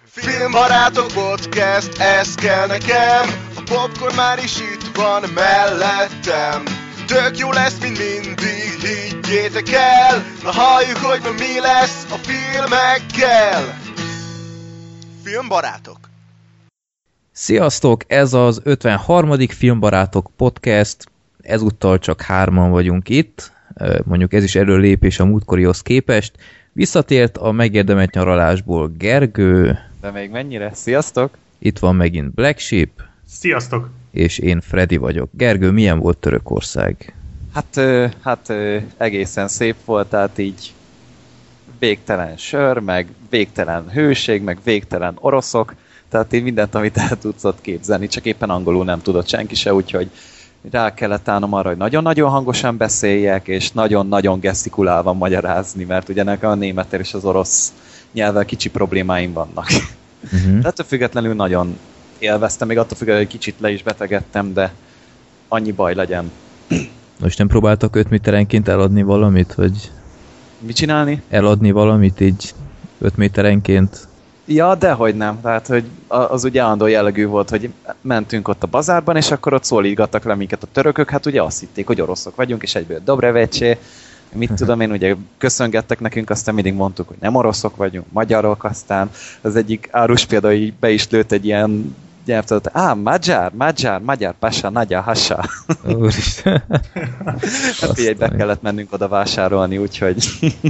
Filmbarátok podcast, ez kell nekem. A popcorn már is itt van mellettem. Tök jó lesz, mint mindig, higgyétek el. Na halljuk, hogy ma mi lesz a filmekkel. Filmbarátok. Sziasztok, ez az 53. Filmbarátok podcast. Ezúttal csak 3-an vagyunk itt. Mondjuk ez is előlépés a múltkorihoz képest. Visszatért a megérdemelt nyaralásból Gergő. De még mennyire? Sziasztok! Itt van megint Black Sheep. Sziasztok! És én Freddy vagyok. Gergő, milyen volt Törökország? Hát egészen szép volt, tehát így végtelen sör, meg végtelen hőség, meg végtelen oroszok, tehát így mindent, amit el tudsz ott képzelni, csak éppen angolul nem tudott senki se, úgyhogy rá kellett állnom arra, hogy nagyon-nagyon hangosan beszéljek, és nagyon-nagyon gesztikulálva magyarázni, mert ugye nekem a némettel és az orosz nyelvvel kicsi problémáim vannak. De ettől függetlenül nagyon élveztem, még attól függetlenül, hogy kicsit le is betegedtem, de annyi baj legyen. Most nem próbáltak 5 méterenként eladni valamit, vagy... Mit csinálni? Eladni valamit így 5 méterenként? Ja, dehogy nem. Tehát, hogy az ugye állandó jellegű volt, hogy mentünk ott a bazárban, és akkor ott szólítgattak le minket a törökök, hát ugye azt hitték, hogy oroszok vagyunk, és egyből Dobrevecsé, mit tudom én, ugye köszöngettek nekünk, aztán mindig mondtuk, hogy nem oroszok vagyunk, magyarok, aztán az egyik árus például be is lőtt egy ilyen nyelvtudat, magyar, pasa, nagyja, hassa. Úristen. Hát így be kellett mennünk oda vásárolni, úgyhogy...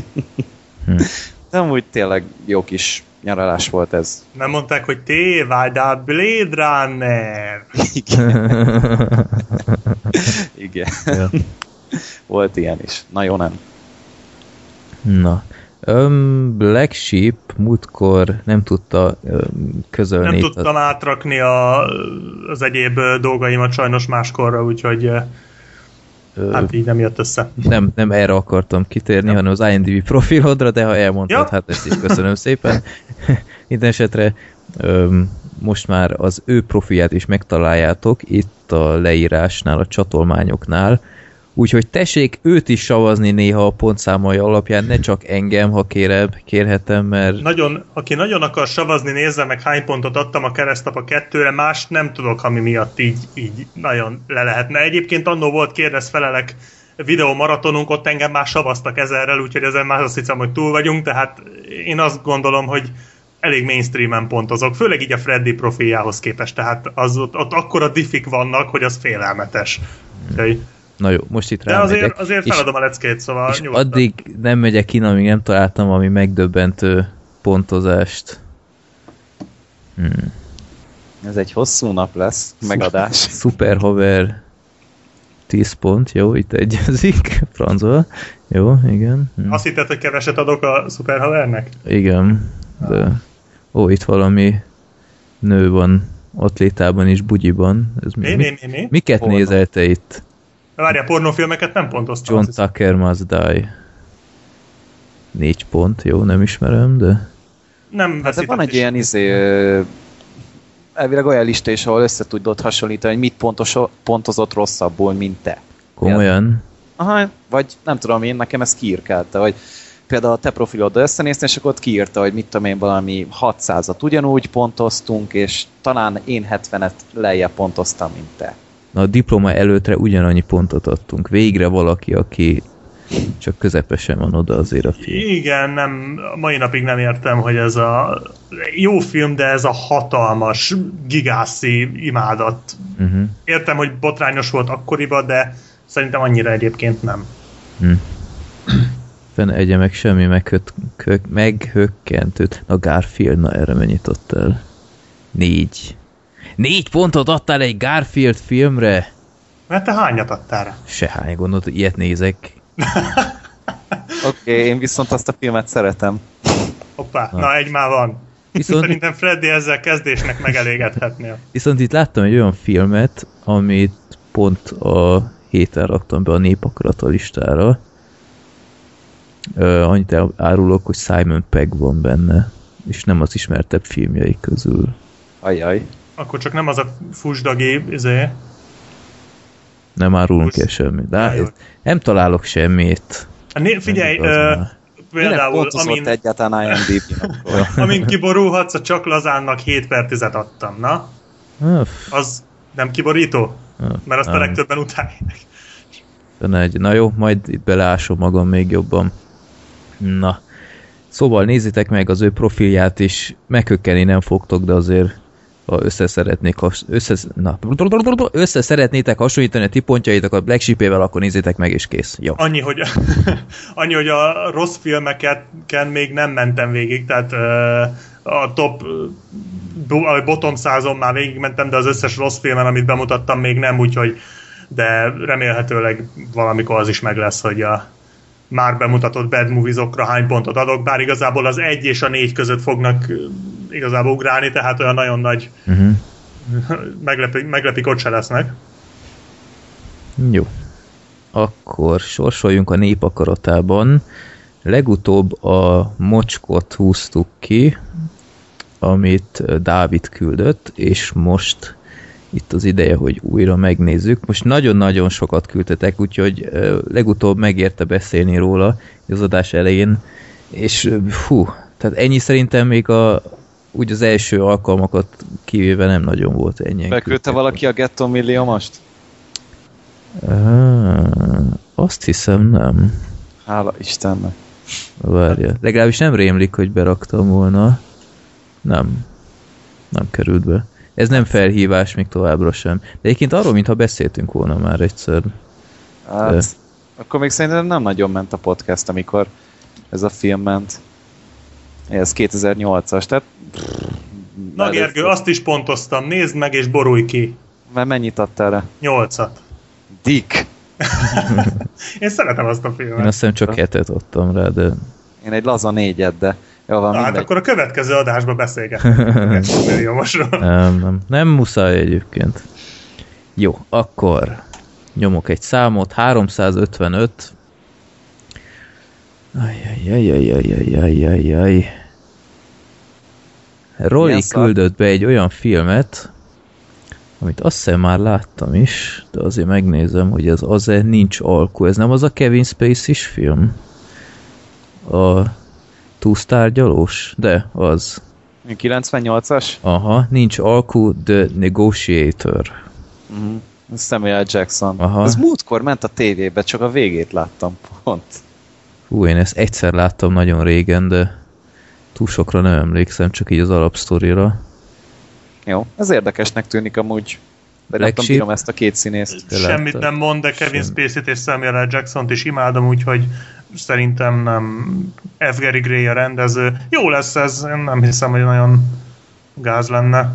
De amúgy tényleg jó kis nyaralás volt ez. Nem mondták, hogy te vagy a Blade Runner. Igen. Ja. Volt ilyen is. Na jó, nem. Na. Black Sheep múltkor nem tudta közölni. Nem tudtam átrakni az egyéb dolgaimat sajnos máskorra, úgyhogy hát így nem jött össze. Nem erre akartam kitérni, hanem az IMDb profilodra, de ha elmondtad, ja. Hát ezt is köszönöm szépen. Minden esetre most már az ő profilját is megtaláljátok itt a leírásnál, a csatolmányoknál. Úgyhogy tessék őt is savazni néha a pontszámai alapján, ne csak engem, ha kérhetem, mert... Aki nagyon akar savazni, nézze meg hány pontot adtam a Keresztapa 2-re, más nem tudok, ami miatt így nagyon le lehetne. Egyébként annó volt kérdez-felelek videómaratonunk, ott engem már savaztak 1000-rel, úgyhogy ezen már azt hiszem, hogy túl vagyunk, tehát én azt gondolom, hogy elég mainstreamen pontozok, főleg így a Freddy profiljához képest, tehát ott akkora diffik vannak, hogy az félelmetes. Na jó, most itt de azért feladom a leckét, szóval és addig nem megyek innen, amíg nem találtam valami megdöbbentő pontozást. Ez egy hosszú nap lesz, megadás. Szuper haver 10 pont, jó, itt egyezik, francba. Jó, igen. Azt hitted, hogy keveset adok a szuper havernek? Igen, de... itt valami nő van atlétában és bugyiban. Ez Mi? Miket nézel te itt? Várjál, pornófilmeket nem pontoztam. John Tucker Must Die. 4 pont, jó, nem ismerem, de... Nem hát van egy ilyen elvileg olyan lista is, ahol össze tudod hasonlítani, hogy mit pontozott rosszabbul, mint te. Komolyan? Aha, vagy nem tudom én, nekem ez kiírkálta, hogy például a te profiloddal összenéztem, és akkor ott kiírta, hogy mit tudom én, valami 600-at ugyanúgy pontoztunk, és talán én 70-et lejjebb pontoztam, mint te. Na, a diploma előttre ugyanannyi pontot adtunk. Végre valaki, aki csak közepesen van oda azért a film. Igen, mai napig nem értem, hogy ez a jó film, de ez a hatalmas, gigászi imádat. Értem, hogy botrányos volt akkoriban, de szerintem annyira egyébként nem. Fene egye meg semmi meghökkentőt. A Garfield, na erre mennyit adtál? 4 pontot adtál egy Garfield filmre? Mert te hányat adtál rá? Sehány, gondolod, hogy ilyet nézek. Oké, én viszont azt a filmet szeretem. Hoppá, na egy már van. Viszont... Szerintem Freddy ezzel kezdésnek megelégedhetnél. Viszont itt láttam egy olyan filmet, amit pont a héten raktam be a Népakarata listára. Annyit árulok, hogy Simon Pegg van benne, és nem az ismertebb filmjei közül. Ajaj. Akkor csak nem az a fusdagi Nem árulunk el semmit. De nem találok semmit. Figyelj, például, egyáltalán IMDb-n akkor? amin kiborulhatsz, a Csak Lazánnak 7/10 adtam, na? Az nem kiborító? Mert azt a legtöbben utálják. Na jó, majd itt beleásom magam még jobban. Na. Szóval nézzétek meg az ő profilját is, meghökkenni nem fogtok, de azért ha összeszeretnétek hasonlítani a ti pontjaitokat Black Sheep-ével, akkor nézzétek meg, és kész. Jó. Annyi, hogy a rossz filmeken még nem mentem végig, tehát a a bottom 100-on már végigmentem, de az összes rossz filmen, amit bemutattam, még nem, úgyhogy de remélhetőleg valamikor az is meg lesz, hogy a már bemutatott bad movies-okra hány pontot adok, bár igazából az 1 és a 4 között fognak igazából ugrálni, tehát olyan nagyon nagy meglepik ott se lesznek. Jó. Akkor sorsoljunk a nép akaratában. Legutóbb a mocskot húztuk ki, amit Dávid küldött, és most itt az ideje, hogy újra megnézzük. Most nagyon-nagyon sokat küldtetek, úgyhogy legutóbb megérte beszélni róla az adás elején, és tehát ennyi szerintem még úgy az első alkalmakat kivéve nem nagyon volt ennyi. Beküldte valaki a Ghetto Milliómost? Azt hiszem nem. Hála Istennek. Várja. Legalábbis nem rémlik, hogy beraktam volna. Nem került be. Ez nem felhívás még továbbra sem. De egyébként arról, mintha beszéltünk volna már egyszer. Hát, akkor még szerintem nem nagyon ment a podcast, amikor ez a film ment. Ez 2008-as, tehát... Na Gergő, azt is pontoztam. Nézd meg és borulj ki. Mert mennyit adtál rá? 8-at. Dick! Én szeretem azt a filmet. Én azt hiszem csak 7-et adtam rá, de... Én egy laza 4-et, de... Jó, van, hát akkor a következő adásban beszélgetünk. Nem muszáj egyébként. Jó, akkor nyomok egy számot, 355. Ajjajjajjajjajjajjajjaj. Roli küldött be egy olyan filmet, amit azt hiszem már láttam is, de azért megnézem, hogy ez az-e, nincs alkú. Ez nem az a Kevin Spacey-s film? A túlsztárgyalós? De az. 98-as? Aha, nincs alkú, The Negotiator. Samuel Jackson. Aha. Ez múltkor ment a tévébe, csak a végét láttam pont. Én ezt egyszer láttam nagyon régen, de túl sokra nem emlékszem, csak így az alapsztorira. Jó, ez érdekesnek tűnik amúgy. De nem bírom ezt a két színészt. Semmit nem mond, de Kevin Spacey-t és Samuel L. Jackson-t is imádom, úgyhogy szerintem nem. F. Gary Gray a rendező. Jó lesz ez, én nem hiszem, hogy nagyon gáz lenne.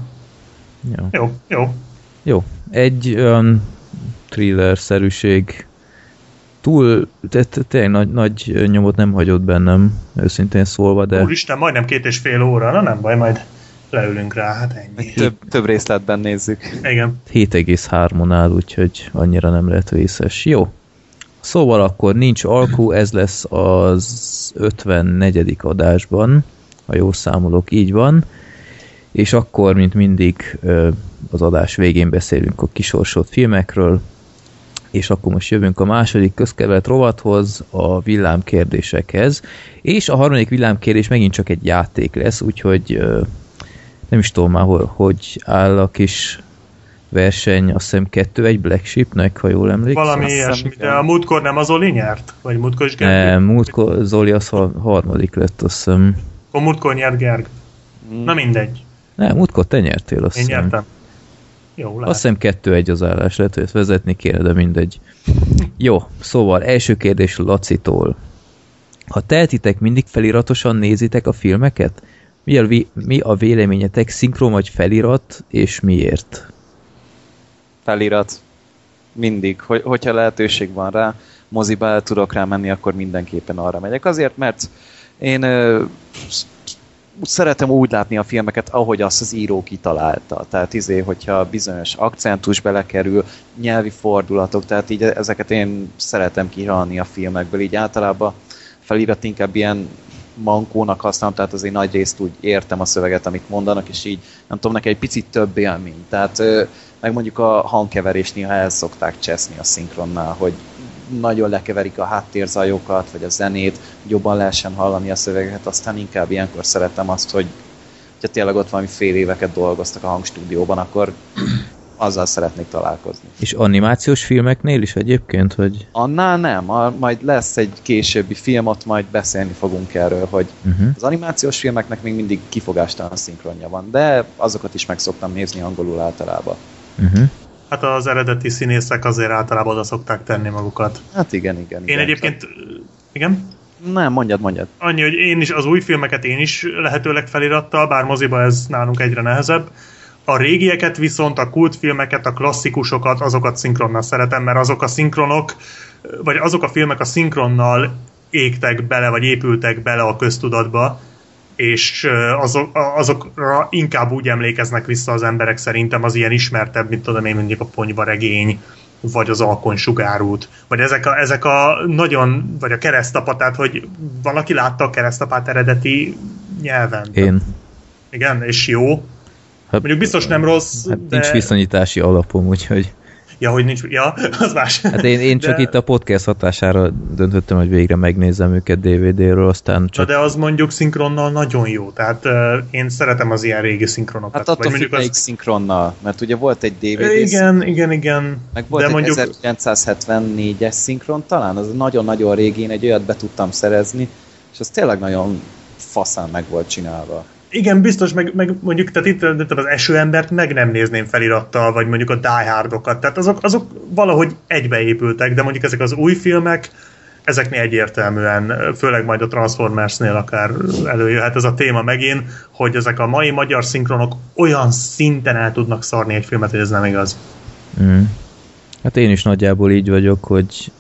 Jó. Egy olyan thriller-szerűség túl, tényleg nagy nyomot nem hagyott bennem, őszintén szólva, de... Úristen, majdnem 2,5 óra, na nem baj, majd leülünk rá, hát ennyi. Több részletben nézzük. Igen. 7,3-on áll, úgyhogy annyira nem lehet vészes. Jó. Szóval akkor nincs alkú, ez lesz az 54. adásban, ha jól számolok, így van. És akkor, mint mindig, az adás végén beszélünk a kisorsolt filmekről, és akkor most jövünk a második közkedvelt rovathoz, a villámkérdésekhez, és a harmadik villámkérdés megint csak egy játék lesz, úgyhogy nem is tudom már, hogy áll a kis verseny, azt hiszem 2-1 Black Sheepnek, ha jól emlékszem. Valami ilyesmi, de a múltkor nem az Zoli nyert? Vagy múltkor is Gergő? Múltkor Zoli az harmadik lett, azt hiszem. A múltkor nyert Gergő. Na mindegy. Nem, múltkor te nyertél, azt hiszem. Én nyertem. Jó, lehet. Azt hiszem 2-1 az állás, lehet, hogy ezt vezetni kéne, de mindegy. Jó, szóval első kérdés Lacitól. Ha tehetitek, mindig feliratosan nézitek a filmeket? Mi a véleményetek, szinkron vagy felirat, és miért? Felirat. Mindig. Hogyha lehetőség van rá, moziba el tudok rá menni, akkor mindenképpen arra megyek. Azért, mert én szeretem úgy látni a filmeket, ahogy azt az író kitalálta. Tehát hogyha bizonyos akcentus belekerül, nyelvi fordulatok, tehát így ezeket én szeretem kihallani a filmekből. Így általában felirat inkább ilyen mankónak használom, tehát azért nagy részt úgy értem a szöveget, amit mondanak, és így nem tudom, neki egy picit több élmény. Tehát meg mondjuk a hangkeverés néha el szokták cseszni a szinkronnál, hogy nagyon lekeverik a háttérzajokat, vagy a zenét, hogy jobban lehessen hallani a szövegeket, aztán inkább ilyenkor szeretem azt, hogy ha tényleg ott valami fél éveket dolgoztak a hangstúdióban, akkor azzal szeretnék találkozni. És animációs filmeknél is egyébként, hogy... Annál nem, majd lesz egy későbbi film, ott majd beszélni fogunk erről, hogy az animációs filmeknek még mindig kifogástalan szinkronja van, de azokat is meg szoktam nézni angolul általában. Hát az eredeti színészek azért általában oda szokták tenni magukat. Hát igen. Én egyébként... Igen? Nem, mondjad. Annyi, hogy én is az új filmeket én is lehetőleg felirattal, bár moziba ez nálunk egyre nehezebb. A régieket viszont, a kultfilmeket, a klasszikusokat, azokat szinkronnal szeretem, mert azok a szinkronok, vagy azok a filmek a szinkronnal égtek bele, vagy épültek bele a köztudatba, és azokra inkább úgy emlékeznek vissza az emberek szerintem az ilyen ismertebb, mint tudom én, mondjuk a Ponyvaregény, vagy az Alkony sugárút, vagy ezek a nagyon, vagy a Keresztapa, tehát hogy valaki látta a Keresztapát eredeti nyelven. Én. Igen, és jó. Hát, mondjuk biztos nem rossz, hát de... Nincs viszonyítási alapom, úgyhogy... Ja, hogy nincs... Ja, az más. Hát én csak itt a podcast hatására döntöttem, hogy végre megnézem őket DVD-ről, aztán csak... De az mondjuk szinkronnal nagyon jó, tehát én szeretem az ilyen régi szinkronokat. Hát attól függ melyik szinkronnal, mert ugye volt egy DVD Igen. Meg volt egy mondjuk... 1974-es szinkron talán, az nagyon-nagyon régi, én egy olyat be tudtam szerezni, és az tényleg nagyon faszán meg volt csinálva. Igen, biztos, meg mondjuk, tehát itt az Esőembert meg nem nézném felirattal, vagy mondjuk a Die Hardokat, tehát azok valahogy egybeépültek, de mondjuk ezek az új filmek, ezeknél egyértelműen, főleg majd a Transformersnél akár előjöhet ez a téma megint, hogy ezek a mai magyar szinkronok olyan szinten el tudnak szarni egy filmet, hogy ez nem igaz. Hát én is nagyjából így vagyok, hogy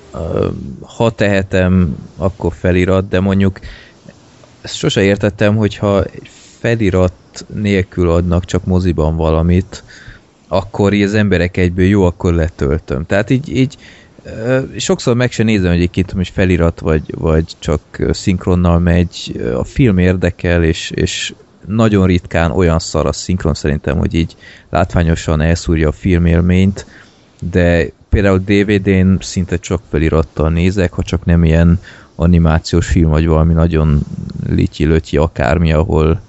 ha tehetem, akkor felirat, de mondjuk ezt sose értettem, hogyha egy felirat nélkül adnak csak moziban valamit, akkor így az emberek egyből jó, akkor letöltöm. Tehát így sokszor meg se nézem egyébként, hogy felirat vagy csak szinkronnal megy. A film érdekel, és nagyon ritkán olyan szar a szinkron szerintem, hogy így látványosan elszúrja a filmélményt, de például DVD-n szinte csak felirattal nézek, ha csak nem ilyen animációs film, vagy valami nagyon lityi-lötyi akármi, ahol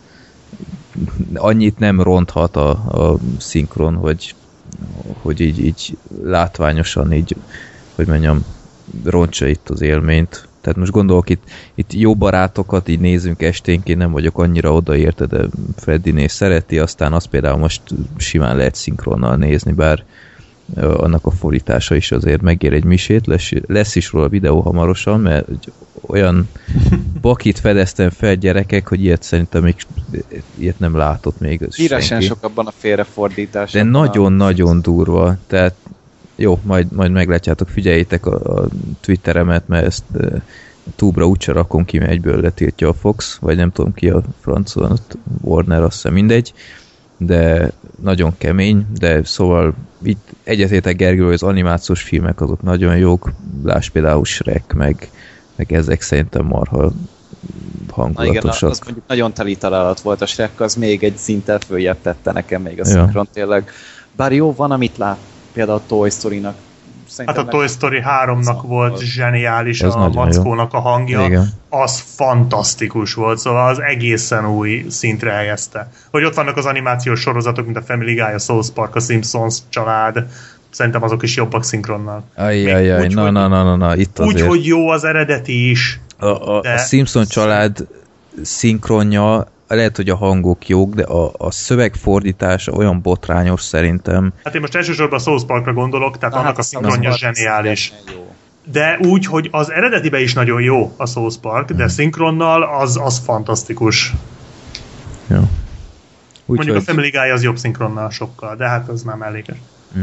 annyit nem ronthat a szinkron, hogy így látványosan így, hogy mondjam, rontsa itt az élményt. Tehát most gondolok, itt jó barátokat így nézünk esténként, nem vagyok annyira odaérte, de Freddynél szereti, aztán azt például most simán lehet szinkronnal nézni, bár annak a fordítása is azért megér egy misét, lesz is róla videó hamarosan, mert olyan bakit fedeztem fel gyerekek, hogy ilyet szerintem még ilyet nem látott még Híresen sok abban a félrefordítás. De nagyon-nagyon durva, tehát jó, majd meglátjátok, figyeljétek a Twitteremet, mert ezt túbra úgyse rakom ki, mert egyből letiltja a Fox, vagy nem tudom ki a francia, Warner, azt hiszem mindegy, de nagyon kemény, de szóval itt egyetértek Gergő, hogy az animációs filmek azok nagyon jók, láss például Shrek, meg ezek szerintem marha hangulatosak. Igen, az mondjuk nagyon teli találat volt a Shrek, az még egy szinten följebb tette nekem még a szinkron tényleg. Bár jó, van, amit lát, például a Toy Story-nak. Hát a Toy Story 3-nak volt zseniális a mackónak a hangja. Igen. Az fantasztikus volt, szóval az egészen új szintre helyezte. Hogy ott vannak az animációs sorozatok, mint a Family Guy, a South Park, a Simpsons család, szerintem azok is jobbak szinkronnal. Ajjajjaj, na, itt azért. Úgyhogy jó az eredeti is. A Simpson család szinkronja, lehet, hogy a hangok jók, de a szövegfordítása olyan botrányos szerintem. Hát én most elsősorban a South Parkra gondolok, tehát annak a szinkronja zseniális. De úgy, hogy az eredetiben is nagyon jó a South Park, de szinkronnal az fantasztikus. Ja. Mondjuk a Family Guy az jobb szinkronnal sokkal, de hát az már mellékes.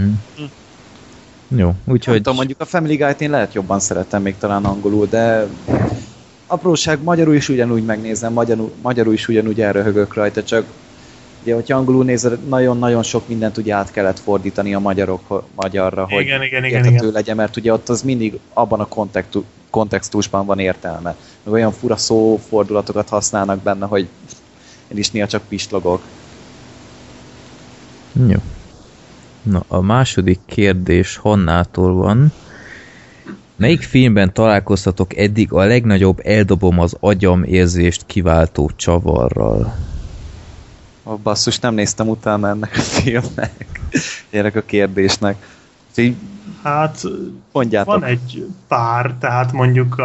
Jó, úgyhogy... mondjuk a Family Guy-t én lehet jobban szeretem még talán angolul, de apróság, magyarul is ugyanúgy megnézem, magyarul is ugyanúgy elröhögök rajta, csak ugye, hogyha angolul nézed, nagyon-nagyon sok mindent ugye át kellett fordítani a magyarra, hogy érthető legyen, mert ugye ott az mindig abban a kontextusban van értelme. Meg olyan fura szófordulatokat használnak benne, hogy én is néha csak pislogok. Jó. Na, a második kérdés Hannától van. Melyik filmben találkoztatok eddig a legnagyobb eldobom az agyam érzést kiváltó csavarral? Basszus, nem néztem utána ennek a filmnek. Ennek a kérdésnek. Úgyhogy Hát mondjátok. van egy pár, tehát mondjuk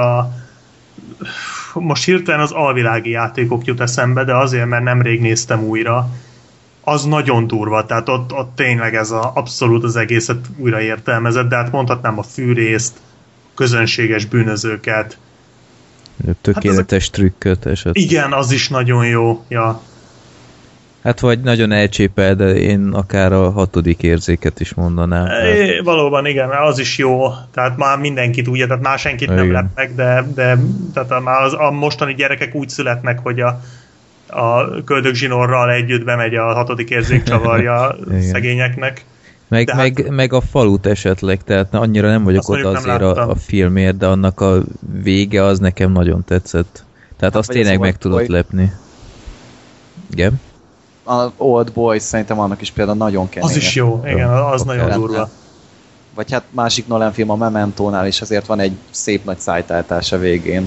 most hirtelen az alvilági játékok jut eszembe, de azért, mert nemrég néztem újra. Az nagyon durva, tehát ott tényleg ez abszolút az egészet újra értelmezett, de hát mondhatnám a fűrészt, közönséges bűnözőket. Tökéletes trükköt esetleg. Igen, az is nagyon jó. Ja. Hát vagy nagyon elcsépel, de én akár a 6. érzéket is mondanám. Valóban igen, az is jó. Tehát már mindenkit úgy, tehát már senkit nem lep meg, de tehát már a mostani gyerekek úgy születnek, hogy a köldögzsinórral együtt bemegy a 6. érzék csavarja szegényeknek. Meg a falut esetleg, tehát annyira nem vagyok ott azért a filmért, de annak a vége az nekem nagyon tetszett. Tehát azt tényleg meg tudott lepni. Igen? A Old Boy szerintem annak is például nagyon kemény. Az is jó, igen, az nagyon durva. Vagy hát másik Nolan film a Mementónál is azért van egy szép nagy szájtáltás a végén.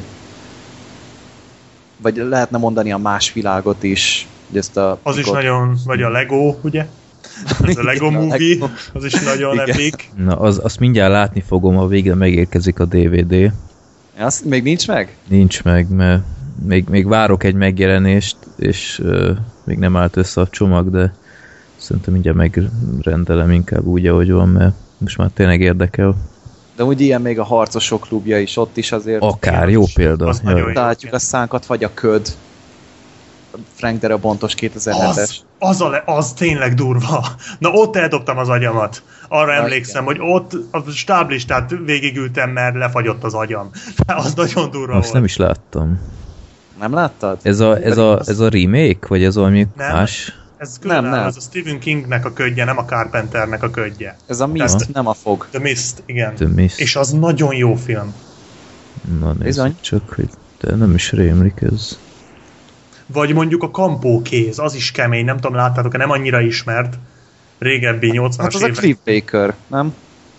Vagy lehetne mondani a Más világot is. Ezt az is nagyon, vagy a Lego, ugye? Ez a Lego Movie, az is nagyon epic. Na, azt mindjárt látni fogom, ha végre megérkezik a DVD. Azt még nincs meg? Nincs meg, mert még várok egy megjelenést, és még nem állt össze a csomag, de szerintem mindjárt megrendelem inkább úgy, ahogy van, mert most már tényleg érdekel. De úgy ilyen még a Harcosok klubja is, ott is azért... Akár, jó példa. Látjuk a szánkat, vagy a köd. Frank Darabontos 2007-es. Az tényleg durva. Na ott eldobtam az agyamat. Arra emlékszem, hogy ott a stáblistát végigültem, mert lefagyott az agyam. Az nagyon durva volt. Azt nem is láttam. Nem láttad? Ez a remake? Vagy ez valami más? Ez különálló, ez a Stephen Kingnek a ködje, nem a Carpenternek a ködje. Ez a Mist, nem a fog. The Mist, igen. The Mist. És az nagyon jó film. Na nézzük csak, hogy de nem is rémlik ez. Vagy mondjuk a Kampó kéz, az is kemény, nem tudom, láttátok-e, nem annyira ismert. Régebbi 80-as hát az évek. A Cliff Baker, nem?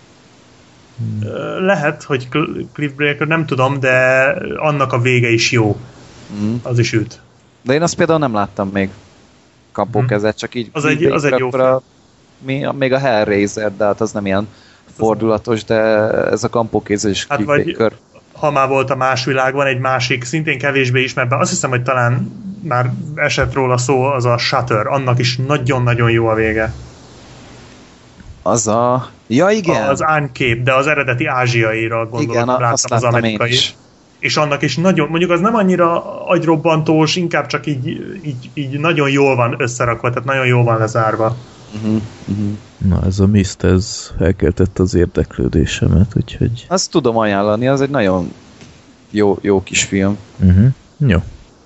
Lehet, hogy Cliff Baker, nem tudom, de annak a vége is jó. Az is üt. De én azt például nem láttam még. Kampókezet, csak így... Az egy jó film. Még a Hellraiser, de hát az nem ilyen fordulatos, de ez a Kampókéz is hát Cliff Baker. Ha már volt a Más világban egy másik, szintén kevésbé ismert, azt hiszem, hogy talán már esett róla szó, az a Shutter, annak is nagyon-nagyon jó a vége. Az a... Ja, igen. Az árnykép, de az eredeti ázsiaira gondolom, láttam az amerikai. És annak is nagyon, mondjuk az nem annyira agyrobbantós, inkább csak így nagyon jól van összerakva, tehát nagyon jól van lezárva. Na ez a Mist, ez elkeltett az érdeklődésemet, úgyhogy... Azt tudom ajánlani, az egy nagyon jó kis film. Jó.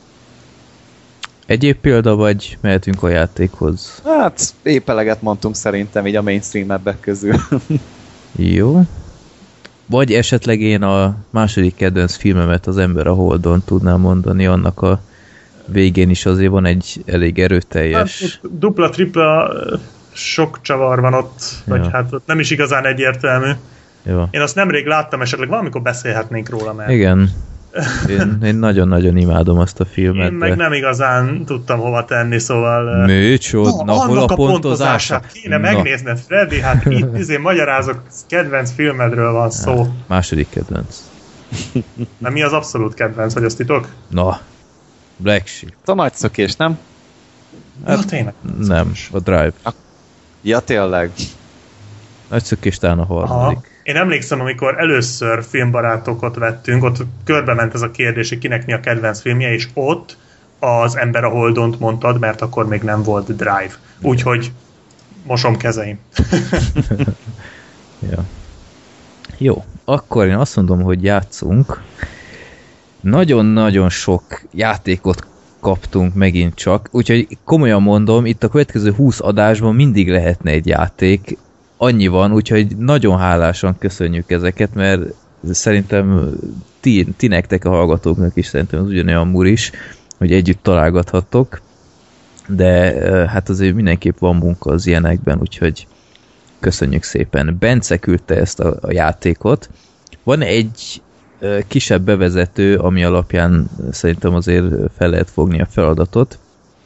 Egyéb példa, vagy mehetünk a játékhoz? Hát épp eleget mondtunk szerintem így a mainstream-ebbek közül. Jó. Vagy esetleg én a második kedvenc filmemet, Az ember a Holdon tudnám mondani, annak a végén is azért van egy elég erőteljes... Hát, dupla-tripla sok csavar van ott, vagy hát ott nem is igazán egyértelmű. Jó. Én azt nemrég láttam, esetleg valamikor beszélhetnénk róla, mert... Igen. Én nagyon-nagyon imádom azt a filmet. Én meg nem igazán tudtam hova tenni, szóval... Na, hol a pontozását kéne megnézned, Freddy, hát itt magyarázok, kedvenc filmedről van szó. Második kedvenc. Na mi az abszolút kedvenc, vagy azt titok? Na, Black Sheep. A nagy szökés, nem? Hát, tényleg. Nem, a Drive. Ja, tényleg. Nagy szökés talán a harmadik. Aha. Én emlékszem, amikor először filmbarátokat vettünk, ott körbe ment ez a kérdés, hogy kinek mi a kedvenc filmje, és ott az Ember a Holdont mondtad, mert akkor még nem volt Drive. Úgyhogy mosom kezeim. Ja. Jó, akkor én azt mondom, hogy játszunk. Nagyon-nagyon sok játékot kaptunk megint csak, úgyhogy komolyan mondom, itt a következő 20 adásban mindig lehetne egy játék, annyi van, úgyhogy nagyon hálásan köszönjük ezeket, mert szerintem ti nektek a hallgatóknak is szerintem az ugyanolyan muris, hogy együtt találgathattok, de hát azért mindenképp van munka az ilyenekben, úgyhogy köszönjük szépen. Bence küldte ezt a játékot, Van egy kisebb bevezető, ami alapján szerintem azért fel lehet fogni a feladatot.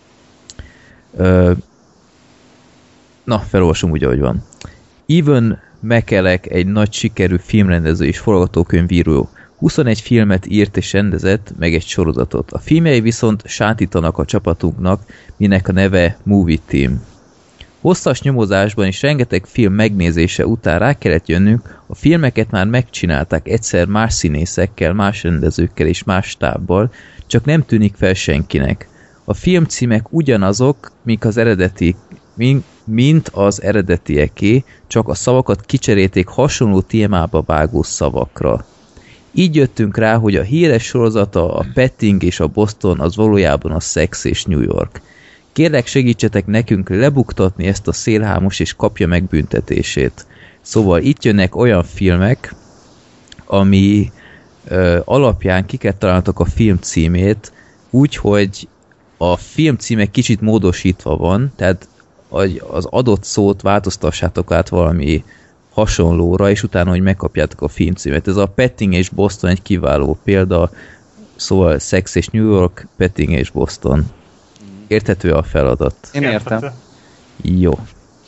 Na, felolvasom úgy, ahogy van. Ewan McKellek egy nagy sikerű filmrendező és forgatókönyvíró. 21 filmet írt és rendezett, meg egy sorozatot. A filmjei viszont sátítanak a csapatunknak, minek a neve Movie Team. Hosszas nyomozásban és rengeteg film megnézése után rá kellett jönnünk, a filmeket már megcsinálták egyszer más színészekkel, más rendezőkkel és más stábbal, csak nem tűnik fel senkinek. A filmcímek ugyanazok, mint az eredetieké, csak a szavakat kicserélték hasonló témába vágó szavakra. Így jöttünk rá, hogy a híres sorozata, a Petting és a Boston az valójában a Sex és New York. Kérlek, segítsetek nekünk lebuktatni ezt a szélhámos és kapja meg büntetését. Szóval itt jönnek olyan filmek, ami alapján találtak a film címét, úgyhogy a film címe kicsit módosítva van, tehát az adott szót változtassátok át valami hasonlóra, és utána, hogy megkapjátok a film címet. Ez a Petting és Boston egy kiváló példa, szóval Sex és New York, Petting és Boston. Érthető a feladat? Én értem. Jó.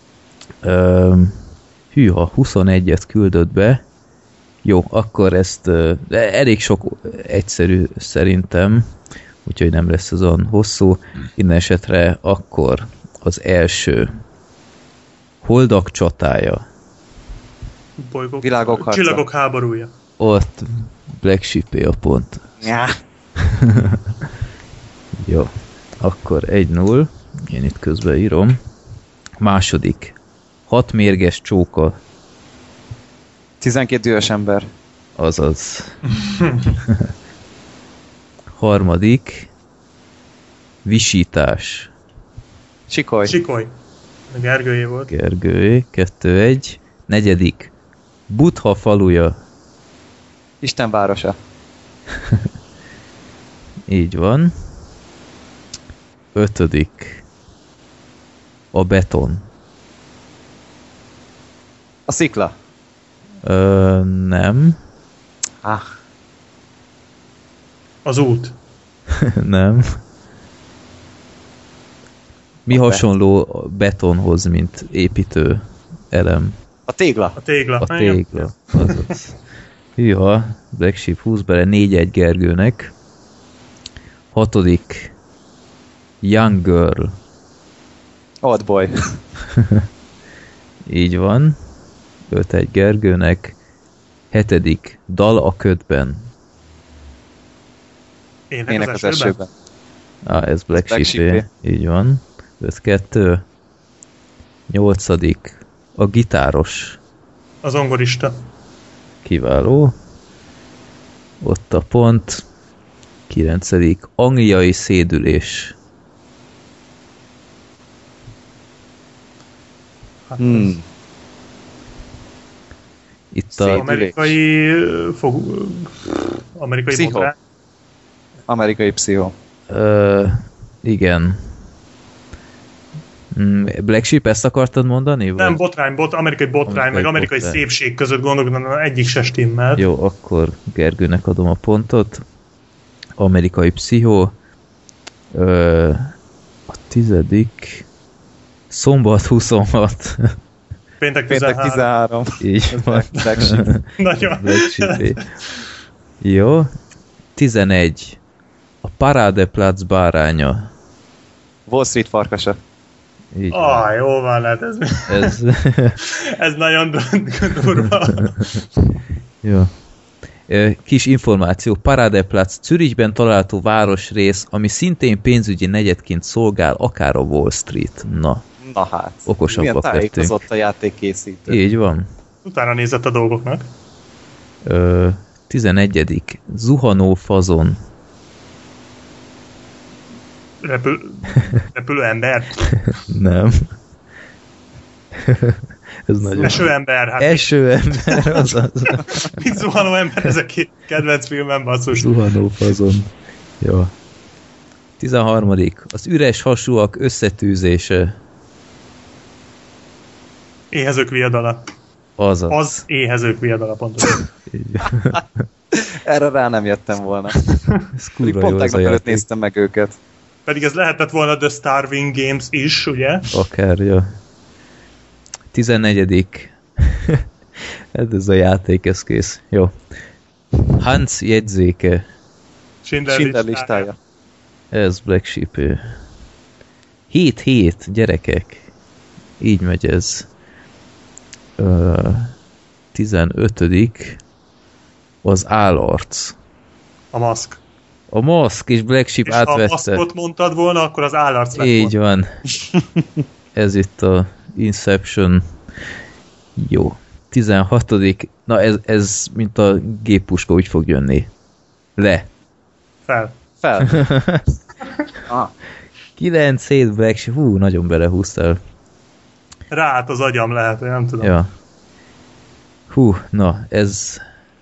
Hűha, 21-et küldött be. Jó, akkor ezt elég sok egyszerű szerintem, úgyhogy nem lesz ez olyan hosszú. Innen esetre akkor az első. Holdak csatája. Világok harca. Csillagok háborúja. Ott Black Sheep-é a pont. Ja. Jó. Akkor 1-0. Én itt közben írom. Második. 6 mérges csóka. 12 dühös ember. Azaz. Harmadik. Visítás. Sikoly. Sikoly. Gergőjé volt. Gergőjé. 2-1. Negyedik. Buddha faluja. Isten városa. Így van. Ötödik. A beton. A szikla. Nem. Az út. Nem. Mi hasonló a betonhoz, mint építő elem? A tégla. A tégla. A tégla. Azaz. Hűha, Black Sheep 20 bele 4-1 Gergőnek. Hatodik. Young Girl. Old Boy. Így van. 5-1 Gergőnek. Hetedik. Dal a ködben. Ének az esőben. Ez Black Sheep. Így van. 5-2. Nyolcadik. A gitáros. Az zongorista. Kiváló. Ott a pont. 9. Angliai szédülés. Itt a... Amerikai Pszicho. botrány. Amerikai pszichó. Igen. Black Sheep, ezt akartad mondani? Nem, amerikai botrány, meg amerikai szépség között gondolkodom, egyik se stimmel. Jó, akkor Gergőnek adom a pontot. Amerikai pszichó. A 10. Szombat 26. Péntek 13. Így van. Black Sheep. Nagyon. Black Sheep. Jó. 11. A Paradeplatz báránya. Wall Street farkasa. Így Jó van, hát ez... ez nagyon durva. Jó. Kis információ. Paradeplatz Zürichben található városrész, ami szintén pénzügyi negyedként szolgál, akár a Wall Street. Na hát. Okosabbak milyen tájékozott a játékkészítő. Így van. Utána nézett a dolgoknak. 11. Zuhanó fazon. Repülő ember? Nem. Ez nagyon... Esőember. Hát Esőember, azaz. Mit zuhanó ember, ez a kedvenc filmem, basszus. Zuhanó fazon. Jó. 13. Az üres hasúak összetűzése. Éhezők viadala. Azaz. Az éhezők viadala pontosan. Erre rá nem jöttem volna. Ez kurva Pont jó az a tegnap előtt játék. néztem meg őket. Pedig ez lehetett volna The Starving Games is, ugye? Akár, ja. 14. Hát ez a játék, ez kész. Jó. Hans jegyzéke. Schindler listája. Ez Black Sheep. 7-7, gyerekek. Így megy ez. 15. Az állarc. A maszk. A maszk és Black Sheep És ha a átvette. maszkot mondtad volna, akkor az állarc lett Így volna. van. Ez itt a Inception. Jó. 16. Na ez mint a géppuska úgy fog jönni. Le. Fel. Fel. Ah, 9-7 Black Sheep. Hú, nagyon belehúztál. Ráállt az agyam lehet, hogy nem tudom. Ja. Hú, na, ez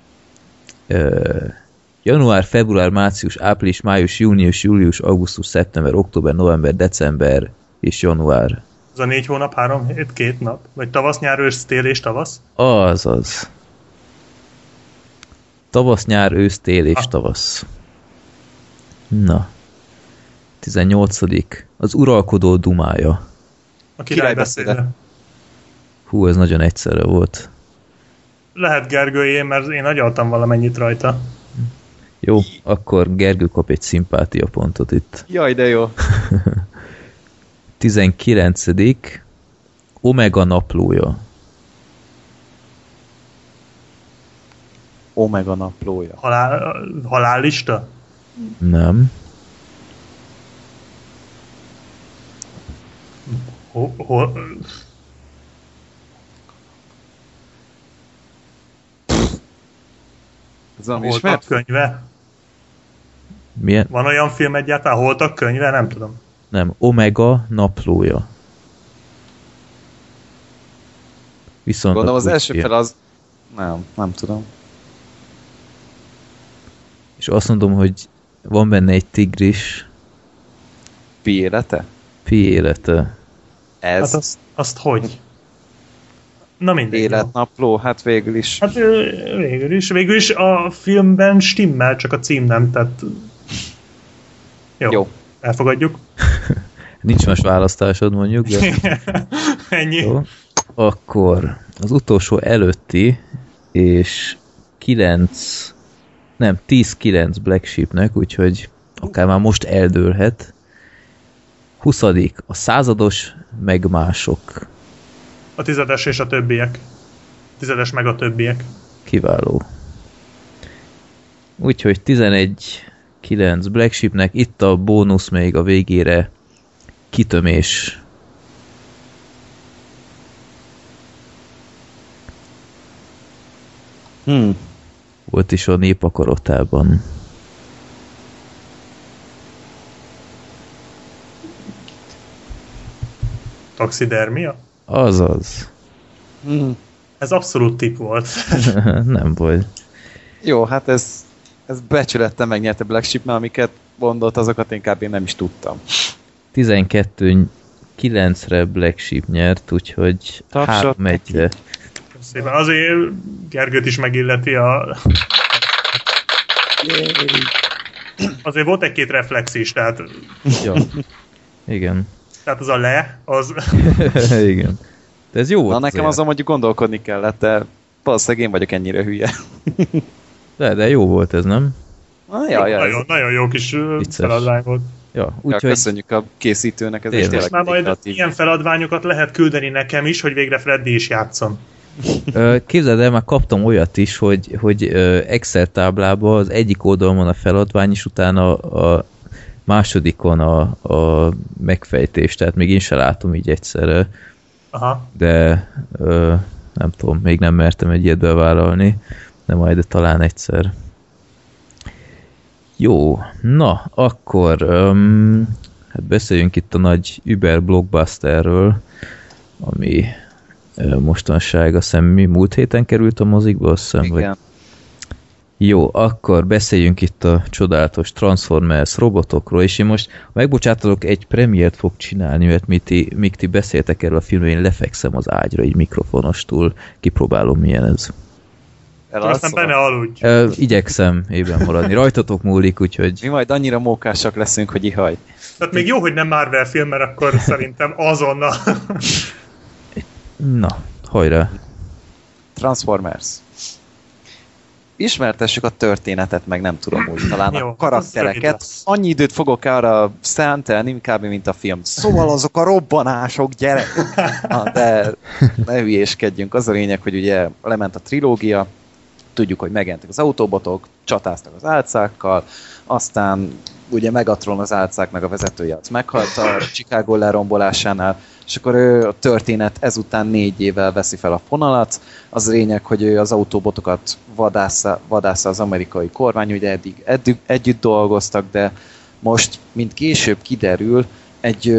január, február, március, április, május, június, július, augusztus, szeptember, október, november, december és január. Ez a 4 hónap, 3 hét, 2 nap? Vagy tavasz, nyár, ősz, tél és tavasz? Azaz. Tavasz, nyár, ősz, tél és tavasz. Na. 18. Az uralkodó dumája. A király beszéde. Hú, ez nagyon egyszerre volt. Lehet Gergőjé, mert én agyaltam valamennyit rajta. Jó, akkor Gergő kap egy szimpátia pontot itt. jaj, de jó. 19. Omega naplója. Omega naplója. Halállista? Nem. Hol? Ez valami Holtak ismert? könyve? Milyen? Van olyan film egyáltalán? Holtak könyve? Nem tudom. Nem. Omega naplója. Viszont Gondolom az a első Wiki. fel az... Nem tudom. És azt mondom, hogy van benne egy tigris, Pi élete? Pi élete. Ez Hát azt hogy? Na mindegy. életnapló, hát végül is. Hát végül is a filmben stimmel, csak a cím nem, tehát... Jó. Elfogadjuk. Nincs más választásod mondjuk, de Ennyi. jó. Akkor az utolsó előtti és 10-9 Black Sheepnek, úgyhogy akár már most eldőlhet. 20. A százados meg mások. A 10-es és a többiek. 10-es meg a többiek. Kiváló. Úgyhogy 11-9 Black Sheepnek, itt a bónusz még a végére kitömés. Volt is a Népakaratában. Taxidermia? Azaz. Ez abszolút tipp volt. Nem baj. Jó, hát ez becsületten megnyerte Black Sheep, mert amiket mondott, azokat inkább én nem is tudtam. 12-9-re Black Sheep nyert, úgyhogy Tapsot 3-1-re. Szépen. Azért Gergőt is megilleti a... Azért volt egy-két reflex is, tehát Ja. Igen. az a le, az... Igen. De ez jó volt. Na nekem azon mondjuk gondolkodni kellett, de valószínűleg én vagyok ennyire hülye. De jó volt ez, nem? Nagyon jó kis Vicces. feladvány volt. Ja, úgyhogy Köszönjük a készítőnek, ez is Tényleg. tényleg Már majd kreatív. ilyen feladványokat lehet küldeni nekem is, hogy végre Freddy is játszon. képzeld el, már kaptam olyat is, hogy Excel táblában az egyik oldalon van a feladvány, és utána a másodikon a megfejtés, tehát még én sem látom így egyszerre, Aha. de nem tudom, még nem mertem egy ilyet bevállalni, de majd talán egyszer. Jó, na, akkor hát beszéljünk itt a nagy Uber blockbusterről, ami mostanság, azt hiszem, múlt héten került a mozikba, azt hiszem, vagy Igen. Jó, akkor beszéljünk itt a csodálatos Transformers robotokról, és én most megbocsátalok, egy premiért fog csinálni, mert míg ti beszéltek erről a filmről, én lefekszem az ágyra, így mikrofonostul, kipróbálom, milyen ez. Aztán benne aludj. Igyekszem ében maradni. Rajtatok múlik, úgyhogy... Mi majd annyira mókásak leszünk, hogy ihaj. Tehát még jó, hogy nem Marvel film, mert akkor szerintem azonnal. Na, hajrá. Transformers. Ismertessük a történetet, meg nem tudom úgy, talán jó, a karaktereket. Annyi időt fogok arra szentelni, kb. Mint a film. Szóval azok a robbanások, gyerek! De ne hülyéskedjünk. Az a lényeg, hogy ugye lement a trilógia, tudjuk, hogy megjelentek az autobotok, csatáztak az álcákkal, aztán ugye Megatron az álcáknak a vezetője az meghalt a Chicago lerombolásánál, és akkor ő a történet ezután 4 évvel veszi fel a fonalat. Az lényeg, hogy ő az autobotokat vadásza az amerikai kormány, ugye eddig együtt dolgoztak, de most, mint később kiderül, egy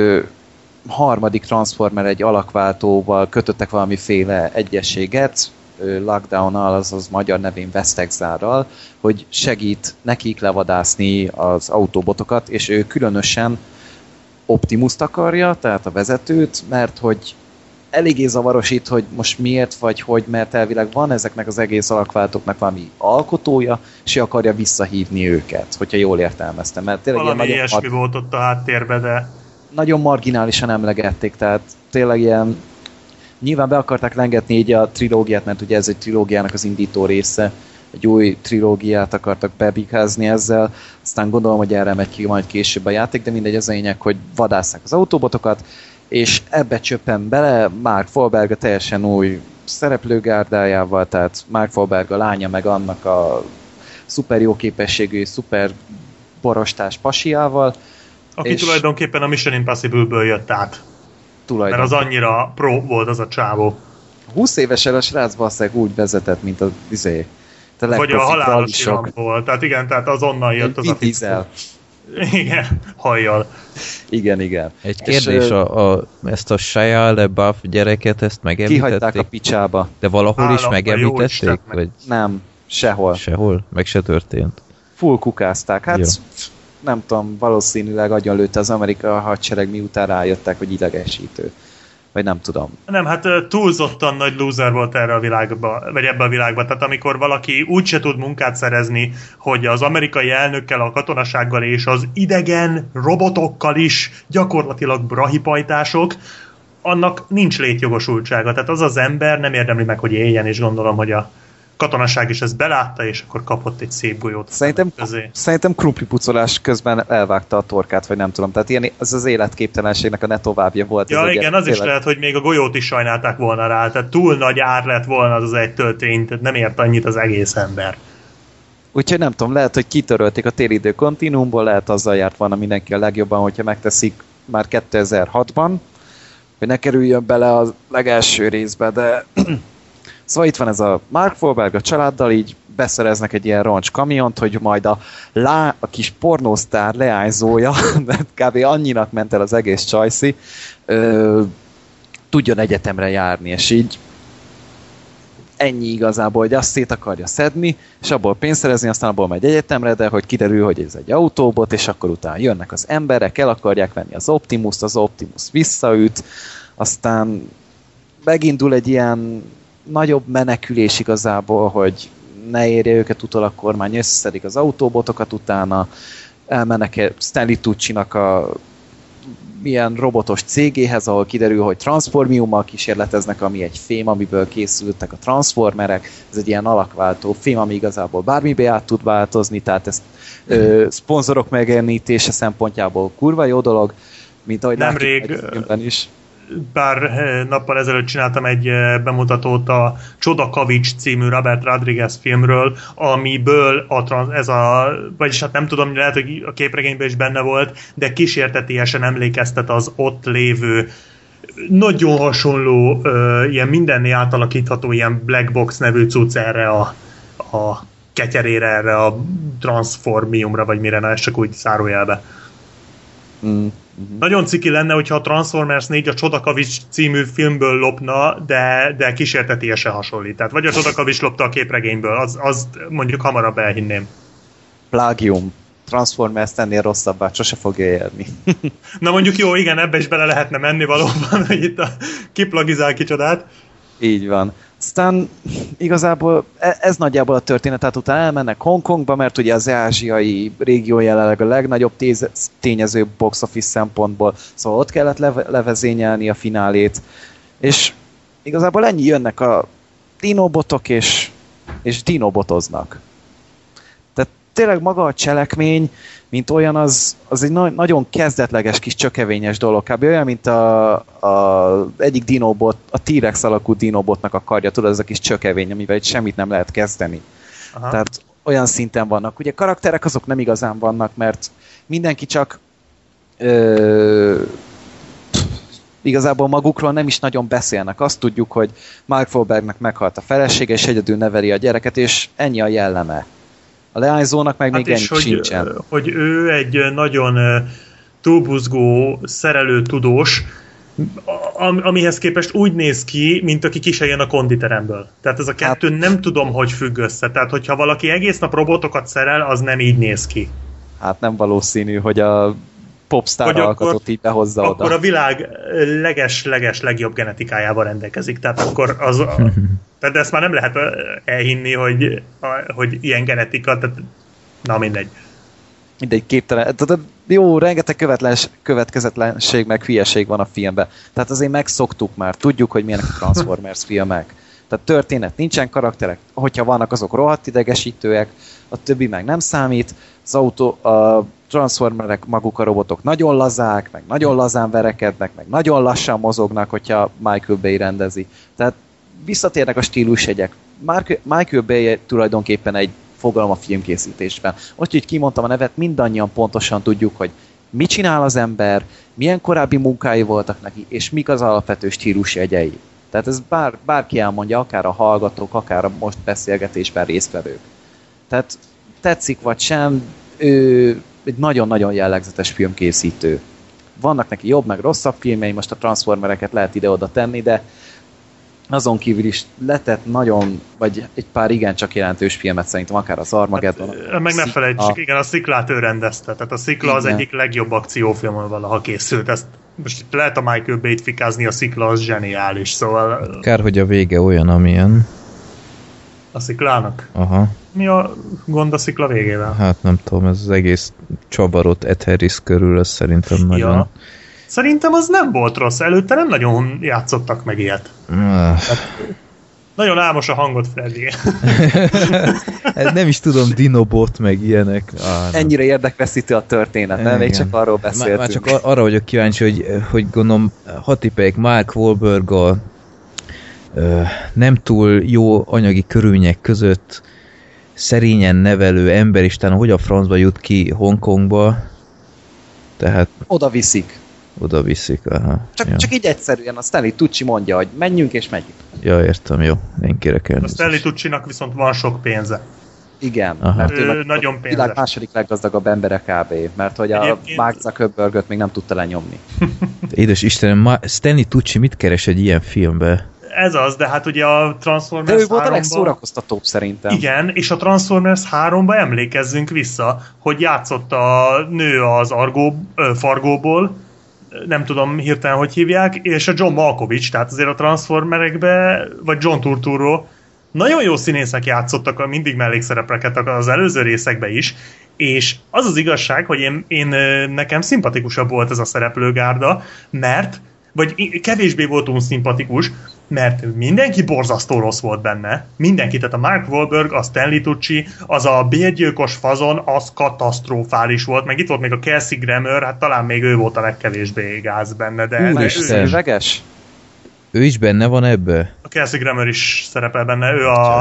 harmadik Transformer, egy alakváltóval kötöttek valamiféle egyességet, Lockdown-nal, azaz magyar nevén Vesztegzárral, hogy segít nekik levadászni az autobotokat, és ő különösen Optimust akarja, tehát a vezetőt, mert hogy eléggé zavaros itt, hogy most miért vagy hogy, mert elvileg van ezeknek az egész alakváltóknak valami alkotója, és ő akarja visszahívni őket, hogyha jól értelmeztem. Mert tényleg valami ilyesmi volt ott a háttérben, de... Nagyon marginálisan emlegették, tehát tényleg ilyen nyilván be akarták lengetni így a trilógiát, mert ugye ez egy trilógiának az indító része, egy új trilógiát akartak bebikázni ezzel, aztán gondolom, hogy erre megy ki majd később a játék, de mindegy, az a lényeg, hogy vadásszák az autobotokat, és ebbe csöppen bele Mark Wahlberg a teljesen új szereplőgárdájával, tehát Mark Wahlberg a lánya, meg annak a szuper jó képességű, szuper borostás pasiával. Aki tulajdonképpen a Mission Impossible-ből jött át. Mert az annyira pro volt az a csávó. 20 évesen a srác valószínűleg úgy vezetett, mint a vagy a halálos iramból. Tehát igen, tehát azonnal jött az a Diesel. Igen, hajjal. Igen. Egy kérdés, ezt a Shia LaBeouf gyereket, ezt megemlítették? Kihagyták a picsába. De valahol is megemlítették? Vagy? Nem, sehol. Sehol? Meg se történt? Full kukázták. Hát nem tudom, valószínűleg agyonlőtte az amerikai hadsereg, miután rájöttek, hogy idegesítő. Vagy nem tudom. Nem, hát túlzottan nagy loser volt erre a világba, vagy ebbe a világba. Tehát amikor valaki úgyse tud munkát szerezni, hogy az amerikai elnökkel, a katonasággal és az idegen robotokkal is gyakorlatilag brahipajtások, annak nincs létjogosultsága. Tehát az az ember nem érdemli meg, hogy éljen, és gondolom, hogy a katonaság is ezt belátta, és akkor kapott egy szép golyót. Szerintem krumplipucolás közben elvágta a torkát, vagy nem tudom. Tehát ilyen, az életképtelenségnek a ne továbbja volt. Ja, igen, az is lehet, hogy még a golyót is sajnálták volna rá. Tehát túl nagy ár lett volna az egy töltény, tehát nem ért annyit az egész ember. Úgyhogy nem tudom, lehet, hogy kitörölték a télidő kontinuumból, lehet azzal járt volna mindenki a legjobban, hogyha megteszik már 2006-ban, hogy ne kerüljön bele a legelső részbe, de... Szóval itt van ez a Mark Wahlberg a családdal, így beszereznek egy ilyen roncs kamiont, hogy majd a kis pornósztár leányzója, mert kb. Annyinak ment el az egész csajszi, tudjon egyetemre járni, és így ennyi igazából, hogy azt szét akarja szedni, és abból pénzt szerezni, aztán abból megy egyetemre, de hogy kiderül, hogy ez egy autóbot, és akkor utána jönnek az emberek, el akarják venni az Optimust, az Optimus visszaüt, aztán megindul egy ilyen nagyobb menekülés igazából, hogy ne érje őket utol a kormány, összeszedik az autóbotokat, utána elmennek Stanley Tucci-nak a milyen robotos cégéhez, ahol kiderül, hogy transformiummal kísérleteznek, ami egy fém, amiből készültek a transformerek. Ez egy ilyen alakváltó fém, ami igazából bármibe át tud változni, tehát ezt szponzorok megjelenítése szempontjából kurva jó dolog, mint ahogy nemrég is. Pár nappal ezelőtt csináltam egy bemutatót a Csoda Kavics című Robert Rodriguez filmről, amiből vagyis hát nem tudom, lehet, hogy a képregényben is benne volt, de kísértetiesen emlékeztet az ott lévő nagyon hasonló, ilyen mindenné átalakítható ilyen Black Box nevű cucc erre a ketyerére, erre a transformiumra, vagy mire, na ez csak úgy zárójelbe. Nagyon ciki lenne, hogyha a Transformers 4 a Csodakavics című filmből lopna, de kísértetiesen hasonlít. Tehát vagy a Csodakavics lopta a képregényből, azt mondjuk hamarabb elhinném. Plagium. Transformers ennél rosszabbát sose fogja érni. Na mondjuk jó, igen, ebbe is bele lehetne menni valóban, hogy itt kiplagizál kicsodát. Így van. Aztán igazából ez nagyjából a történet, tehát utána elmennek Hongkongba, mert ugye az ázsiai régió jelenleg a legnagyobb tényező box office szempontból, szóval ott kellett levezényelni a finálét, és igazából ennyi, jönnek a dinobotok, és dinobotoznak. Tehát tényleg maga a cselekmény, mint olyan, az egy nagyon kezdetleges kis csökevényes dolog. Kb. Olyan, mint a egyik dinobot, a T-Rex alakú dinobotnak a karja, tudod, ez a kis csökevény, amivel itt semmit nem lehet kezdeni. Aha. Tehát olyan szinten vannak. Ugye karakterek azok nem igazán vannak, mert mindenki csak igazából magukról nem is nagyon beszélnek. Azt tudjuk, hogy Mark Wahlbergnek meghalt a felesége, és egyedül neveli a gyereket, és ennyi a jelleme. A leányzónak meg még ennyi sincsen. Hogy ő egy nagyon túlbuzgó, szerelő tudós, amihez képest úgy néz ki, mint aki ki se jön a konditeremből. Tehát ez a kettő nem tudom, hogy függ össze. Tehát, hogyha valaki egész nap robotokat szerel, az nem így néz ki. Hát nem valószínű, hogy a popstar alkotót így behozza oda. Akkor a világ leges legjobb genetikájával rendelkezik. Tehát akkor az... Tehát ezt már nem lehet elhinni, hogy ilyen genetika, tehát na mindegy. Mindegy, képtelen. Jó, rengeteg következetlenség meg hülyeség van a filmben. Tehát azért megszoktuk már, tudjuk, hogy milyenek a Transformers filmek. Tehát történet, nincsen karakterek, hogyha vannak, azok rohadt idegesítőek, a többi meg nem számít, a Transformerek maguk a robotok nagyon lazák, meg nagyon lazán verekednek, meg nagyon lassan mozognak, hogyha Michael Bay rendezi. Tehát visszatérnek a stílusjegyek. Michael Bay tulajdonképpen egy fogalom a filmkészítésben. Most így kimondtam a nevet, mindannyian pontosan tudjuk, hogy mit csinál az ember, milyen korábbi munkái voltak neki, és mik az alapvető stílusjegyei. Tehát ez bárki elmondja, akár a hallgatók, akár a most beszélgetésben résztvevők. Tehát tetszik vagy sem, ő egy nagyon-nagyon jellegzetes filmkészítő. Vannak neki jobb meg rosszabb filmjei, most a Transformereket lehet ide-oda tenni, de azon kívül is letett nagyon, vagy egy pár igencsak jelentős filmet szerintem, akár az Armageddon. Hát, meg ne felejtsük, igen, a Sziklát ő rendezte. Tehát a Szikla az egyik legjobb akciófilm, valaha készült. Ezt most lehet a Michael Bay-t fikázni, a Szikla az zseniális, szóval... Kár, hogy a vége olyan, amilyen. A Sziklának? Aha. Mi a gond a Szikla végével? Hát nem tudom, ez az egész csavarot Ed Harris körül, ez szerintem nagyon... Ja. Szerintem az nem volt rossz. Előtte nem nagyon játszottak meg ilyet. Nagyon álmos a hangot, Freddy. Nem is tudom, Dinobot meg ilyenek. Ennyire érdekveszítő a történet, nem? Még csak arról beszéltünk. Már csak arra vagyok kíváncsi, hogy gondolom Hatipejek Mark Wahlberg nem túl jó anyagi körülmények között szerényen nevelő ember, Isten, hogy a francba jut ki Hongkongba? Tehát... Oda viszik, aha. Csak így egyszerűen a Stanley Tucci mondja, hogy menjünk és megyünk. Ja, értem, jó. Én kérek el. A Stanley Tuccinak viszont van sok pénze. Igen, aha. Mert ő nagyon pénzes. Világ második leggazdagabb embere kb. Mert hogy a Mark Zuckerbergöt még nem tudta lenyomni. Édes Istenem, Stanley Tucci mit keres egy ilyen filmbe? Ez az, de hát ugye a Transformers 3-ban... De ő volt a legszórakoztatóbb szerintem. Igen, és a Transformers 3-ba emlékezzünk vissza, hogy játszott a nő az Fargóból, nem tudom hirtelen, hogy hívják, és a John Malkovich, tehát azért a Transformerekbe, vagy John Turturro, nagyon jó színészek játszottak, mindig mellékszerepleket az előző részekben is, és az az igazság, hogy nekem szimpatikusabb volt ez a szereplőgárda, vagy kevésbé voltunk szimpatikus, mert mindenki borzasztó rossz volt benne. Mindenki, tehát a Mark Wahlberg, a Stanley Tucci, az a bérgyilkos fazon, az katasztrofális volt, meg itt volt még a Kelsey Grammer, hát talán még ő volt a legkevésbé gáz benne, de... Szűveges? Ő is benne van ebbe? A Kelsey Grammer is szerepel benne, ő a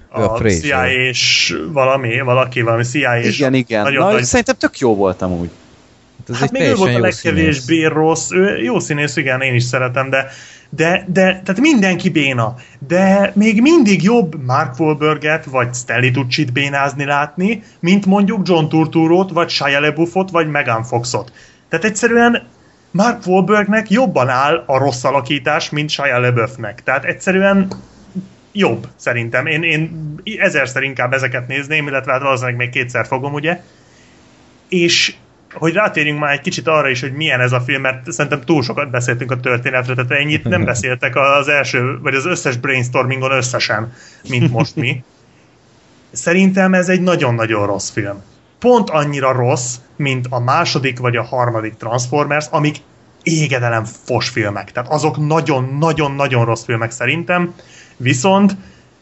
CIA-s valami CIA-s... Igen. Szerintem tök jó volt amúgy. Hát még ő volt a legkevésbé rossz, ő jó színész, igen, én is szeretem, de tehát mindenki béna, de még mindig jobb Mark Wahlberget vagy Stanley Tucci-t bénázni látni, mint mondjuk John Turturrót, vagy Shia LaBeoufot, vagy Megan Foxot. Tehát egyszerűen Mark Wahlbergnek jobban áll a rossz alakítás, mint Shia LaBeoufnek. Tehát egyszerűen jobb, szerintem. Én ezerszer inkább ezeket nézném, illetve hát valószínűleg még kétszer fogom, ugye? És hogy rátérjünk már egy kicsit arra is, hogy milyen ez a film, mert szerintem túl sokat beszéltünk a történetre, tehát ennyit nem beszéltek az első, vagy az összes brainstormingon összesen, mint most mi. Szerintem ez egy nagyon-nagyon rossz film. Pont annyira rossz, mint a második vagy a harmadik Transformers, amik égedelem fos filmek. Tehát azok nagyon-nagyon-nagyon rossz filmek szerintem. Viszont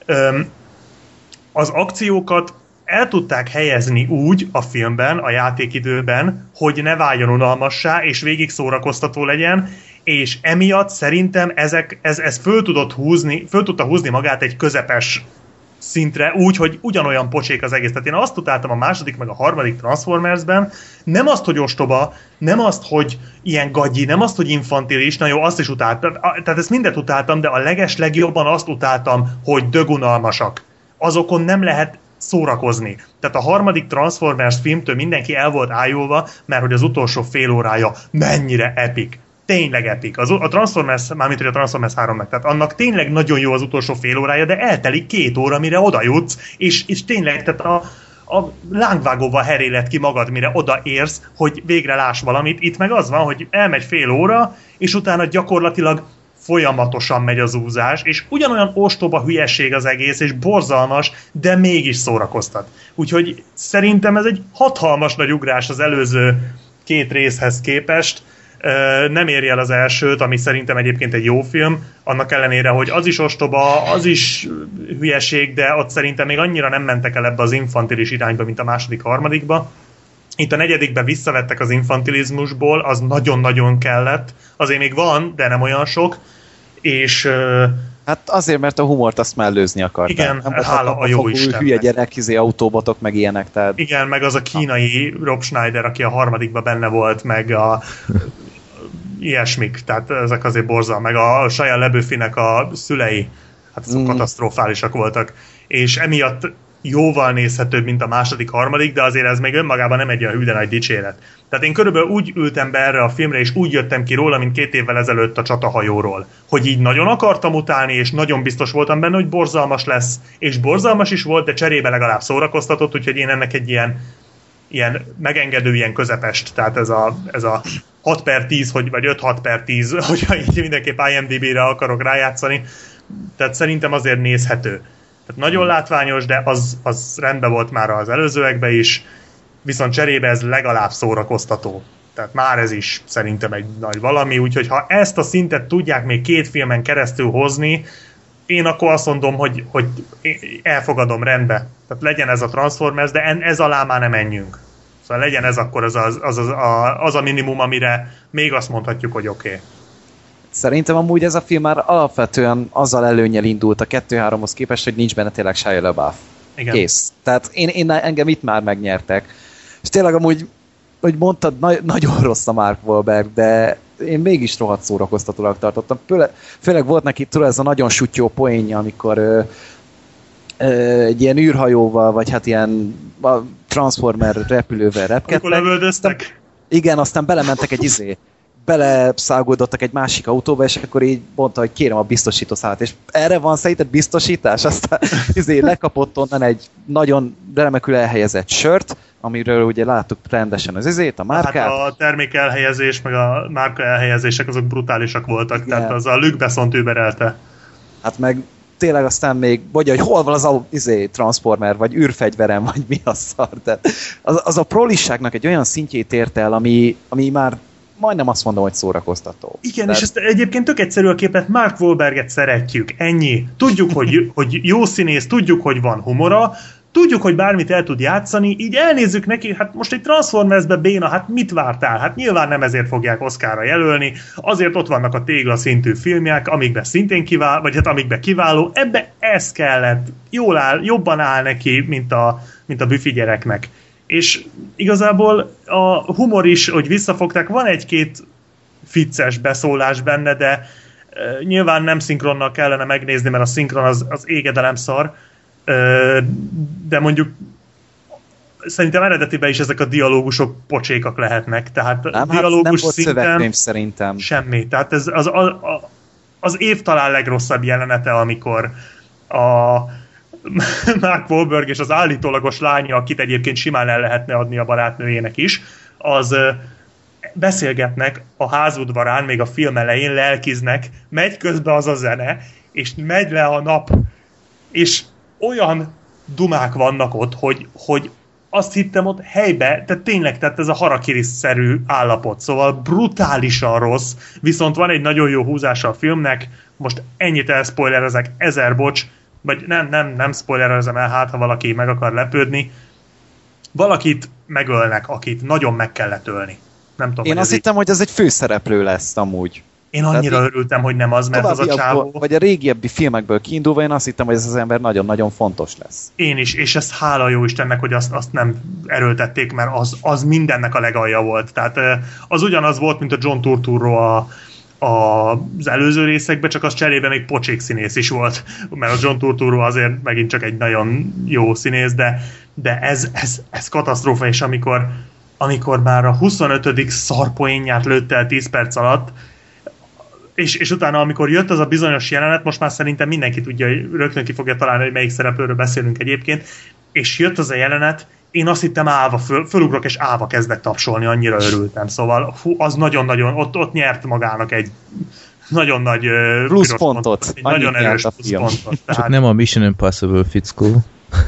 az akciókat el tudták helyezni úgy a filmben, a játékidőben, hogy ne váljon unalmassá, és végig szórakoztató legyen, és emiatt szerintem ez föl tudta húzni magát egy közepes szintre, úgy, hogy ugyanolyan pocsék az egész. Tehát én azt utáltam a második meg a harmadik Transformersben, nem azt, hogy ostoba, nem azt, hogy ilyen gagyi, nem azt, hogy infantilis, na jó, azt is utáltam, tehát ezt mindet utáltam, de a legjobban azt utáltam, hogy dögunalmasak. Azokon nem lehet szórakozni. Tehát a harmadik Transformers filmtől mindenki el volt ájulva, mert hogy az utolsó fél órája mennyire epic. Tényleg epic. A Transformers, mármint hogy a Transformers 3-nak, tehát annak tényleg nagyon jó az utolsó fél órája, de eltelik 2 óra, mire oda jutsz, és tényleg, tehát a lángvágóval heréled ki magad, mire odaérsz, hogy végre láss valamit. Itt meg az van, hogy elmegy fél óra, és utána gyakorlatilag folyamatosan megy az úzás, és ugyanolyan ostoba hülyesség az egész, és borzalmas, de mégis szórakoztat. Úgyhogy szerintem ez egy hatalmas nagy ugrás az előző 2 részhez képest. Nem éri el az elsőt, ami szerintem egyébként egy jó film, annak ellenére, hogy az is ostoba, az is hülyeség, de ott szerintem még annyira nem mentek el ebbe az infantilis irányba, mint a második, harmadikba. Itt a negyedikben visszavettek az infantilizmusból, az nagyon-nagyon kellett. Azért még van, de nem olyan sok. És hát azért, mert a humort azt mellőzni akarták. Igen, hála a jó Istennek. Hülye gyerek, autobotok, meg ilyenek. Tehát... Igen, meg az a kínai Rob Schneider, aki a harmadikban benne volt, meg a ilyesmik, tehát ezek azért borzal, meg a Shia LaBeouf-nek a szülei, hát azok katasztrofálisak voltak, és emiatt jóval nézhetőbb, mint a második, harmadik, de azért ez még önmagában nem egy olyan hű de nagy dicséret. Tehát én körülbelül úgy ültem be erre a filmre, és úgy jöttem ki róla, mint 2 évvel ezelőtt a Csatahajóról. Hogy így nagyon akartam utálni, és nagyon biztos voltam benne, hogy borzalmas lesz, és borzalmas is volt, de cserébe legalább szórakoztatott, úgyhogy én ennek egy ilyen megengedő, ilyen közepest, tehát ez a 6/10, vagy 5/6/10, hogyha így mindenképp IMDb-re akarok rájátszani, tehát szerintem azért nézhető. Tehát nagyon látványos, de az rendben volt már az előzőekben is, viszont cserébe ez legalább szórakoztató. Tehát már ez is szerintem egy nagy valami, úgyhogy ha ezt a szintet tudják még 2 filmen keresztül hozni, én akkor azt mondom, hogy elfogadom, rendbe. Tehát legyen ez a Transformers, de ez alá már nem menjünk. Szóval legyen ez akkor az a minimum, amire még azt mondhatjuk, hogy oké. Szerintem amúgy ez a film már alapvetően azzal előnnyel indult a 2-3-hoz képest, hogy nincs benne tényleg Shia LaBeouf. Igen. Kész. Tehát engem itt már megnyertek. És tényleg amúgy, hogy mondtad, nagyon rossz a Mark Wahlberg, de én mégis rohadt szórakoztatólag tartottam. Főleg volt neki tudod ez a nagyon sutyó poénja, amikor egy ilyen űrhajóval, vagy hát ilyen Transformer repülővel repkedtek. Amikor lövöldöztek? Igen, aztán belementek beleszáguldottak egy másik autóba, és akkor így mondta, hogy kérem a biztosítószálat, és erre van szerinted biztosítás? Aztán lekapott onnan egy nagyon remekül elhelyezett sört, amiről ugye láttuk rendesen a márkát. Hát a termék elhelyezés, meg a márka elhelyezések azok brutálisak voltak, igen. Tehát az a Luc Besson überelte. Hát meg tényleg aztán még, vagy hogy hol van az a Transformer, vagy űrfegyverem, vagy mi a szar. Tehát az a prolisságnak egy olyan szintjét ért el, ami már majdnem azt mondom, hogy szórakoztató. Igen, tehát... és ezt egyébként tök egyszerű a képet, Mark Wahlberget szeretjük, ennyi. Tudjuk, hogy jó színész, tudjuk, hogy van humora, tudjuk, hogy bármit el tud játszani, így elnézzük neki, hát most egy Transformersbe béna, hát mit vártál? Hát nyilván nem ezért fogják Oscarra jelölni, azért ott vannak a téglaszintű filmjek, amikben szintén kiváló, vagy hát amikben kiváló, ebbe ez kellett, jobban áll neki, mint a büfi gyereknek. És igazából a humor is, hogy visszafogták, van egy-két vicces beszólás benne, de nyilván nem szinkronnal kellene megnézni, mert a szinkron az égedelem szar, de mondjuk szerintem eredetiben is ezek a dialógusok pocsékak lehetnek, tehát nem, dialógus nem volt szinten szövegkönyv szerintem. semmi. Tehát ez az év talán legrosszabb jelenete, amikor a Mark Wahlberg és az állítólagos lánya, akit egyébként simán el lehetne adni a barátnőjének is, az beszélgetnek a házudvarán, még a film elején lelkiznek, megy közben az a zene, és megy le a nap, és olyan dumák vannak ott, hogy azt hittem ott helybe, tehát tényleg, tehát ez a harakiri-szerű állapot, szóval brutálisan rossz, viszont van egy nagyon jó húzása a filmnek, most ennyit elspoilerezek, 1000 bocs, vagy nem spoilerezem el, hát ha valaki meg akar lepődni, valakit megölnek, akit nagyon meg kellett ölni. Nem tudom, én azt hittem, hogy ez egy főszereplő lesz amúgy. Én annyira örültem, hogy nem az, mert az a csávó... Vagy a régiebbi filmekből kiindulva én azt hittem, hogy ez az ember nagyon-nagyon fontos lesz. Én is, és ez hála jó Istennek, hogy azt nem erőltették, mert az mindennek a legalja volt. Tehát az ugyanaz volt, mint a John Turturro az előző részekben, csak az cserébe még pocsék színész is volt, mert a John Turturro azért megint csak egy nagyon jó színész, de ez katasztrófa, és amikor már a 25. szarpoénját lőtte el 10 perc alatt, és utána, amikor jött az a bizonyos jelenet, most már szerintem mindenki tudja, hogy rögtön ki fogja találni, hogy melyik szereplőről beszélünk egyébként, és jött az a jelenet, én azt hittem állva, fölugrok, és állva kezdek tapsolni, annyira örültem. Szóval az nagyon-nagyon, ott nyert magának egy nagyon nagy pluszpontot. Egy nagyon erős pluszpontot. Csak nem a Mission Impossible fickó.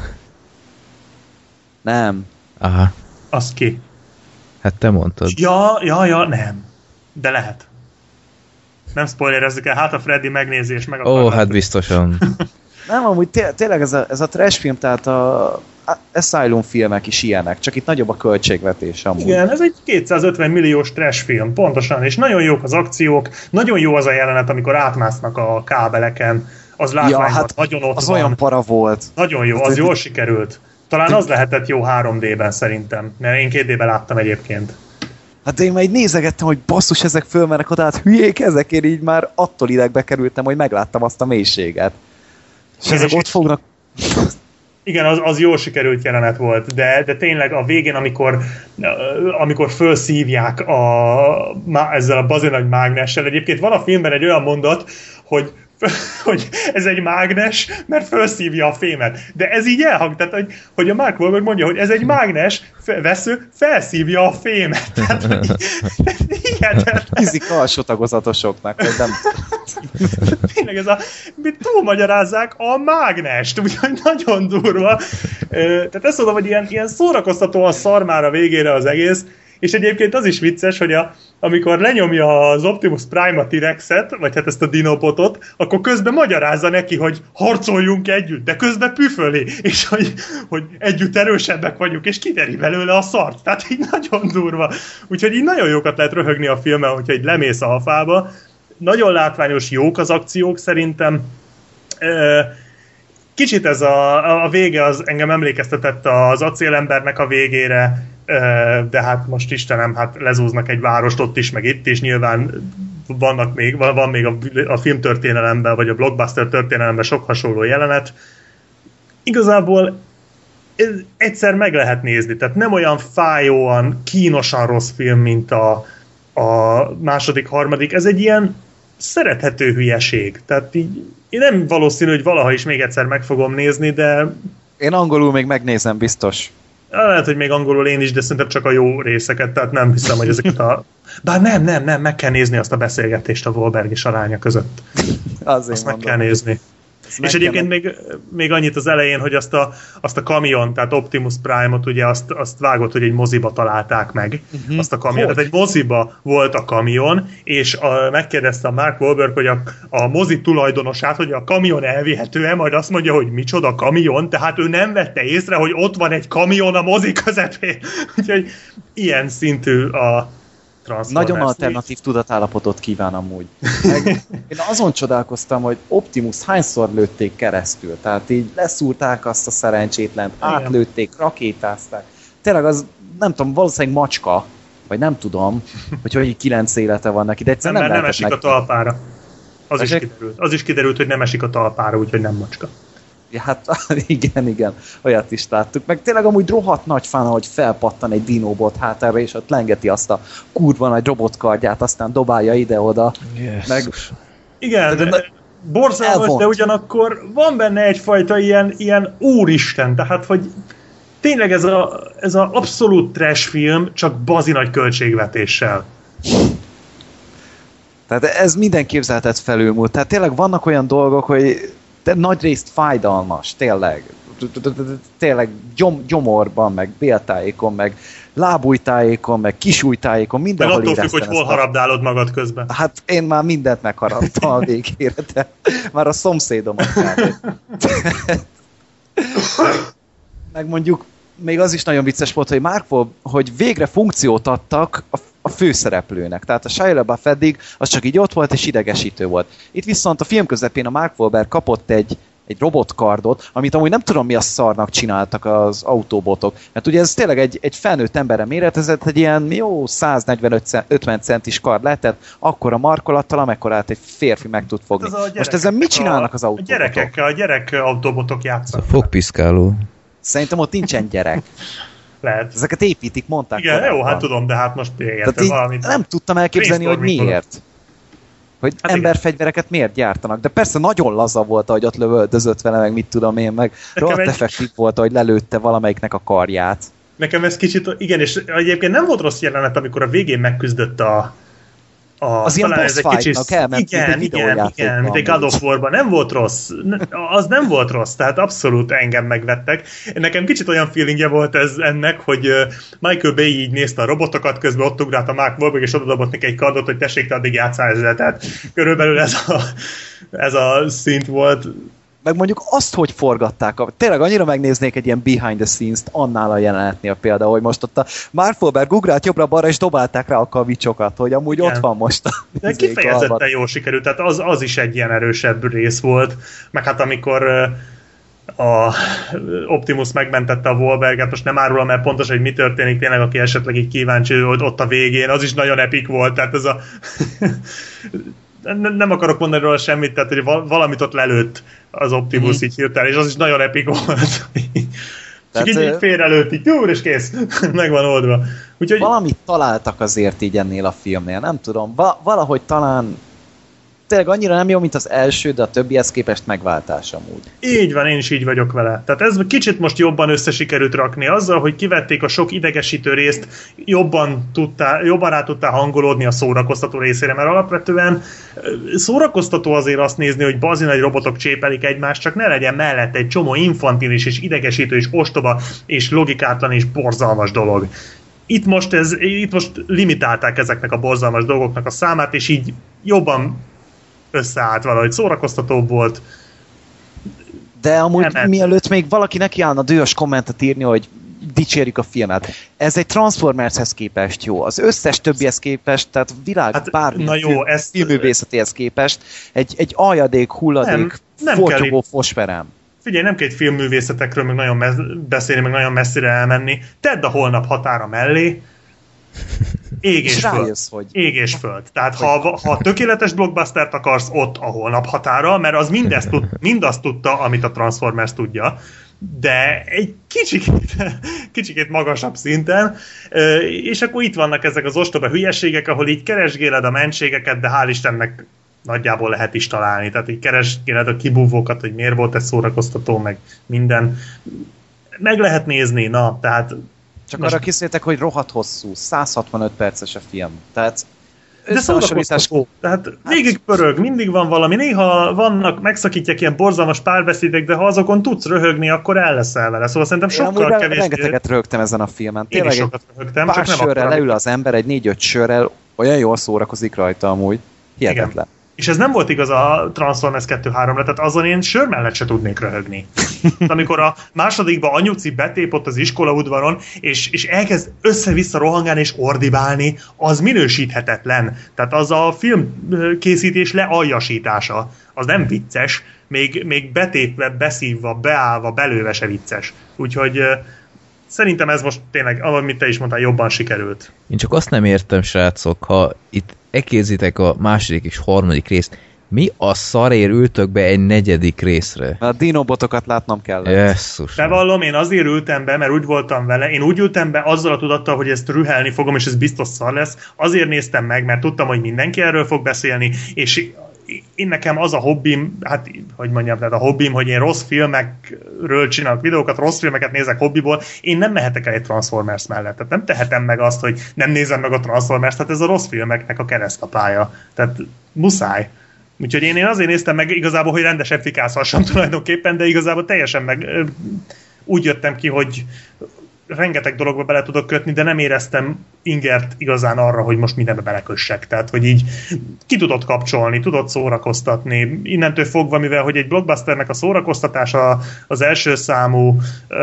Nem. Aha. Az ki? Hát te mondtad. Ja, nem. De lehet. Nem spoilerezzük el, hát a Freddy megnézi és meg akar. Hát biztosan. Nem, amúgy tényleg ez a trash film, tehát a Asylum filmek is ilyenek, csak itt nagyobb a költségvetés amúgy. Igen, ez egy 250 milliós trash film, pontosan, és nagyon jók az akciók, nagyon jó az a jelenet, amikor átmásznak a kábeleken, az látványban, hát nagyon ott az van. olyan para volt. Nagyon jó, az jól sikerült. Talán az lehetett jó 3D-ben szerintem, mert én 2D-ben láttam egyébként. Hát én már így nézegettem, hogy basszus, ezek fölmennek oda, hát hülyék ezek, én így már attól idegbe kerültem, hogy megláttam azt a mélységet. És ezek ott fognak... Igen, az jól sikerült jelenet volt, de tényleg a végén, amikor felszívják ezzel a bazinagy mágnessel, egyébként van a filmben egy olyan mondat, hogy ez egy mágnes, mert felszívja a fémet. De ez így elhang, tehát hogy a Mark Wahlberg mondja, hogy ez egy mágnes vesző, felszívja a fémet. Tehát, fizika alsó tagozatosoknak, vagy nem. Tényleg mit túlmagyarázzák a mágnest, úgyhogy nagyon durva. Tehát ezt mondom, hogy ilyen szórakoztatóan szar már a végére az egész, és egyébként az is vicces, hogy amikor lenyomja az Optimus Prime a T-Rexet, vagy hát ezt a dinopotot, akkor közben magyarázza neki, hogy harcoljunk együtt, de közben püföli, és hogy együtt erősebbek vagyunk, és kideri belőle a szart. Tehát így nagyon durva. Úgyhogy így nagyon jókat lehet röhögni a filmen, hogyha így lemész a fába. Nagyon látványos, jók az akciók szerintem. Kicsit ez a vége az engem emlékeztetett az Acélembernek a végére, de hát most Istenem, hát lezúznak egy várost ott is, meg itt is, nyilván van még a filmtörténelemben, vagy a blockbuster történelemben sok hasonló jelenet. Igazából egyszer meg lehet nézni, tehát nem olyan fájóan, kínosan rossz film, mint a második, harmadik, ez egy ilyen szerethető hülyeség, tehát így én nem valószínű, hogy valaha is még egyszer meg fogom nézni, de... Én angolul még megnézem, biztos. Lehet, hogy még angolul én is, de szerintem csak a jó részeket, tehát nem hiszem, hogy ezeket a... Bár nem, meg kell nézni azt a beszélgetést a Wahlberg és a lánya között. Azt meg kell nézni. És egyébként még annyit az elején, hogy azt a kamion, tehát Optimus Prime-ot ugye azt vágott, hogy egy moziba találták meg, azt a kamion. Tehát egy moziba volt a kamion, és megkérdezte a Mark Wahlberg, hogy a mozi tulajdonosát, hogy a kamion elvihető-e, majd azt mondja, hogy micsoda kamion, tehát ő nem vette észre, hogy ott van egy kamion a mozi közepén. Úgyhogy ilyen szintű a nagyon alternatív tudatállapotot kíván amúgy. Én azon csodálkoztam, hogy Optimus hányszor lőtték keresztül. Tehát így leszúrták azt a szerencsétlent, átlőtték, rakétázták. Tényleg az, nem tudom, valószínűleg macska, vagy nem tudom, hogy 9 élete van neki, de egyszerűen nem esik a talpára. Az is kiderült, hogy nem esik a talpára, úgyhogy nem macska. Ja, hát igen, olyat is láttuk. Meg tényleg amúgy rohadt nagy fán, ahogy felpattan egy dinóbot hátára, és ott lengeti azt a kurva nagy robotkardját, aztán dobálja ide-oda. Yes. Meg... Igen, borzalmas, de ugyanakkor van benne egyfajta ilyen úristen, tehát, hogy tényleg ez a abszolút trash film, csak bazi nagy költségvetéssel. Tehát ez minden képzeletet felülmúlt. Tehát tényleg vannak olyan dolgok, hogy nagyrészt fájdalmas, tényleg gyomorban, meg béltájékon, meg lábújtájékon, meg kisújtájékon, mindenhol meg attól függ, hogy hol harabdálod magad közben. Hát én már mindent megharaptam a végére, de már a szomszédomat kb. Meg mondjuk még az is nagyon vicces volt, hogy végre funkciót adtak a főszereplőnek. Tehát a Shia LaBeouf eddig az csak így ott volt és idegesítő volt. Itt viszont a film közepén a Mark Wahlberg kapott egy robotkardot, amit amúgy nem tudom mi a szarnak csináltak az autóbotok. Mert ugye ez tényleg egy felnőtt emberre méretezett, egy ilyen jó 145-50 centis kard lehetett, akkor a markolattal, amekkorát egy férfi meg tud fogni. Most ezzel mit csinálnak az autóbotok? A gyerek autóbotok játszanak. A fogpiszkáló. Szerintem ott nincsen gyerek. Lehet. Ezeket építik, mondták. Igen, korábban. Jó, hát tudom, de hát most értem valamit. Nem tudtam elképzelni, hogy miért. Hogy hát emberfegyvereket miért gyártanak. De persze nagyon laza volt, ahogy ott lövöldözött vele, meg mit tudom én, meg rohadt effektív volt, ahogy lelőtte valamelyiknek a karját. Nekem ez kicsit, igen, és egyébként nem volt rossz jelenet, amikor a végén megküzdött az ilyen boss fight-nak elment, igen, mint egy God of War-ban. Nem volt rossz. Az nem volt rossz, tehát abszolút engem megvettek. Nekem kicsit olyan feelingje volt ez ennek, hogy Michael Bay így nézte a robotokat, közben ott ugrált a Mark Wahlberg, és odadobott neki egy kardot, hogy tessék, te addig játsszál ezzel. Tehát körülbelül ez a szint volt. Meg mondjuk azt, hogy forgatták. Tényleg annyira megnéznék egy ilyen behind the scenes-t annál a jelenetnél például, hogy most ott a Mark Wahlberg ugrált jobbra-balra, és dobálták rá a kavicsokat, hogy amúgy igen. Ott van most a... De kifejezetten jól sikerült, tehát az is egy ilyen erősebb rész volt. Meg hát amikor a Optimus megmentette a Wahlberget, most nem árulom el pontosan, hogy mi történik tényleg, aki esetleg így kíváncsi, hogy ott a végén, az is nagyon epik volt, tehát ez a... nem akarok mondani róla semmit, tehát hogy valamit ott lelőtt az Optimus így hirtelen, és az is nagyon epik volt. Csak így félrelőtt, így és kész, meg van oldva. Úgyhogy... Valamit találtak azért így ennél a filmnél, nem tudom, valahogy talán tényleg annyira nem jó, mint az első, de a többihez képest megváltás amúgy. Így van, én is így vagyok vele. Tehát ez kicsit most jobban összesikerült rakni azzal, hogy kivették a sok idegesítő részt, jobban rá tudtál hangolódni a szórakoztató részére, mert alapvetően szórakoztató azért azt nézni, hogy bazi nagy robotok csépelik egymást, csak ne legyen mellette egy csomó infantilis és idegesítő és ostoba és logikátlan és borzalmas dolog. Itt most limitálták ezeknek a borzalmas dolgoknak a számát, és így jobban összeállt valahogy, szórakoztatóbb volt. De amúgy mielőtt még valaki nekiállna dühös kommentet írni, hogy dicsérjük a filmet. Ez egy Transformershez képest jó. Az összes többihez képest, tehát világ bármi filmművészetéhez képest egy aljadék, hulladék, fortyogó fosperem. Figyelj, nem kell egy filmművészetekről meg nagyon beszélni, meg nagyon messzire elmenni. Tedd a Holnap határa mellé, ég és föld. Hogy... Ég és föld. Tehát ha tökéletes blockbustert akarsz, ott a Holnap határa, mert az mindazt tudta, amit a Transformers tudja, de egy kicsikét magasabb szinten, és akkor itt vannak ezek az ostoba hülyeségek, ahol így keresgéled a mentségeket, de hál' Istennek nagyjából lehet is találni. Tehát így keresgéled a kibúvókat, hogy miért volt ez szórakoztató, meg minden. Meg lehet nézni, na, tehát csak arra készültek, hogy rohadt hosszú, 165 perces a film. Tehát de szórakoztató. Tehát végig pörög, mindig van valami. Néha megszakítják ilyen borzalmas párbeszédek, de ha azokon tudsz röhögni, akkor el leszel vele. Szóval szerintem sokkal kevésbé... Rengeteget röhögtem ezen a filmen. Én is sokat röhögtem. Pár sörrel leül az ember, egy 4-5 sörrel, olyan jól szórakozik rajta amúgy. Hihetetlen. Igen. És ez nem volt igaz a Transformers 2-3-ra, tehát azon én sör mellett se tudnék röhögni. Amikor a másodikban anyuci betépott az iskolaudvaron, és elkezd össze-vissza rohangálni és ordibálni, az minősíthetetlen. Tehát az a filmkészítés lealjasítása. Az nem vicces, még betépve, beszívva, beállva, belőve se vicces. Úgyhogy szerintem ez most tényleg, amit te is mondtál, jobban sikerült. Én csak azt nem értem, srácok, ha itt elkézitek a második és harmadik részt, mi a szarért ültök be egy 4. részre? A dinobotokat látnom kell. Jesszus. Bevallom, én azért ültem be, mert úgy voltam vele, én úgy ültem be azzal a tudattal, hogy ezt rühelni fogom, és ez biztos szar lesz. Azért néztem meg, mert tudtam, hogy mindenki erről fog beszélni, és én nekem az a hobbim, hát hogy mondjam, tehát a hobbim, hogy én rossz filmekről csinálok videókat, rossz filmeket nézek hobbiból, én nem mehetek el egy Transformers mellett. Tehát nem tehetem meg azt, hogy nem nézem meg a Transformers, tehát ez a rossz filmeknek a keresztapája. Tehát muszáj. Úgyhogy én azért néztem meg igazából, hogy rendesebb fikászhassam tulajdonképpen, de igazából teljesen meg úgy jöttem ki, hogy rengeteg dologba bele tudok kötni, de nem éreztem ingert igazán arra, hogy most mindenbe belekössek. Tehát, hogy így ki tudod kapcsolni, tudod szórakoztatni. Innentől fogva, mivel hogy egy blockbusternek a szórakoztatása az első számú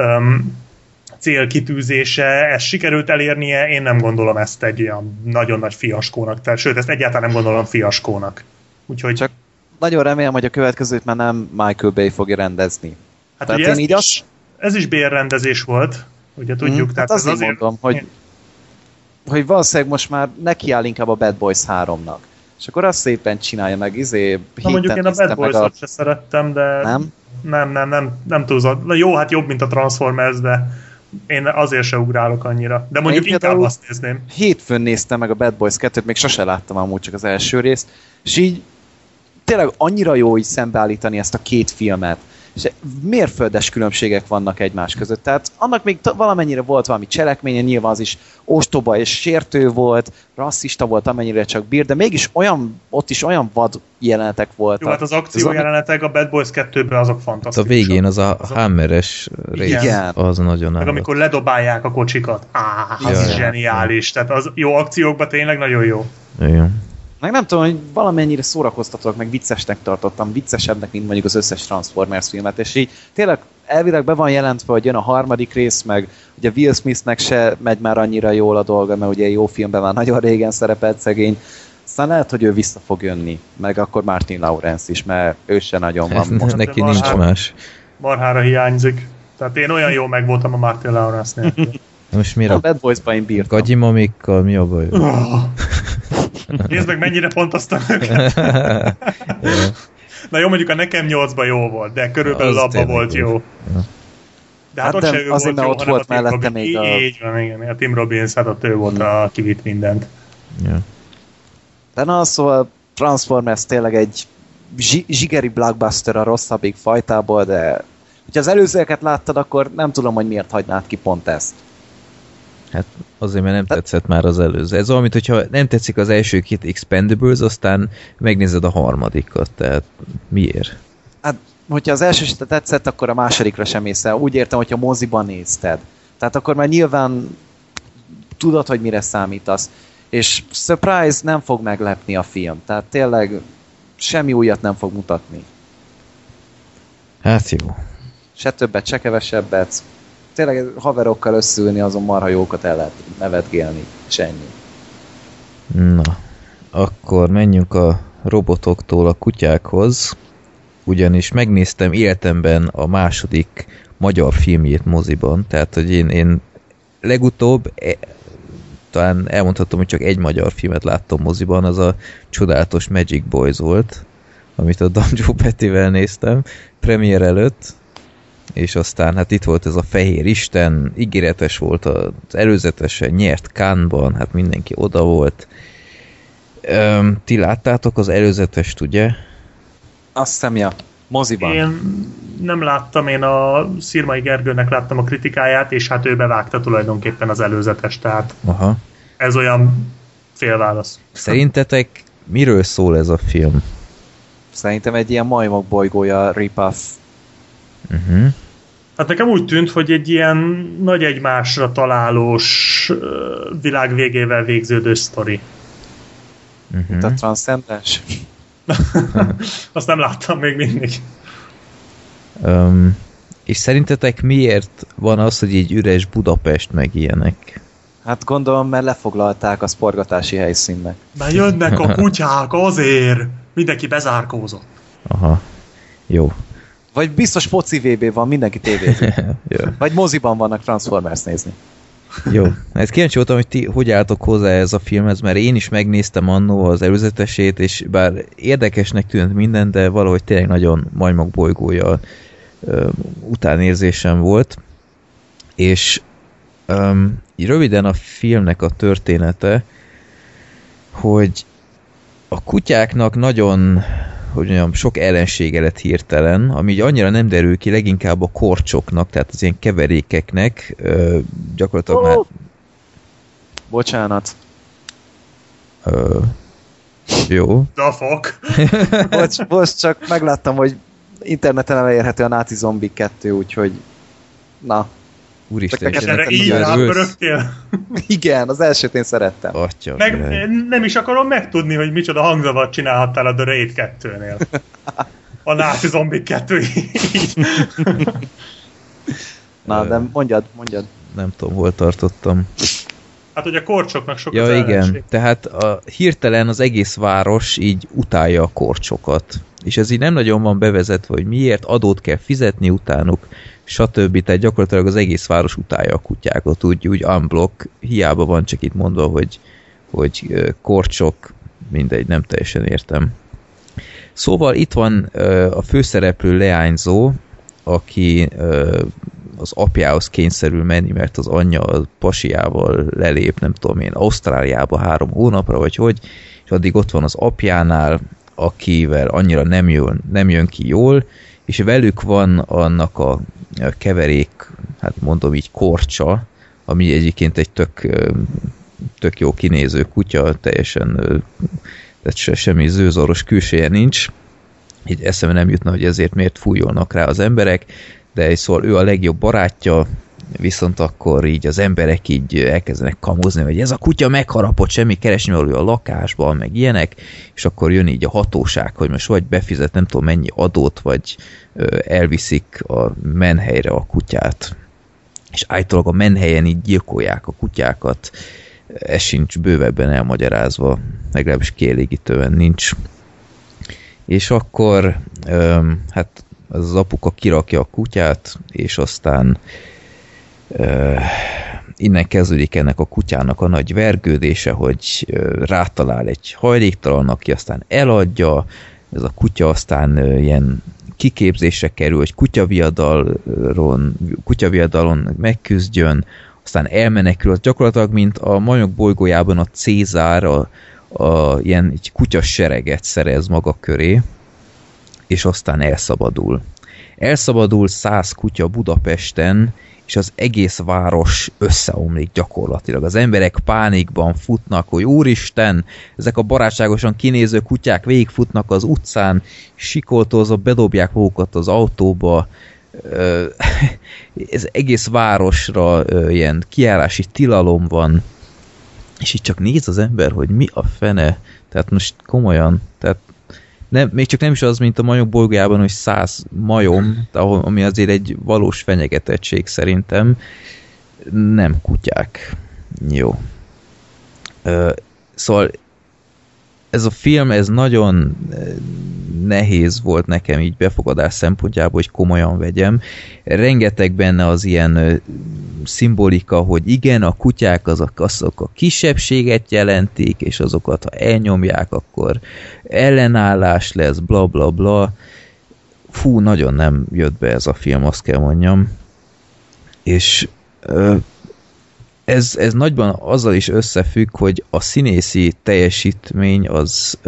célkitűzése, ezt sikerült elérnie, én nem gondolom ezt egy olyan nagyon nagy fiaskónak. Tehát, sőt, ezt egyáltalán nem gondolom fiaskónak. Úgyhogy... Csak nagyon remélem, hogy a következőt már nem Michael Bay fogja rendezni. Hát tehát ugye ez is bérrendezés volt, ugye tudjuk. Tehát hát azért mondom, hogy valószínűleg most már nekiáll inkább a Bad Boys 3-nak. És akkor azt szépen csinálja meg, Na mondjuk én a Bad Boys-ot se szerettem, de... Nem túlzott. Na jó, hát jobb, mint a Transformers, de én azért se ugrálok annyira. De mondjuk én inkább azt nézném. Hétfőn néztem meg a Bad Boys 2-t, még sose láttam amúgy csak az első részt, és így tényleg annyira jó így szembeállítani ezt a két filmet, és mérföldes különbségek vannak egymás között. Tehát annak még valamennyire volt valami cselekménye, nyilván az is ostoba és sértő volt, rasszista volt, amennyire csak bír, de mégis ott is olyan vad jelenetek voltak. Jó, hát az akció jelenetek a Bad Boys 2-ben azok fantasztikusak. A végén az a Hammeres rész, az nagyon meg amikor ledobálják a kocsikat. Az zseniális. Tehát az jó akciókban tényleg nagyon jó. Igen. Meg nem tudom, hogy valamennyire szórakoztatóak, meg viccesnek tartottam, viccesebbnek, mint mondjuk az összes Transformers filmet, és így tényleg elvileg be van jelentve, hogy jön a 3. rész, meg ugye Will Smithnek se megy már annyira jól a dolga, mert ugye jó filmben már nagyon régen szerepelt szegény, aztán lehet, hogy ő vissza fog jönni, meg akkor Martin Lawrence is, mert ő se nagyon van most. Neki nincs más. Marhára hiányzik. Tehát én olyan jó meg voltam a Martin Lawrence-nél. Most miért a Bad Boys-ban én bírtam. Gagyimamikkal mi a baj? Nézd meg, mennyire pontoztam őket. Na jó, mondjuk a nekem 8-ban jó volt, de körülbelül abban volt jó. De hát ott se ő volt jó, hanem volt mellette még a... Így van, igen. A Tim Robbins, hát ott ő volt a kivitt mindent. De na, szóval Transformers tényleg egy zsigeri blockbuster a rosszabbik fajtából, de hogyha az előzőeket láttad, akkor nem tudom, hogy miért hagynád ki pont ezt. Hát azért, mert nem tetszett már az előző. Ez olyan, mintha nem tetszik az első 2 Expendables, aztán megnézed a harmadikat, tehát miért? Hát, hogyha az első se tetszett, akkor a másodikra sem mész el. Úgy értem, hogyha moziban nézted. Tehát akkor már nyilván tudod, hogy mire számítasz. És surprise, nem fog meglepni a film. Tehát tényleg semmi újat nem fog mutatni. Hát jó. Se többet, se kevesebbet. Tényleg haverokkal összeülni, azon marha jókat el lehet nevetgélni. És ennyi. Na, akkor menjünk a robotoktól a kutyákhoz. Ugyanis megnéztem életemben a második magyar filmjét moziban. Tehát, hogy én legutóbb talán elmondhatom, hogy csak egy magyar filmet láttam moziban, az a csodálatos Magic Boys volt, amit a Danjo Petivel néztem premier előtt, és aztán hát itt volt ez a Fehér Isten, ígéretes volt az előzetesen, nyert Cannes-ban, hát mindenki oda volt. Ti láttátok az előzetest, ugye? Azt hiszem, ja. Moziban. Én nem láttam, én a Szirmai Gergőnek láttam a kritikáját, és hát ő bevágta tulajdonképpen az előzetes, tehát ez olyan félválasz. Szerintetek miről szól ez a film? Szerintem egy ilyen majmok bolygója rip-off. Hát nekem úgy tűnt, hogy egy ilyen nagy egymásra találós világ végével végződő sztori. Mint a Transcendence. Azt nem láttam még mindig. És szerintetek miért van az, hogy így üres Budapest meg ilyenek? Hát gondolom, mert lefoglalták a forgatási helyszínnek. Már jönnek a kutyák azért! Mindenki bezárkózott. Aha, jó. Vagy biztos foci VB van, mindenki tévézik. Vagy moziban vannak Transformers nézni. Jó. Hát kíváncsi voltam, hogy ti hogy álltok hozzá ez a filmhez, mert én is megnéztem annó az előzetesét, és bár érdekesnek tűnt minden, de valahogy tényleg nagyon Majmok bolygója utánérzésem volt. És röviden a filmnek a története, hogy a kutyáknak nagyon, hogy mondjam, sok ellensége lett hirtelen, ami így annyira nem derül ki, leginkább a korcsoknak, tehát az ilyen keverékeknek gyakorlatilag már... Bocsánat. Jó. The fuck? Bocs, csak megláttam, hogy interneten elérhető a Náci Zombie 2, úgyhogy na. Úristen, Csak erre így rápörögtél? Igen, az elsőt én szerettem. Atya, Meg nem is akarom megtudni, hogy micsoda hangzavart csinálhattál a The Raid 2-nél. A Náci Zombie 2 így. Na, de mondjad. Nem tudom, hol tartottam. Hát ugye a korcsoknak sok az Ja, igen. ellenség. Tehát hirtelen az egész város így utálja a korcsokat. És ez így nem nagyon van bevezetve, hogy miért, adót kell fizetni utánuk, stb. Tehát gyakorlatilag az egész város utálja a kutyákat, úgy unblock, hiába van csak itt mondva, hogy korcsok, mindegy, nem teljesen értem. Szóval itt van a főszereplő leányzó, aki az apjához kényszerül menni, mert az anyja a pasiával lelép, nem tudom én, Ausztráliába 3 hónapra, vagy hogy, és addig ott van az apjánál, akivel annyira nem jön ki jól, és velük van annak a keverék, hát mondom így korcsa, ami egyébként egy tök jó kinéző kutya, teljesen tehát semmi zőzoros külseje nincs. Így eszembe nem jutna, hogy ezért miért fújolnak rá az emberek, de szóval ő a legjobb barátja, viszont akkor így az emberek így elkezdenek kamozni, hogy ez a kutya megharapott, semmi keresni való a lakásban, meg ilyenek, és akkor jön így a hatóság, hogy most vagy befizet nem tudom mennyi adót, vagy elviszik a menhelyre a kutyát. És állítólag a menhelyen így gyilkolják a kutyákat, ez sincs bővebben elmagyarázva, legalábbis kielégítően nincs. És akkor hát az apuka kirakja a kutyát, és aztán innen kezdődik ennek a kutyának a nagy vergődése, hogy rátalál egy hajléktalan, aki aztán eladja, ez a kutya aztán ilyen kiképzésre kerül, hogy kutyaviadalon megküzdjön, aztán elmenekül, gyakorlatilag mint a Majmok bolygójában a Cézár ilyen egy kutyas sereget szerez maga köré, és aztán elszabadul. Elszabadul 100 kutya Budapesten, és az egész város összeomlik gyakorlatilag. Az emberek pánikban futnak, hogy úristen, ezek a barátságosan kinéző kutyák végigfutnak az utcán, sikoltozva bedobják magukat az autóba. Ez egész városra ilyen kijárási tilalom van, és itt csak néz az ember, hogy mi a fene. Tehát most komolyan, tehát még csak nem is az, mint a Majmok bolygójában, hogy 100 majom, ami azért egy valós fenyegetettség szerintem, nem kutyák. Jó. Szóval ez a film, ez nagyon nehéz volt nekem így befogadás szempontjából, hogy komolyan vegyem. Rengeteg benne az ilyen szimbolika, hogy igen, a kutyák azok a kisebbséget jelentik, és azokat, ha elnyomják, akkor ellenállás lesz, bla bla bla. Fú, nagyon nem jött be ez a film, azt kell mondjam. És ez nagyban azzal is összefügg, hogy a színészi teljesítmény az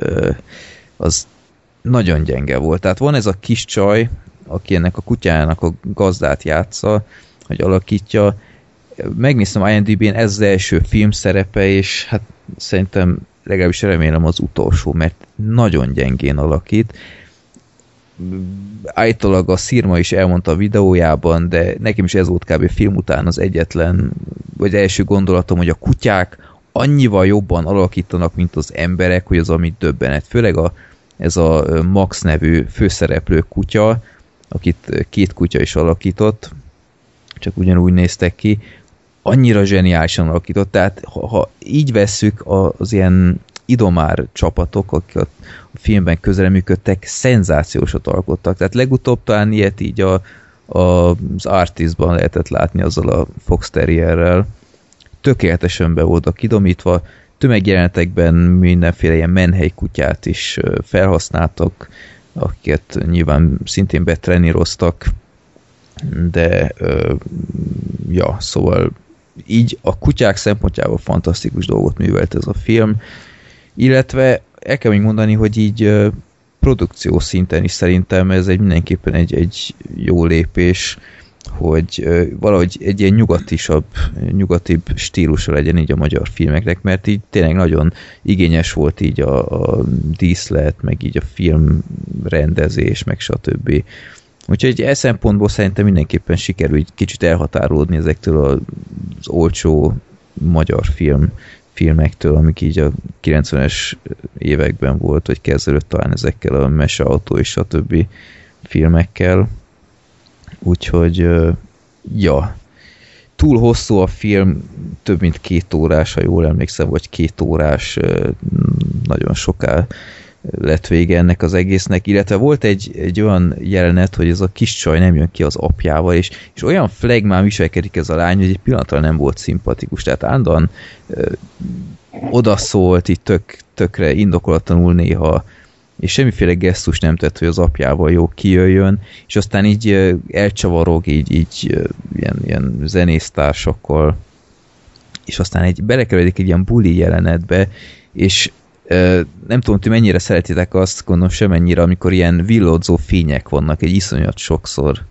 nagyon gyenge volt. Tehát van ez a kis csaj, aki ennek a kutyának a gazdát játsza, hogy alakítja. Megnéztem IMDb-n, ez az első film szerepe, és hát szerintem legalábbis remélem az utolsó, mert nagyon gyengén alakít. Állítólag a Szirma is elmondta a videójában, de nekem is ez volt kb. Film után az egyetlen, vagy első gondolatom, hogy a kutyák annyival jobban alakítanak, mint az emberek, hogy az amit döbbenet. Főleg ez a Max nevű főszereplő kutya, akit 2 kutya is alakított, csak ugyanúgy néztek ki, annyira zseniálisan alakított, tehát ha így vesszük az ilyen idomár csapatok, akik a filmben közreműködtek, szenzációsat alkottak. Tehát legutóbb talán ilyet így az Artistban lehetett látni azzal a Fox Terrierrel, tökéletesen be voltak kidomítva, tömegjelenetekben mindenféle ilyen menhelykutyát is felhasználtak, akiket nyilván szintén betreníroztak, de ja, szóval így a kutyák szempontjából fantasztikus dolgot művelt ez a film, illetve el kell még mondani, hogy így produkció szinten is szerintem ez mindenképpen egy jó lépés, hogy valahogy egy ilyen nyugatibb stílusa legyen így a magyar filmeknek, mert így tényleg nagyon igényes volt így a díszlet, meg így a filmrendezés, meg stb. Úgyhogy e szempontból szerintem mindenképpen sikerül így kicsit elhatárolódni ezektől az olcsó magyar filmektől, amik így a 90-es években volt, vagy kezdődött talán ezekkel a Meseautó és stb. Filmekkel. Úgyhogy ja, túl hosszú a film, több mint 2 órás, ha jól emlékszem, vagy 2 órás, nagyon soká lett vége ennek az egésznek, illetve volt egy olyan jelenet, hogy ez a kis csaj nem jön ki az apjával, és olyan flegmán viselkedik ez a lány, hogy egy pillanatra nem volt szimpatikus, tehát állandóan odaszólt, így tökre indokolatlanul néha, és semmiféle gesztus nem tett, hogy az apjával jó kijöjjön, és aztán így elcsavarog így ilyen zenésztársakkal, és aztán belekeveredik egy ilyen buli jelenetbe, és nem tudom, hogy mennyire szeretitek azt, gondolom semennyire, amikor ilyen villódzó fények vannak egy iszonyat sokszor.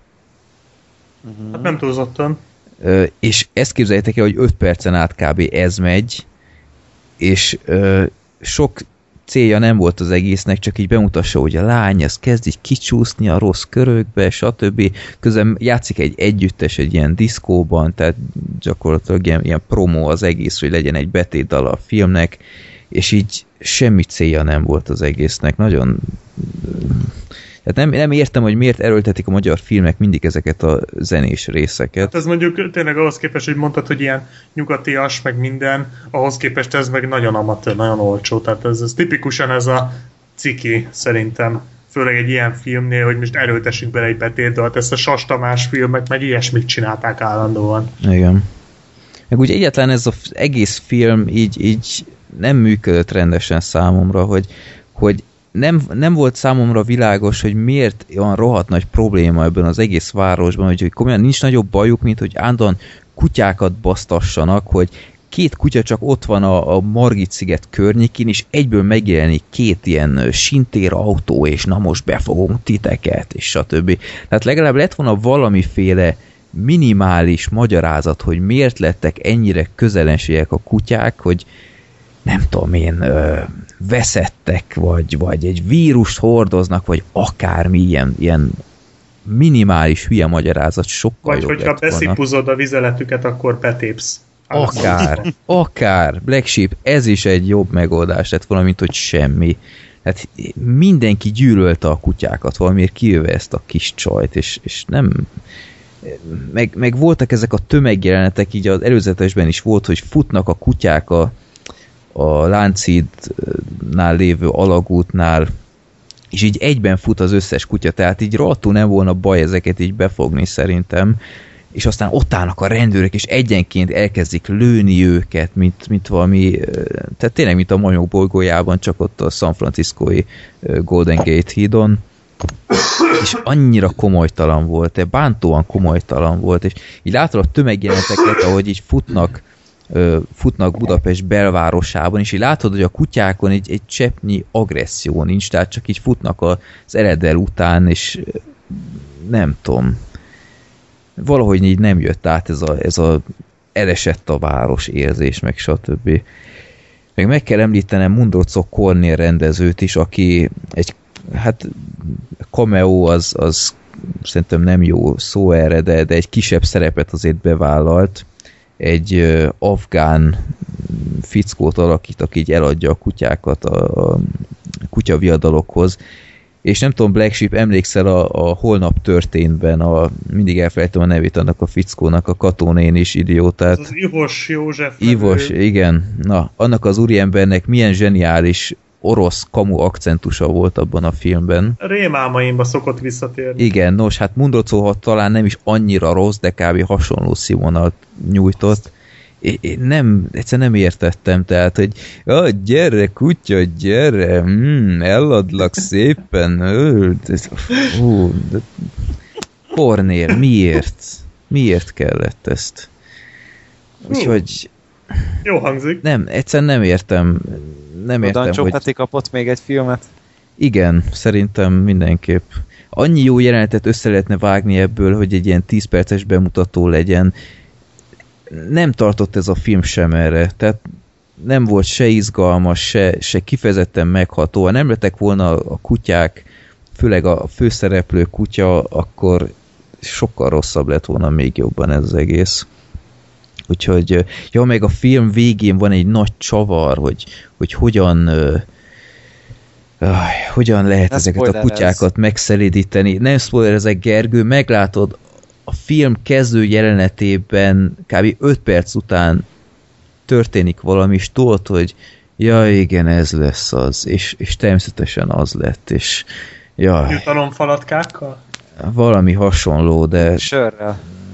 Hát nem túlzottan. És ezt képzeljétek el, hogy 5 percen át kb. Ez megy, és sok célja nem volt az egésznek, csak így bemutassa, hogy a lány, ez kezd így kicsúszni a rossz körökbe, stb. Közben játszik egy együttes, egy ilyen diszkóban, tehát gyakorlatilag ilyen promó az egész, hogy legyen egy betétdal a filmnek, és így semmi célja nem volt az egésznek. Nagyon... Tehát nem értem, hogy miért erőltetik a magyar filmek mindig ezeket a zenés részeket. Hát ez mondjuk tényleg ahhoz képest, hogy mondtad, hogy ilyen nyugatias, meg minden, ahhoz képest ez meg nagyon amatőr, nagyon olcsó. Tehát ez tipikusan ez a ciki szerintem. Főleg egy ilyen filmnél, hogy most erőltessünk bele egy betétdalt, ezt a Sas Tamás filmek meg ilyesmit csinálták állandóan. Igen. Meg úgy egyáltalán ez az egész film így nem működött rendesen számomra, hogy nem volt számomra világos, hogy miért olyan rohadt nagy probléma ebben az egész városban, hogy komolyan nincs nagyobb bajuk, mint hogy állandóan kutyákat basztassanak, hogy 2 kutya csak ott van a Margit-sziget környékén, és egyből megjelenik 2 ilyen sintérautó, és na most befogunk titeket, és stb. Tehát legalább lett volna valamiféle minimális magyarázat, hogy miért lettek ennyire közelenségek a kutyák, hogy nem tudom én, veszettek, vagy egy vírust hordoznak, vagy akármi ilyen minimális hülye magyarázat sokkal vagy jobb hogyha beszipuzod a vizeletüket, akkor betépsz. Akár, Black Sheep, ez is egy jobb megoldás lett volna, mint hogy semmi. Hát mindenki gyűlölte a kutyákat, valamiért kijöve ezt a kis csajt, és nem... Meg voltak ezek a tömegjelenetek, így az előzetesben is volt, hogy futnak a kutyák a Lánchídnál lévő alagútnál, és így egyben fut az összes kutya, tehát így rohadtul nem volna baj ezeket így befogni szerintem, és aztán ott állnak a rendőrök, és egyenként elkezdik lőni őket, mint valami, tehát tényleg, mint a Manyok bolygójában, csak ott a San Franciscói Golden Gate hídon, és annyira komolytalan volt, de bántóan komolytalan volt, és így látod a tömegjeleneteket, ahogy így futnak Budapest belvárosában, és így látod, hogy a kutyákon egy cseppnyi agresszió nincs, tehát csak így futnak az eredel után, és nem tudom, valahogy így nem jött át ez a elesett a város érzés, meg stb. Meg kell említenem Mundruczó Kornél rendezőt is, aki hát cameo az szerintem nem jó szó erre, de egy kisebb szerepet azért bevállalt. Egy afgán fickót alakít, aki így eladja a kutyákat a kutyaviadalokhoz. És nem tudom, Black Sheep, emlékszel a Holnap történtben, mindig elfelejtem a nevét annak a fickónak, a Katónén is idiótát. Az Ivos József. Ivos, igen. Na, annak az úriembernek milyen zseniális orosz kamu akcentusa volt abban a filmben. Rémálmaimba szokott visszatérni. Igen, nos, hát Mundruczó talán nem is annyira rossz, de kb. Hasonló színvonalat nyújtott, én nem, egyszerűen nem értettem, tehát, hogy gyere, kutya, gyere, eladlak szépen, Kornél, miért? Miért kellett ezt? Úgyhogy jó hangzik. nem, egyszerűen nem értem, Dancsó hogy... Peti kapott még egy filmet? Igen, szerintem mindenképp. Annyi jó jelenetet össze lehetne vágni ebből, hogy egy ilyen 10 perces bemutató legyen. Nem tartott ez a film sem erre, tehát nem volt se izgalmas, se kifejezetten megható. Ha nem lettek volna a kutyák, főleg a főszereplő kutya, akkor sokkal rosszabb lett volna még jobban ez az egész. Úgyhogy, ja, meg a film végén van egy nagy csavar, hogy hogyan lehet ezeket a kutyákat megszelídíteni. Nem spoilerezek, Gergő, meglátod a film kezdő jelenetében kb. 5 perc után történik valami, és tudod, hogy ja igen, ez lesz az, és természetesen az lett, és jaj. Jutalomfalatkákkal? Valami hasonló, de... Sörrel.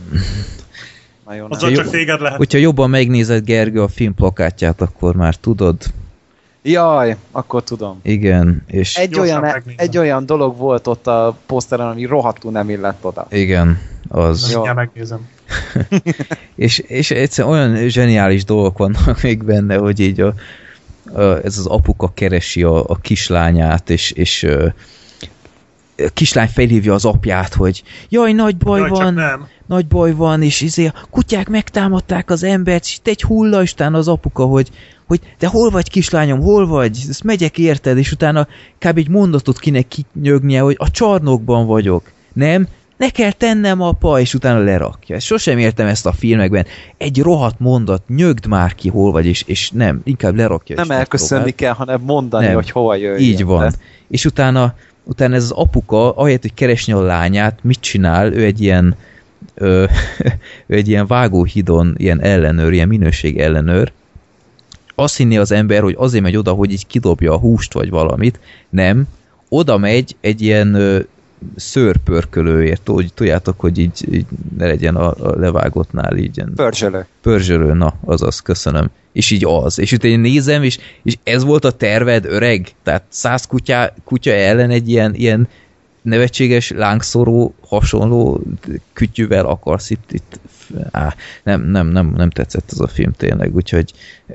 Azzal csak téged lehet. Hogyha jobban megnézed, Gergő, a film plakátját, akkor már tudod. Jaj, akkor tudom. Igen, és... Egy olyan dolog volt ott a poszteren, ami rohadtul nem illett oda. Igen, az. Ja, megnézem. és egyszerűen olyan zseniális dolgok vannak még benne, hogy így ez az apuka keresi a kislányát, és a kislány felhívja az apját, hogy jaj, nagy baj van, és a kutyák megtámadták az embert, és itt egy hulla, és utána az apuka, hogy de hol vagy, kislányom, hol vagy? Ezt megyek érted, és utána kb. Egy mondatot kinek kinyögnie, hogy a csarnokban vagyok. Nem? Ne kell tennem, apa, és utána lerakja. Sosem értem ezt a filmekben. Egy rohadt mondat, nyögd már ki, hol vagy, és nem, inkább lerakja. Nem elköszönni kell, hanem mondani, hogy hova jöjjön. Így van. És utána ez az apuka, ahelyett, hogy keresni a lányát, mit csinál? Ő egy ilyen ő egy ilyen vágóhidon, ilyen ellenőr, ilyen minőség ellenőr. Azt hinné az ember, hogy azért megy oda, hogy így kidobja a húst, vagy valamit. Nem. Oda megy egy ilyen szőrpörkölőért, tudjátok, hogy így ne legyen a levágottnál így. Pörzsölő, na, azaz, köszönöm. És így az. És utána én nézem, és ez volt a terved, öreg? Tehát 100 kutya ellen egy ilyen nevetséges, hasonló kütyűvel akarsz itt. Nem tetszett ez a film tényleg, úgyhogy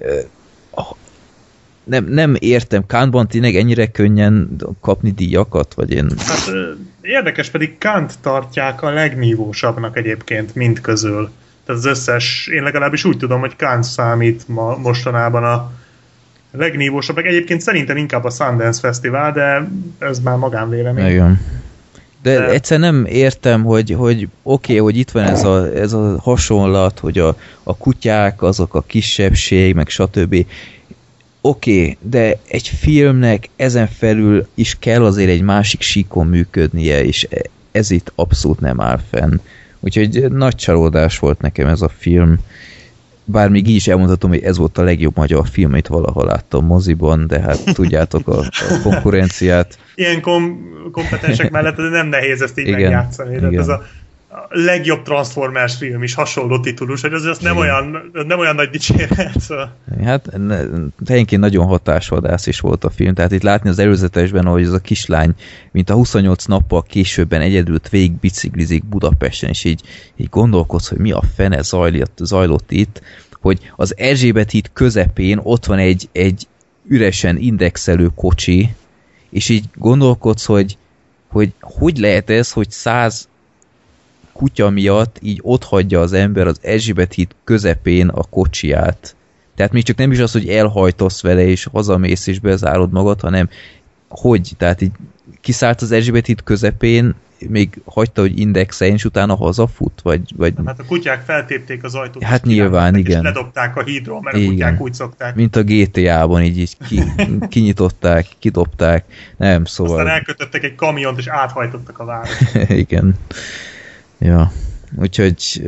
nem értem, Cannes-ban tényleg ennyire könnyen kapni díjakat, vagy én... Hát érdekes, pedig Cannes-t tartják a legnívósabbnak egyébként mind közül. Tehát az összes, én legalábbis úgy tudom, hogy Cannes számít mostanában a legnívósabbnak. Egyébként szerintem inkább a Sundance Fesztivál, de ez már magánvélemény. Igen. De egyszer nem értem, hogy oké, hogy itt van ez a hasonlat, hogy a kutyák, azok a kisebbség, meg stb. Oké, de egy filmnek ezen felül is kell azért egy másik síkon működnie, és ez itt abszolút nem áll fenn. Úgyhogy nagy csalódás volt nekem ez a film. Bár még így is elmondhatom, hogy ez volt a legjobb magyar film, amit valaha láttam moziban, de hát tudjátok a konkurenciát. Ilyen kompetensek mellett nem nehéz ezt így megjátszani. Igen. Ez a legjobb Transformers film is hasonló titulus, hogy az nem olyan nagy dicséret. Szóval. Hát helyenként nagyon hatásvadász is volt a film, tehát itt látni az előzetesben, ahogy ez a kislány, mint a 28 nappal későbben egyedül végig biciklizik Budapesten, és így gondolkodsz, hogy mi a fene zajlott itt, hogy az Erzsébet híd közepén ott van egy üresen indexelő kocsi, és így gondolkodsz, hogy lehet ez, hogy 100 kutya miatt így otthagyja az ember az Erzsébet híd közepén a kocsiját. Tehát még csak nem is az, hogy elhajtasz vele, és hazamész, és bezárod magad, hanem tehát így kiszállt az Erzsébet híd közepén, még hagyta, hogy indexeljen, és utána hazafut, vagy... Hát a kutyák feltépték az ajtót, hát nyilván, igen. És ledobták a hídról, mert igen. A kutyák úgy szokták. Mint a GTA-ban, így kinyitották, kidobták, nem, szóval... Aztán elkötöttek egy kamiont, és áthajtottak a városba. Igen. Ja, úgyhogy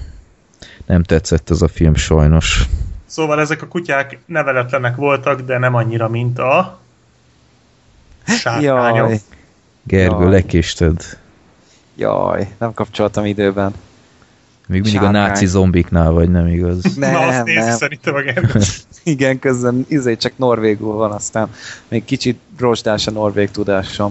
nem tetszett ez a film sajnos. Szóval ezek a kutyák neveletlenek voltak, de nem annyira, mint a sárkányok. Gergő, lekésted. Jaj, nem kapcsoltam időben. Még mindig a náci zombiknál vagy, nem igaz? Na, azt nézd, nem. szerintem a Gergő. Igen, közben csak norvégul van, aztán még kicsit rozsdás a norvég tudásom.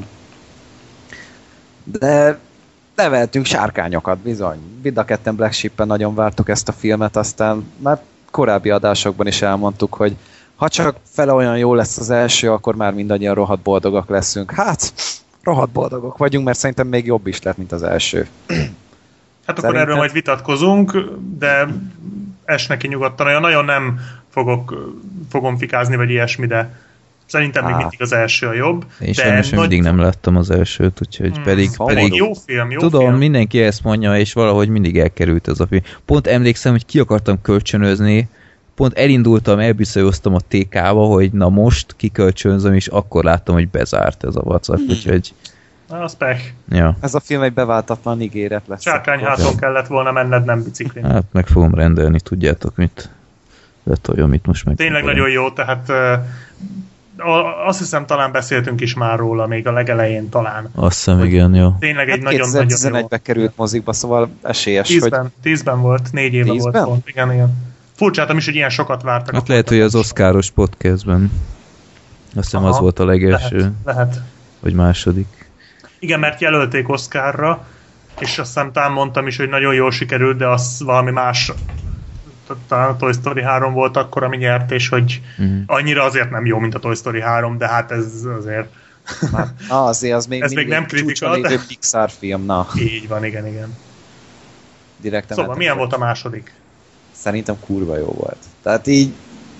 De neveltünk sárkányokat, bizony. Mind a ketten Black Sheep-en nagyon vártuk ezt a filmet, aztán már korábbi adásokban is elmondtuk, hogy ha csak fele olyan jó lesz az első, akkor már mindannyian rohadt boldogak leszünk. Hát, rohadt boldogok vagyunk, mert szerintem még jobb is lett, mint az első. Hát akkor erről majd vitatkozunk, de es neki nyugodtan. Olyan nagyon nem fogom fikázni, vagy ilyesmi, de szerintem még mindig az első a jobb. Én sajnos mindig nem láttam az elsőt, úgyhogy pedig jó film, jó tudom, film. mindenki ezt mondja, és valahogy mindig elkerült ez a film. Pont emlékszem, hogy ki akartam kölcsönözni, pont elindultam, elbüszölyoztam a TK-ba, hogy na most kikölcsönzöm, és akkor láttam, hogy bezárt ez a vacak, úgyhogy... Na, az pech. Ja. Ez a film egy beváltatlan ígéret lesz. Sárkányháton kellett volna menned, nem biciklin. Hát meg fogom rendelni, tudjátok mit. Letoljon, mit most meg. Tényleg nagyon jó, tehát azt hiszem talán beszéltünk is már róla, még a legelején talán. Azt hiszem, igen, jó. Tényleg Hát egy nagyon-nagyon jó. 2011-be került mozikba, szóval esélyes, 10-ben volt, 4 éve 10-ben? volt pont. Igen. Furcsáltam is, hogy ilyen sokat vártak. Hát lehet, hogy az Oscaros podcastben. Azt hiszem, az volt a legelső. Lehet. Vagy második. Igen, mert jelölték Oscarra, és azt hiszem talán mondtam is, hogy nagyon jól sikerült, de az valami más, talán a Toy Story 3 volt akkor, ami nyert, és hogy annyira azért nem jó, mint a Toy Story 3, de hát ez azért... Na, azért az még ez még nem kritika, lévő Pixar film, na. Így van, igen. Direkt szóval milyen volt a második? Szerintem kurva jó volt. Tehát így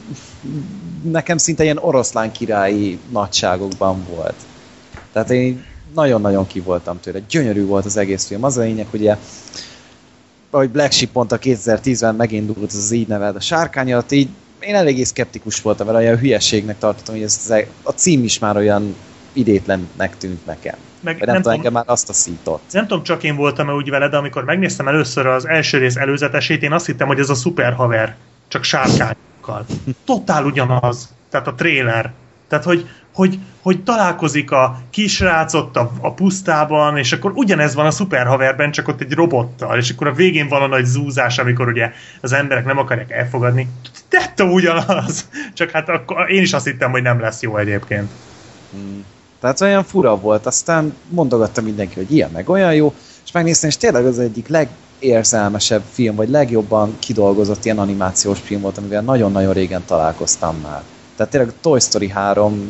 nekem szinte ilyen oroszlán királyi nagyságokban volt. Tehát én nagyon-nagyon ki voltam tőle. Gyönyörű volt az egész film. Az a lényeg, ugye, ahogy Black Sheep mondta, 2010-ben megindult az így nevelt a sárkány alatt, így én eléggé szkeptikus voltam vele, olyan hülyeségnek tartottam, hogy a cím is már olyan idétlennek tűnt nekem. Meg nem tudom, engem már azt a szított. Nem tudom, csak én voltam-e úgy vele, de amikor megnéztem először az első rész előzetesét, én azt hittem, hogy ez a szuper haver, csak sárkányokkal. Totál ugyanaz. Tehát a trailer. Tehát, hogy találkozik a kisrác ott a pusztában, és akkor ugyanez van a szuperhaverben, csak ott egy robottal, és akkor a végén van a nagy zúzás, amikor ugye az emberek nem akarják elfogadni. Tettő ugyanaz! Csak hát akkor én is azt hittem, hogy nem lesz jó egyébként. Tehát olyan fura volt, aztán mondogatta mindenki, hogy ilyen meg olyan jó, és megnéztem, és tényleg az egyik legérzelmesebb film, vagy legjobban kidolgozott ilyen animációs film volt, amivel nagyon-nagyon régen találkoztam már. Tehát tényleg Toy Story 3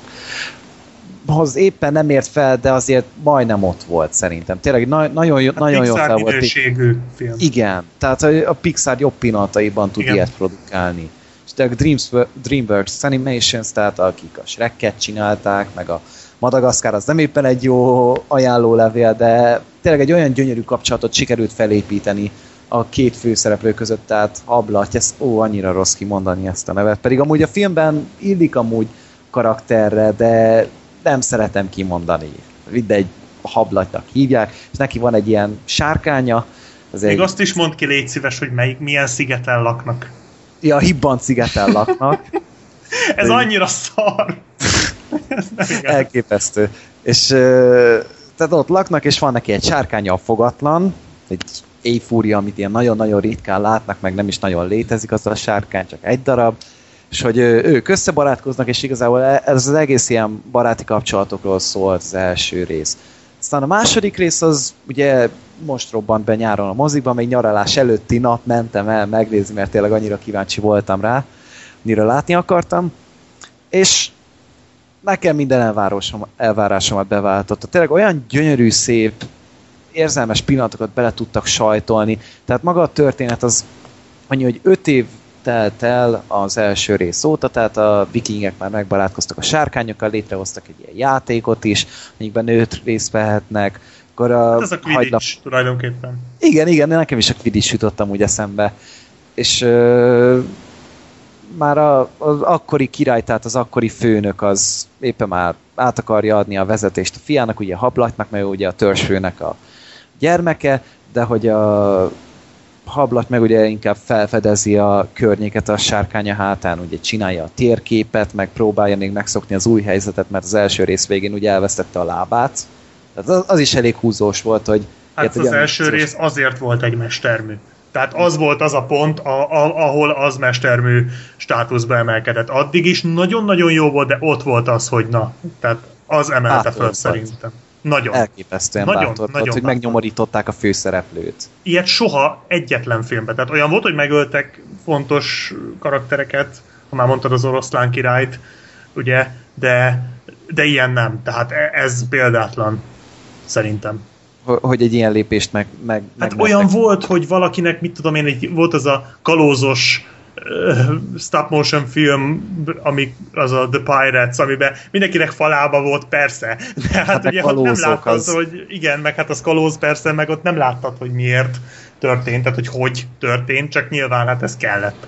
hoz éppen nem ért fel, de azért majdnem ott volt szerintem. Tényleg nagyon jó fel volt. Minőségű film. Igen, tehát a Pixar jobb pillanataiban tud ilyet produkálni. És tényleg DreamWorks Animations, tehát akik a Shrek-et csinálták, meg a Madagaszkár, az nem éppen egy jó ajánlólevél, de tényleg egy olyan gyönyörű kapcsolatot sikerült felépíteni a két főszereplő között, tehát Hablaty, annyira rossz kimondani ezt a nevet, pedig amúgy a filmben illik amúgy karakterre, de nem szeretem kimondani. Mindegy, Hablatynak hívják, és neki van egy ilyen sárkánya. Még azt is mondd ki, légy szíves, hogy milyen szigeten laknak. Ja, Hibban szigeten laknak. Ez annyira szar! Elképesztő. És tehát ott laknak, és van neki egy sárkánya, a Fogatlan, egy éjfúria, amit ilyen nagyon-nagyon ritkán látnak, meg nem is nagyon létezik az a sárkány, csak egy darab, és hogy ők összebarátkoznak, és igazából ez az egész ilyen baráti kapcsolatokról szólt az első rész. Aztán a második rész az ugye most robbant be nyáron a mozikban, még nyaralás előtti nap mentem el megnézni, mert tényleg annyira kíváncsi voltam rá, annyira látni akartam, és nekem minden elvárásomat beváltotta. Tényleg olyan gyönyörű, szép, érzelmes pillanatokat bele tudtak sajtolni. Tehát maga a történet az annyi, hogy 5 év telt el az első rész óta, tehát a vikingek már megbarátkoztak a sárkányokkal, létrehoztak egy ilyen játékot is, amikben 5 részt vehetnek. Akkor hát ez a Quidditch tulajdonképpen. Igen, nekem is a Quidditch jutottam úgy eszembe. És már az akkori király, tehát az akkori főnök az éppen már át akarja adni a vezetést a fiának, ugye Hablatynak, mert ugye a törzsfőnek a gyermeke, de hogy a Hablaty meg ugye inkább felfedezi a környéket a sárkánya hátán, ugye csinálja a térképet, meg próbálja még megszokni az új helyzetet, mert az első rész végén ugye elvesztette a lábát. Tehát az is elég húzós volt, hogy Hát az első rész azért volt egy mestermű. Tehát az volt az a pont, ahol az mestermű státuszba emelkedett. Addig is nagyon-nagyon jó volt, de ott volt az, hogy na. Tehát az emelte föl szerintem. Nagyon. Elképesztően bátor volt, hogy megnyomorították a főszereplőt. Ilyet soha egyetlen filmben. Tehát olyan volt, hogy megöltek fontos karaktereket, ha már mondtad az Oroszlán királyt, ugye, de ilyen nem. Tehát ez példátlan, szerintem. Hogy egy ilyen lépést meg hát olyan volt, hogy valakinek, mit tudom én, volt az a kalózos stop motion film, az a The Pirates, amiben mindenkinek falába volt, persze. De hát ugye ott nem láttad, hogy igen, meg hát az kalóz persze, meg ott nem láttad, hogy miért történt, tehát hogy történt, csak nyilván hát ez kellett.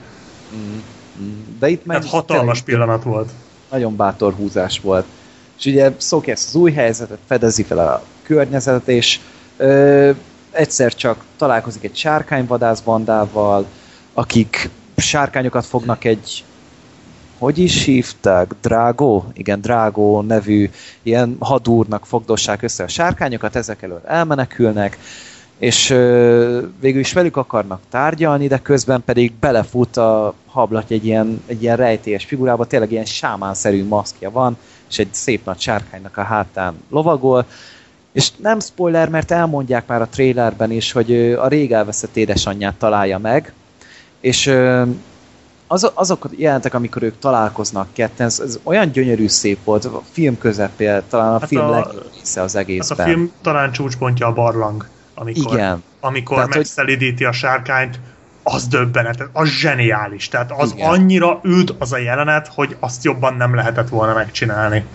De itt meg hatalmas pillanat volt. Nagyon bátor húzás volt. És ugye Szoki ezt az új helyzetet, fedezi fel a környezetet, és egyszer csak találkozik egy sárkányvadász bandával, akik sárkányokat fognak egy, hogy is hívták? Drágó? Igen, Drágó nevű ilyen hadúrnak fogdossák össze a sárkányokat, ezek elől elmenekülnek, és végül is velük akarnak tárgyalni, de közben pedig belefut a hablaty egy ilyen rejtélyes figurába, tényleg ilyen sámánszerű maszkja van, és egy szép nagy sárkánynak a hátán lovagol, és nem spoiler, mert elmondják már a trailerben is, hogy a rég elveszett édesanyját találja meg, és azok jelentek, amikor ők találkoznak ketten, ez olyan gyönyörű szép volt, a film közepén, talán a film legjobb része az egészben. Hát a film talán csúcspontja a barlang, amikor tehát, megszelidíti a sárkányt, az döbbenet, az zseniális. Tehát az annyira üd az a jelenet, hogy azt jobban nem lehetett volna megcsinálni.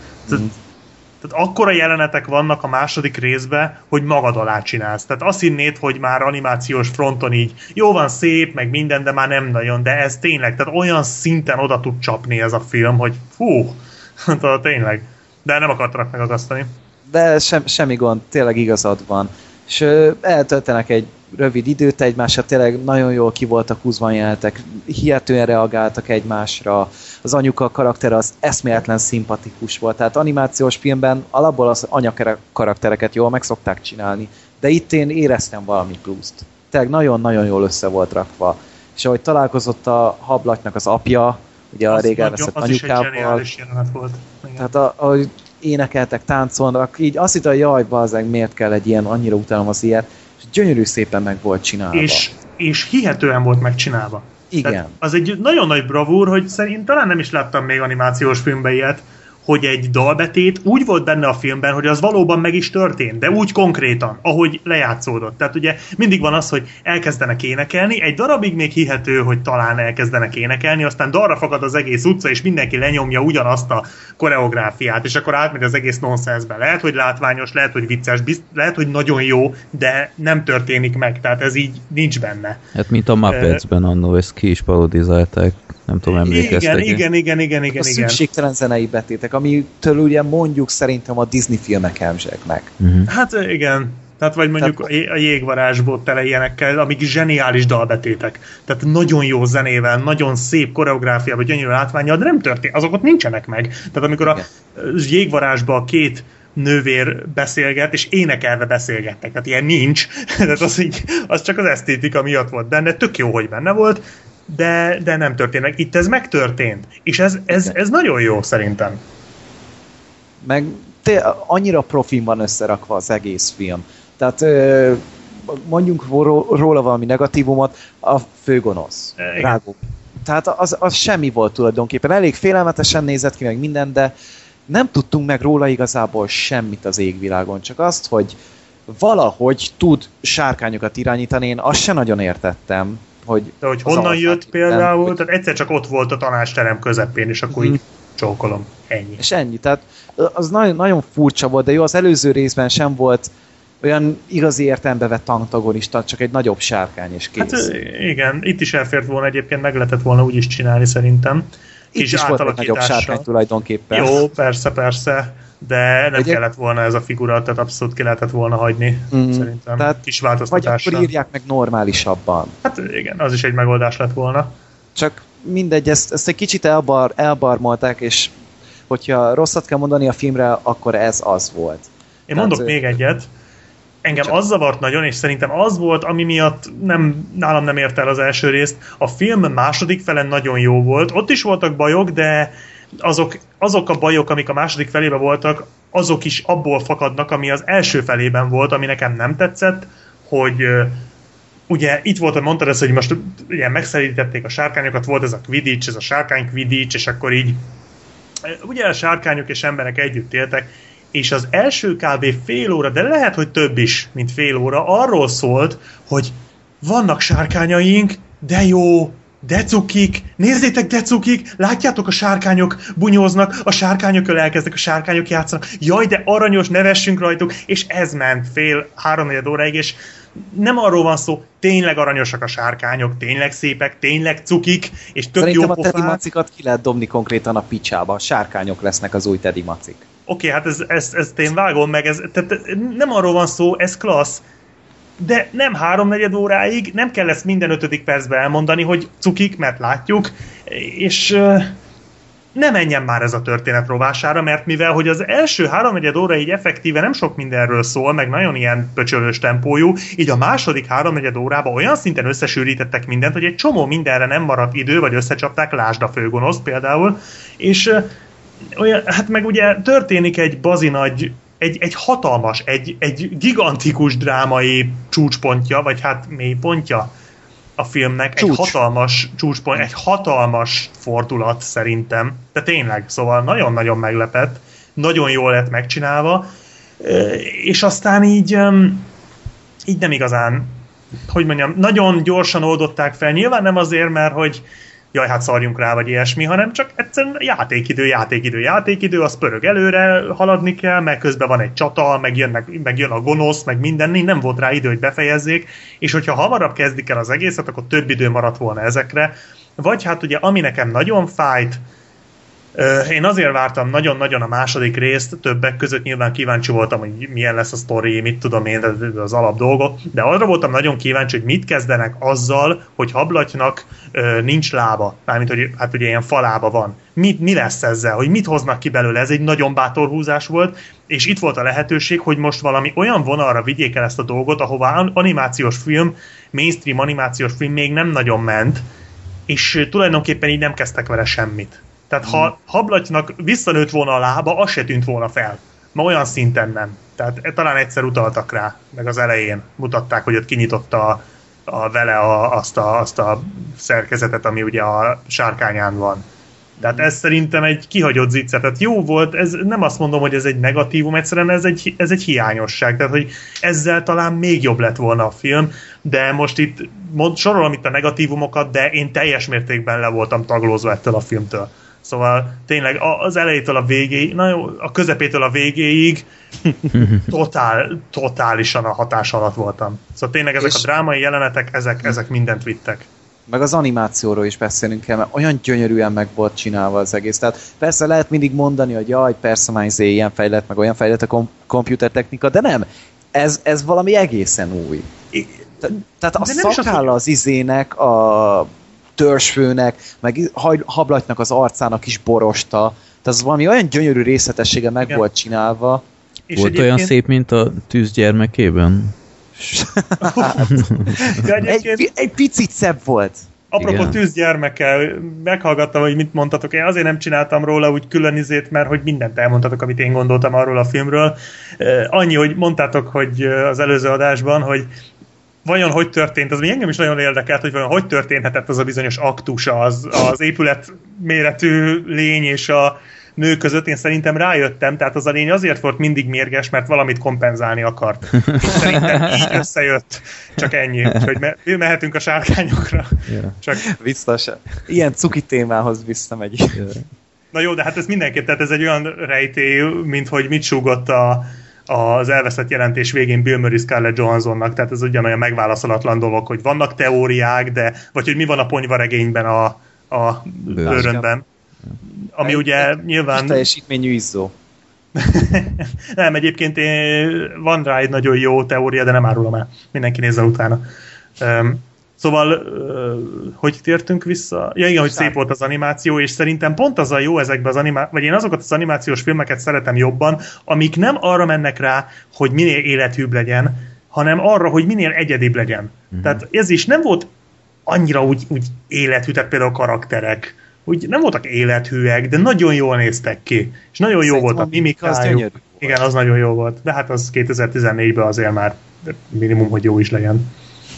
Tehát akkora jelenetek vannak a második részben, hogy magad alá csinálsz. Tehát azt hinnéd, hogy már animációs fronton így jó van, szép, meg minden, de már nem nagyon, de ez tényleg, tehát olyan szinten oda tud csapni ez a film, hogy fú, tehát tényleg. De nem akartanak megakasztani. De semmi gond, tényleg igazad van. És eltöltenek egy rövid időt egymással, tényleg nagyon jól ki voltak húzva jelentek, hihetően reagáltak egymásra, az anyuka karaktere az eszméletlen szimpatikus volt, tehát animációs filmben alapból az anyakaraktereket jól meg szokták csinálni, de itt én éreztem valami pluszt. Tényleg nagyon-nagyon jól össze volt rakva. És ahogy találkozott a hablatynak az apja, ugye a rég elveszett anyukával. Az is egy zseniális jelenet volt. Igen. Tehát ahogy énekeltek, táncolnak, így azt hittem, hogy jaj, bazzeg, miért kell egy ilyen, annyira utálom az ilyet, és gyönyörű szépen meg volt csinálva. És hihetően volt megcsinálva. Igen. Tehát az egy nagyon nagy bravúr, hogy szerintem talán nem is láttam még animációs filmben ilyet, hogy egy dalbetét úgy volt benne a filmben, hogy az valóban meg is történt, de úgy konkrétan, ahogy lejátszódott. Tehát ugye mindig van az, hogy elkezdenek énekelni, egy darabig még hihető, hogy talán elkezdenek énekelni, aztán dalra fakad az egész utca, és mindenki lenyomja ugyanazt a koreográfiát, és akkor átmegy az egész nonsensbe. Lehet, hogy látványos, lehet, hogy vicces, lehet, hogy nagyon jó, de nem történik meg, tehát ez így nincs benne. Hát mint a Muppetsben annó, ezt ki is parodizálták. Nem tudom, emlékeztek. Igen. A szükségtelen zenei betétek, amitől ugye mondjuk szerintem a Disney filmek emzsegnek. Hát igen. Tehát vagy mondjuk a Jégvarázsból tele ilyenekkel, amik zseniális dalbetétek. Tehát nagyon jó zenével, nagyon szép koreográfiával, gyönyörű látvánnyal, de nem történt. Azok ott nincsenek meg. Tehát amikor a Jégvarázsban a két nővér beszélget, és énekelve beszélgettek. Tehát ilyen nincs. Tehát az csak az esztétika miatt volt benne. Tök jó, hogy benne volt, de nem történt meg. Itt ez megtörtént. És ez nagyon jó szerintem. Meg annyira profin van összerakva az egész film. Tehát mondjunk róla valami negatívumot, a főgonosz. Drágó. Tehát az semmi volt tulajdonképpen. Elég félelmetesen nézett ki meg minden, de nem tudtunk meg róla igazából semmit az égvilágon. Csak azt, hogy valahogy tud sárkányokat irányítani, én azt se nagyon értettem. De hogy honnan jött például, hogy... tehát egyszer csak ott volt a tanácsterem közepén, és akkor így csókolom. Ennyi. És ennyi. Tehát az nagyon, nagyon furcsa volt, de jó, az előző részben sem volt olyan igazi értelembe vett antagonista, csak egy nagyobb sárkány, és kész. Hát igen, itt is elfért volna egyébként, meg lehetett volna úgy is csinálni szerintem. Itt is volt egy nagyobb sárkány tulajdonképpen. Jó, persze, de nem kellett volna ez a figura, tehát abszolút ki lehetett volna hagyni, szerintem. Tehát kis változtatással. Vagy akkor írják meg normálisabban. Hát igen, az is egy megoldás lett volna. Csak mindegy, ezt egy kicsit elbarmolták, és hogyha rosszat kell mondani a filmre, akkor ez az volt. Én mondok még egyet. Engem az zavart nagyon, és szerintem az volt, ami miatt nálam nem ért el az első részt. A film második fele nagyon jó volt. Ott is voltak bajok, de azok a bajok, amik a második felében voltak, azok is abból fakadnak, ami az első felében volt, ami nekem nem tetszett, hogy ugye itt volt, hogy mondtad ezt, hogy most ugye megszerítették a sárkányokat, volt ez a Quidditch, ez a sárkány Quidditch, és akkor így ugye a sárkányok és emberek együtt éltek, és az első kb. Fél óra, de lehet, hogy több is, mint fél óra, arról szólt, hogy vannak sárkányaink, de jó, de cukik, nézzétek, de cukik, látjátok, a sárkányok bunyóznak, a sárkányokkal elkezdek, a sárkányok játszanak, jaj, de aranyos, ne vessünk rajtuk, és ez ment háromnegyed óráig, és nem arról van szó, tényleg aranyosak a sárkányok, tényleg szépek, tényleg cukik, és tök jó pofák. Szerintem a Teddy macikat ki lehet dobni konkrétan a picsába, a sárkányok lesznek az új Teddy macik. Oké, hát ezt én vágom meg, tehát nem arról van szó, ez klassz, de nem háromnegyed óráig, nem kell ezt minden 5. percben elmondani, hogy cukik, mert látjuk, és ne menjen már ez a történet rovására, mert mivel, hogy az első háromnegyed óra így effektíve nem sok mindenről szól, meg nagyon ilyen pöcsölős tempójú, így a második háromnegyed órában olyan szinten összesűrítettek mindent, hogy egy csomó mindenre nem maradt idő, vagy összecsapták, lásd a főgonoszt például, és olyan, hát meg ugye történik egy bazinagy, egy hatalmas, egy gigantikus drámai csúcspontja, vagy hát mélypontja a filmnek, egy hatalmas csúcspont, egy hatalmas fordulat szerintem, de tényleg, szóval nagyon-nagyon meglepett, nagyon jól lett megcsinálva, és aztán így nem igazán, hogy mondjam, nagyon gyorsan oldották fel, nyilván nem azért, mert hogy jaj, hát szarjunk rá, vagy ilyesmi, hanem csak egyszerűen játékidő, az pörög előre, haladni kell, meg közben van egy csata, meg jön a gonosz, meg minden, nem volt rá idő, hogy befejezzék, és hogyha hamarabb kezdik el az egészet, akkor több idő maradt volna ezekre. Vagy hát ugye, ami nekem nagyon fájt, én azért vártam nagyon-nagyon a második részt, többek között nyilván kíváncsi voltam, hogy milyen lesz a sztori, mit tudom én, az alap dolgok, de arra voltam nagyon kíváncsi, hogy mit kezdenek azzal, hogy Hablatynak nincs lába, mármint, hogy hát ugye ilyen falába van. Mi lesz ezzel, hogy mit hoznak ki belőle, ez egy nagyon bátor húzás volt, és itt volt a lehetőség, hogy most valami olyan vonalra vigyék el ezt a dolgot, ahová animációs film, mainstream animációs film még nem nagyon ment, és tulajdonképpen így nem kezdtek vele semmit. Tehát ha Hablatynak visszanőtt volna a lába, az se tűnt volna fel. Ma olyan szinten nem. Tehát talán egyszer utaltak rá, meg az elején mutatták, hogy ott kinyitotta vele azt a szerkezetet, ami ugye a sárkányán van. Tehát ez szerintem egy kihagyott zicser. Tehát jó volt, ez nem azt mondom, hogy ez egy negatívum, egyszerűen ez egy hiányosság. Tehát, hogy ezzel talán még jobb lett volna a film, de most itt sorolom itt a negatívumokat, de én teljes mértékben le voltam taglózva ettől a filmtől. Szóval tényleg az elejétől a végéig, a közepétől a végéig totálisan a hatás alatt voltam. Szóval tényleg ezek a drámai jelenetek, ezek mindent vittek. Meg az animációról is beszélünk kell, mert olyan gyönyörűen meg volt csinálva az egész. Tehát persze lehet mindig mondani, hogy jaj, persze már ilyen fejlett, meg olyan fejlett a komputertechnika, de nem. Ez valami egészen új. Tehát a szakálla az izének, a törzsfőnek, meg Hablatynak az arcának is borosta. Tehát az valami olyan gyönyörű részletessége meg volt csinálva. És volt olyan szép, mint a Tűz gyermekében? egy picit szebb volt. Apropó Tűz gyermekkel, meghallgattam, hogy mit mondtatok. Én azért nem csináltam róla úgy külön izét, mert hogy mindent elmondtatok, amit én gondoltam arról a filmről. Annyi, hogy mondtátok, hogy az előző adásban, hogy vajon hogy történt, az még engem is nagyon érdekelt, hogy vajon hogy történhetett az a bizonyos aktusa az épület méretű lény és a nő között. Én szerintem rájöttem, tehát az a lény azért volt mindig mérges, mert valamit kompenzálni akart. És szerintem így összejött. Csak ennyi. Úgyhogy mehetünk a sárkányokra. Yeah. Csak... Biztos. Ilyen cuki témához visszamegy. Yeah. Na jó, de hát ez mindenképp, tehát ez egy olyan rejtély, mint hogy mit súgott az elveszett jelentés végén Bill Murray Scarlett Johanssonnak, tehát ez ugyanolyan megválaszolatlan dolog, hogy vannak teóriák, de vagy hogy mi van a ponyvaregényben a bőrönben. Ami ugye nyilván... teljesítményű izzó. Nem, egyébként van rá egy nagyon jó teória, de nem árulom el. Mindenki nézze utána. Szóval, hogy tértünk vissza? Ja igen, hogy szép volt az animáció, és szerintem pont az a jó ezekben vagy én azokat az animációs filmeket szeretem jobban, amik nem arra mennek rá, hogy minél élethűbb legyen, hanem arra, hogy minél egyedibb legyen. Tehát ez is nem volt annyira úgy élethű, tehát például a karakterek. Úgy nem voltak élethűek, de nagyon jól néztek ki. És nagyon jó volt a mimikájuk. Igen, az nagyon jó volt. De hát az 2014-ben azért már minimum, hogy jó is legyen.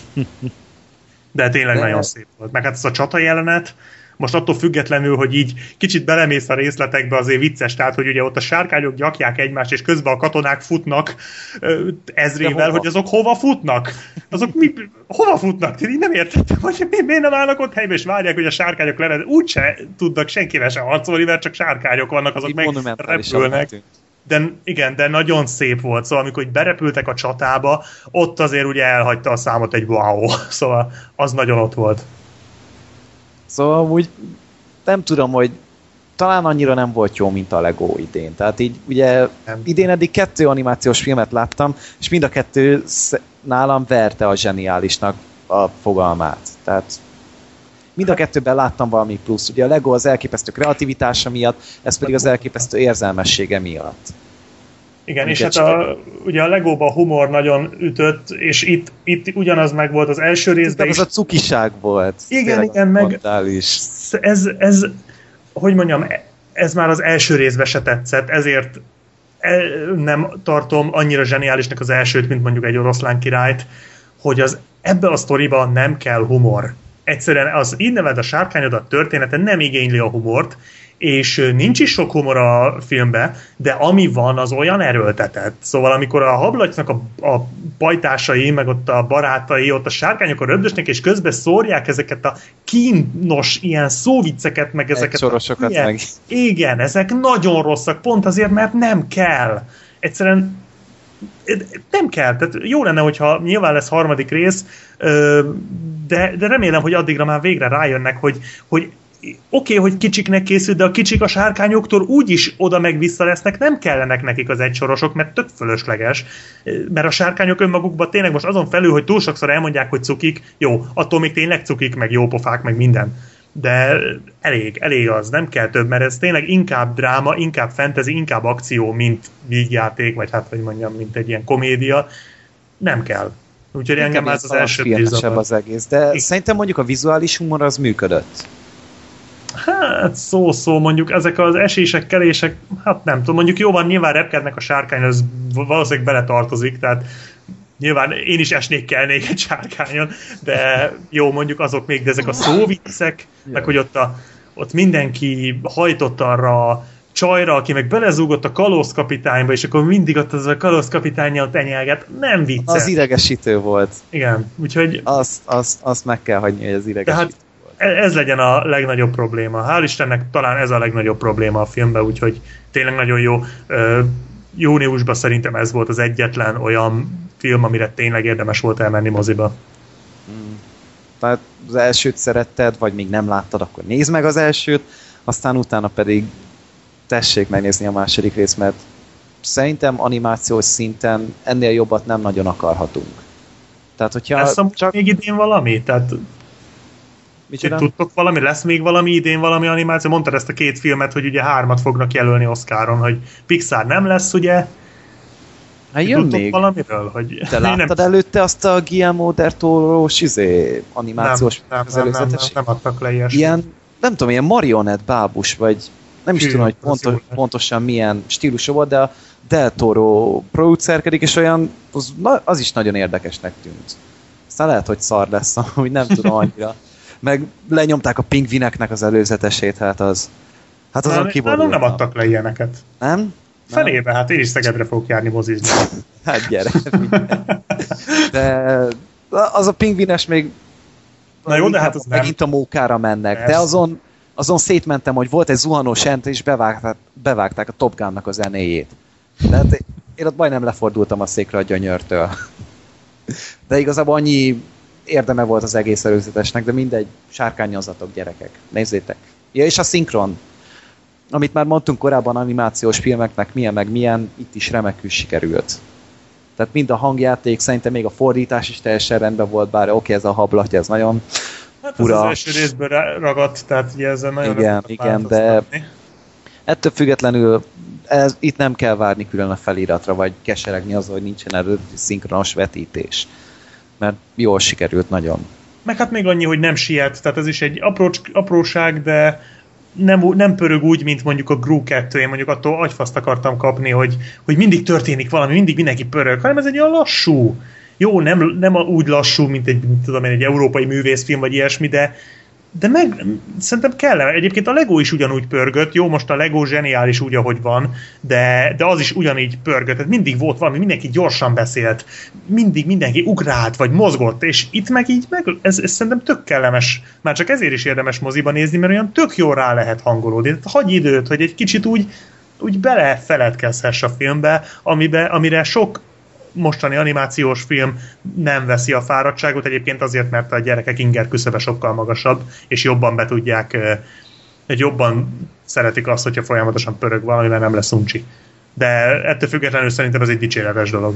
De tényleg nagyon szép volt. Meg hát ez a csata jelenet, most attól függetlenül, hogy így kicsit belemész a részletekbe, azért vicces, tehát, hogy ugye ott a sárkányok gyakják egymást, és közben a katonák futnak ezrével, hogy azok hova futnak? Azok hova futnak? Én így nem értettem, hogy miért nem állnak ott helyben, és várják, hogy a sárkányok lered. Úgyse tudnak senkivel se harcolni, mert csak sárkányok vannak, azok meg repülnek. De igen, de nagyon szép volt, szóval amikor berepültek a csatába, ott azért ugye elhagyta a számot egy wow, szóval az nagyon ott volt. Szóval úgy nem tudom, hogy talán annyira nem volt jó, mint a Lego idén. Tehát így ugye idén eddig 2 animációs filmet láttam, és mind a 2 nálam verte a zseniálisnak a fogalmát. Tehát mind a 2-ben láttam valami plusz. Ugye a Lego az elképesztő kreativitása miatt, ez pedig az elképesztő érzelmessége miatt. Igen, és hát ugye a Legóban a humor nagyon ütött, és itt ugyanaz meg volt az első részben is. Ez a cukiság volt. Igen, meg ez, hogy mondjam, ez már az első részben se tetszett, ezért nem tartom annyira zseniálisnak az elsőt, mint mondjuk egy Oroszlán királyt, hogy ebbe a sztoriban nem kell humor. Egyszerűen az így neved a sárkányodat története nem igényli a humort, és nincs is sok humor a filmben, de ami van, az olyan erőltetett. Szóval amikor a hablatynak a pajtásai, meg ott a barátai, ott a sárkányokon röbdösnek, és közben szórják ezeket a kínos ilyen szóvicceket, meg ezeket sorosokat meg. Igen, ezek nagyon rosszak, pont azért, mert nem kell. Egyszerűen nem kell. Tehát jó lenne, hogyha nyilván lesz harmadik rész, de remélem, hogy addigra már végre rájönnek, hogy oké, hogy kicsiknek készül, de a kicsik a sárkányoktól úgyis oda meg vissza lesznek, nem kellenek nekik az egysorosok, mert tök fölösleges. Mert a sárkányok önmagukban tényleg most azon felül, hogy túl sokszor elmondják, hogy cukik, jó, attól még tényleg cukik, meg jó pofák, meg minden. De elég az, nem kell több, mert ez tényleg inkább dráma, inkább fantasy, inkább akció, mint vígjáték, vagy hát, hogy mondjam, mint egy ilyen komédia. Nem kell. Úgyhogy engem ez az első filmesebb az egész, de szerintem mondjuk a vizuális humor az működött. Hát szó, mondjuk ezek az esések, kelések, hát nem tudom, mondjuk jó van, nyilván repkednek a sárkány, az valószínűleg beletartozik, tehát nyilván én is esnék kelnék egy sárkányon, de jó, mondjuk azok még, de ezek a szóviccek, meg hogy ott mindenki hajtott arra a csajra, aki meg belezúgott a kalózkapitányba, és akkor mindig ott az a kalózkapitánnyal ott enyelget, nem vicces. Az idegesítő volt. Igen, úgyhogy... Azt meg kell hagyni, hogy az idegesítő. Ez legyen a legnagyobb probléma. Hál' Istennek talán ez a legnagyobb probléma a filmben, úgyhogy tényleg nagyon jó. Júniusban szerintem ez volt az egyetlen olyan film, amire tényleg érdemes volt elmenni moziba. Tehát az elsőt szeretted, vagy még nem láttad, akkor nézd meg az elsőt, aztán utána pedig tessék megnézni a második részt, mert szerintem animációs szinten ennél jobbat nem nagyon akarhatunk. Tehát, hogyha lesz csak még idén valami? Tehát tudtok valami? Lesz még valami idén, valami animáció? Mondtad ezt a 2 filmet, hogy ugye 3 fognak jelölni Oscaron, hogy Pixar nem lesz, ugye? Hát jön még. Valamiről? Hogy te láttad előtte azt a Guillermo del Toro-s animációs nem adtak le ilyesmi. Ilyen, nem tudom, ilyen marionett bábus, vagy nem is tudom, hogy pontosan milyen stílusú volt, de a Del Toro producerkedik, és olyan, az is nagyon érdekesnek tűnt. Aztán lehet, hogy szar lesz, hogy nem tudom annyira. Meg lenyomták a pingvineknek az előzetesét, hát azon kiborultam. Nem adtak le ilyeneket. Nem? Felébe, hát én is Szegedre fogok járni mozizni. Hát gyere. De az a pingvines még... Na jó, de hát az megint nem. A mókára mennek. Persze. De azon szétmentem, hogy volt egy zuhanós ente, és bevágták a Top Gun-nak a zenéjét. Tehát én ott majdnem lefordultam a székre a gyönyörtől. De igazából annyi érdeme volt az egész előzetesnek, de mindegy, sárkányozzatok, gyerekek. Nézzétek. Ja, és a szinkron. Amit már mondtunk korábban animációs filmeknek milyen, itt is remekül sikerült. Tehát mind a hangjáték, szerintem még a fordítás is teljesen rendben volt, bár oké, ez a hablatja, ez nagyon Hát fura. az első részből ragadt, tehát ugye ezzel nagyon igen, de ettől függetlenül itt nem kell várni külön a feliratra, vagy keseregni az, hogy nincsen eredeti szinkronos vetítés. Mert jól sikerült nagyon. Meg hát még annyi, hogy nem siet, tehát ez is egy apróság, de nem pörög úgy, mint mondjuk a Gru 2, én mondjuk attól agyfaszt akartam kapni, hogy mindig történik valami, mindig mindenki pörög, hanem ez egy olyan lassú. Jó, nem úgy lassú, mint egy európai művészfilm, vagy ilyesmi, de szerintem kell. Egyébként a Lego is ugyanúgy pörgött, jó, most a Lego zseniális úgy, ahogy van, de az is ugyanígy pörgött, tehát mindig volt valami, mindenki gyorsan beszélt, mindig mindenki ugrált, vagy mozgott, és itt meg így, ez szerintem tök kellemes, már csak ezért is érdemes moziba nézni, mert olyan tök jól rá lehet hangolódni. Tehát hagyj időt, hogy egy kicsit úgy belefeledkezhess a filmbe, amire sok mostani animációs film nem veszi a fáradtságot, egyébként azért, mert a gyerekek inger küszöbe sokkal magasabb, és jobban be tudják, jobban szeretik azt, hogyha folyamatosan pörög valami, mert nem lesz uncsi. De ettől függetlenül szerintem ez egy dicséretes dolog.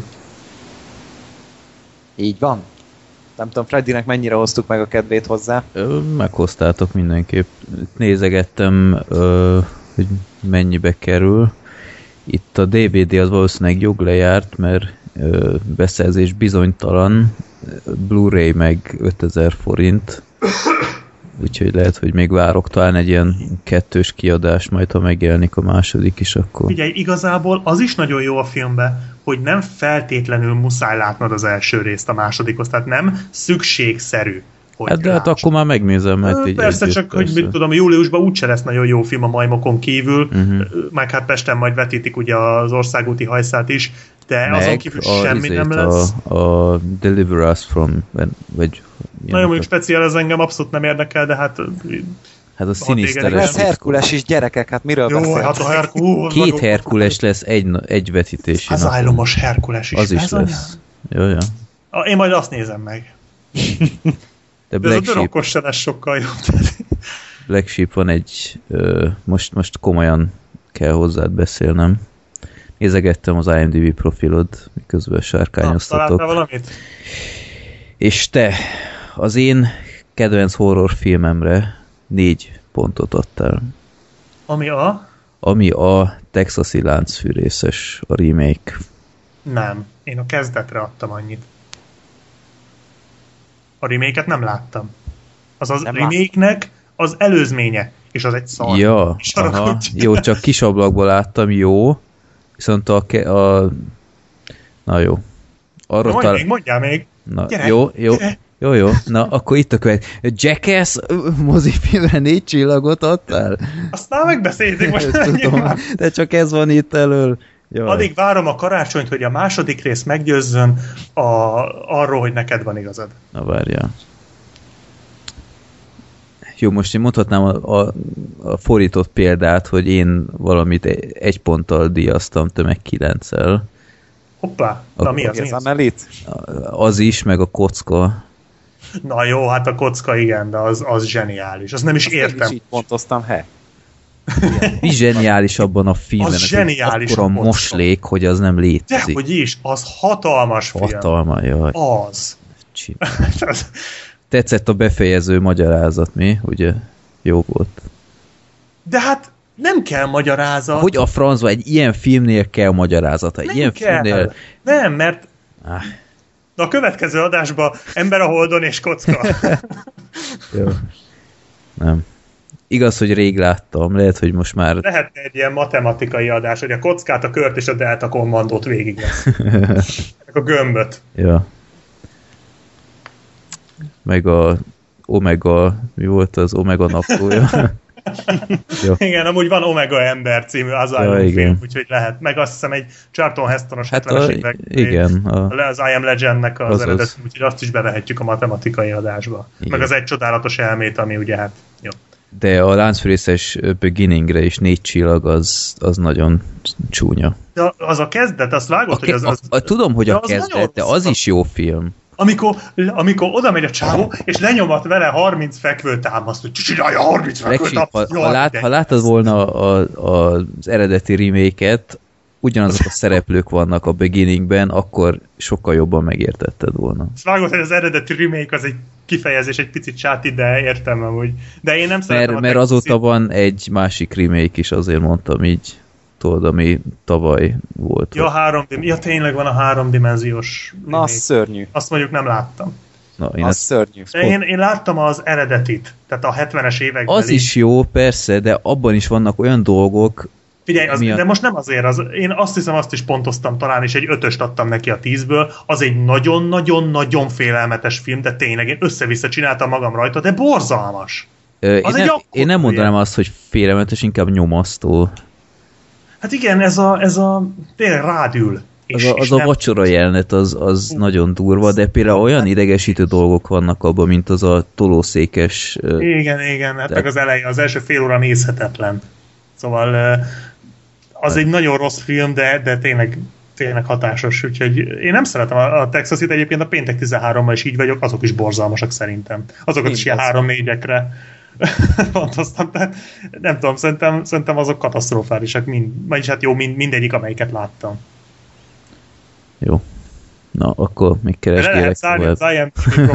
Így van. Nem tudom, Freddynek mennyire hoztuk meg a kedvét hozzá? Meghoztátok mindenképp. Nézegettem, hogy mennyibe kerül. Itt a DVD az valószínűleg joglejárt, mert beszerzés bizonytalan, Blu-ray meg 5000 forint, úgyhogy lehet, hogy még várok talán egy ilyen kettős kiadás, majd ha megjelenik a második is, akkor... Figyelj, igazából az is nagyon jó a filmben, hogy nem feltétlenül muszáj látnod az első részt a másodikhoz, tehát nem szükségszerű. Hát de hát akkor már megnézem. Persze, csak hogy mit tudom, júliusban úgyse lesz nagyon jó film a Majmokon kívül, meg hát Pesten majd vetítik ugye az Országúti hajszát is, de meg azon kívül semmi nem lesz. A Deliver Us From, vagy... Nagyon mondjuk speciál, ez engem abszolút nem érdekel, de hát... Hát a Sinisteres... Ez Herkules is, gyerekek, hát miről beszél? Hát a Herkules... Két Herkules lesz egy vetítési az napon. álomos Herkules is. Az is lesz. Jó. Én majd azt nézem meg. De ez a dörökkos se lesz sokkal jobb. Black Sheep van egy... Most komolyan kell hozzád beszélnem. Nézegettem az IMDb profilod, miközben sárkányoztatok. Találtál valamit? És te az én kedvenc horrorfilmemre 4 pontot adtál. Ami a Texasi láncfűrészes, a remake. Nem. Én a kezdetre adtam annyit. A remake-et nem láttam. Az remake-nek az előzménye, és az egy szar. Ja, aha, jó, csak kis ablakból láttam, jó. Viszont na jó. Arra még mondjál még. Na, gyere, jó. Na, akkor itt a következő. Jackass mozifilmre 4 csillagot adtál? Aztán megbeszéljük most. Tudom, de csak ez van itt elől. Jaj. Addig várom a karácsonyt, hogy a második rész meggyőzzön arról, hogy neked van igazad. Na várjál. Jó, most én mondhatnám a fordított példát, hogy én valamit 1 ponttal díjaztam, te meg 9-el. Hoppá, na mi az? Az is, meg a kocka. Na jó, hát a kocka igen, de az zseniális. Azt nem is értem. Azt így pontoztam, Mi zseniális abban a filmben? Az zseniális akkora moslék, hogy az nem létezik. Dehogy is, az hatalmas film. Jaj. Az. Tetszett a befejező magyarázat, mi? Ugye jó volt. De hát nem kell magyarázat. Hogy a francba egy ilyen filmnél kell magyarázat? Egy ilyen kell. Filmnél... Nem, mert a következő adásban ember a holdon és kocka. Jó. Nem. Igaz, hogy rég láttam, lehet, hogy most már... Lehetne egy ilyen matematikai adás, hogy a kockát, a kört és a delta kommandót végig lesz. Meg a gömböt. Ja. Meg a Omega, mi volt az Omega naplója? Igen, amúgy van Omega Ember című Asylum film, úgyhogy lehet. Meg azt hiszem egy Charlton Hestonos 70-es évek. Igen. Az I Am Legendnek az eredet, úgyhogy azt is bevehetjük a matematikai adásba. Igen. Meg az Egy csodálatos elmét, ami ugye hát jó. De a láncfűrészes Beginningre is 4 csillag, az nagyon csúnya. De az a kezdet, azt vágod, hogy az... Tudom, hogy a kezdet, de az is jó film. Amikor oda megy a csávó, és lenyomat vele 30 fekvőtámaszt, hogy csinálja 30 fekvőtámaszt. Ha láttad volna az eredeti remake-et, ugyanazok a szereplők vannak a beginningben, akkor sokkal jobban megértetted volna. Vágod, hogy az eredeti remake az egy kifejezés, egy picit sáti, de értem amúgy. De én nem szeretem mert azóta van egy másik remake is, azért mondtam így, tudod, ami tavaly volt. Ja, tényleg van a 3D-s Na, az szörnyű. Azt mondjuk nem láttam. Na, Az szörnyű. Én láttam az eredetit, tehát a 70-es években. Az is jó, persze, de abban is vannak olyan dolgok. Figyelj, de most nem azért, én azt hiszem, azt is pontoztam talán, és egy 5-öst adtam neki a 10-ből, az egy nagyon-nagyon-nagyon félelmetes film, de tényleg én össze-vissza csináltam magam rajta, de borzalmas. Én nem mondanám azt, hogy félelmetes, inkább nyomasztó. Hát igen, ez a tényleg rádül. Az a vacsora jelenet az nagyon durva, de például olyan idegesítő dolgok vannak abban, mint az a tolószékes... Igen, hát meg az eleje, az első fél óra nézhetetlen. Szóval az egy nagyon rossz film, de tényleg hatásos, úgyhogy én nem szeretem a Texasit, egyébként a Péntek 13-mal is így vagyok, azok is borzalmasak szerintem. Azokat is ilyen 3-4-ekre pontoztam, tehát nem tudom, szerintem azok katasztrofálisak, vagyis hát jó, mindegyik, amelyiket láttam. Jó. Na, akkor még keresgélek tovább.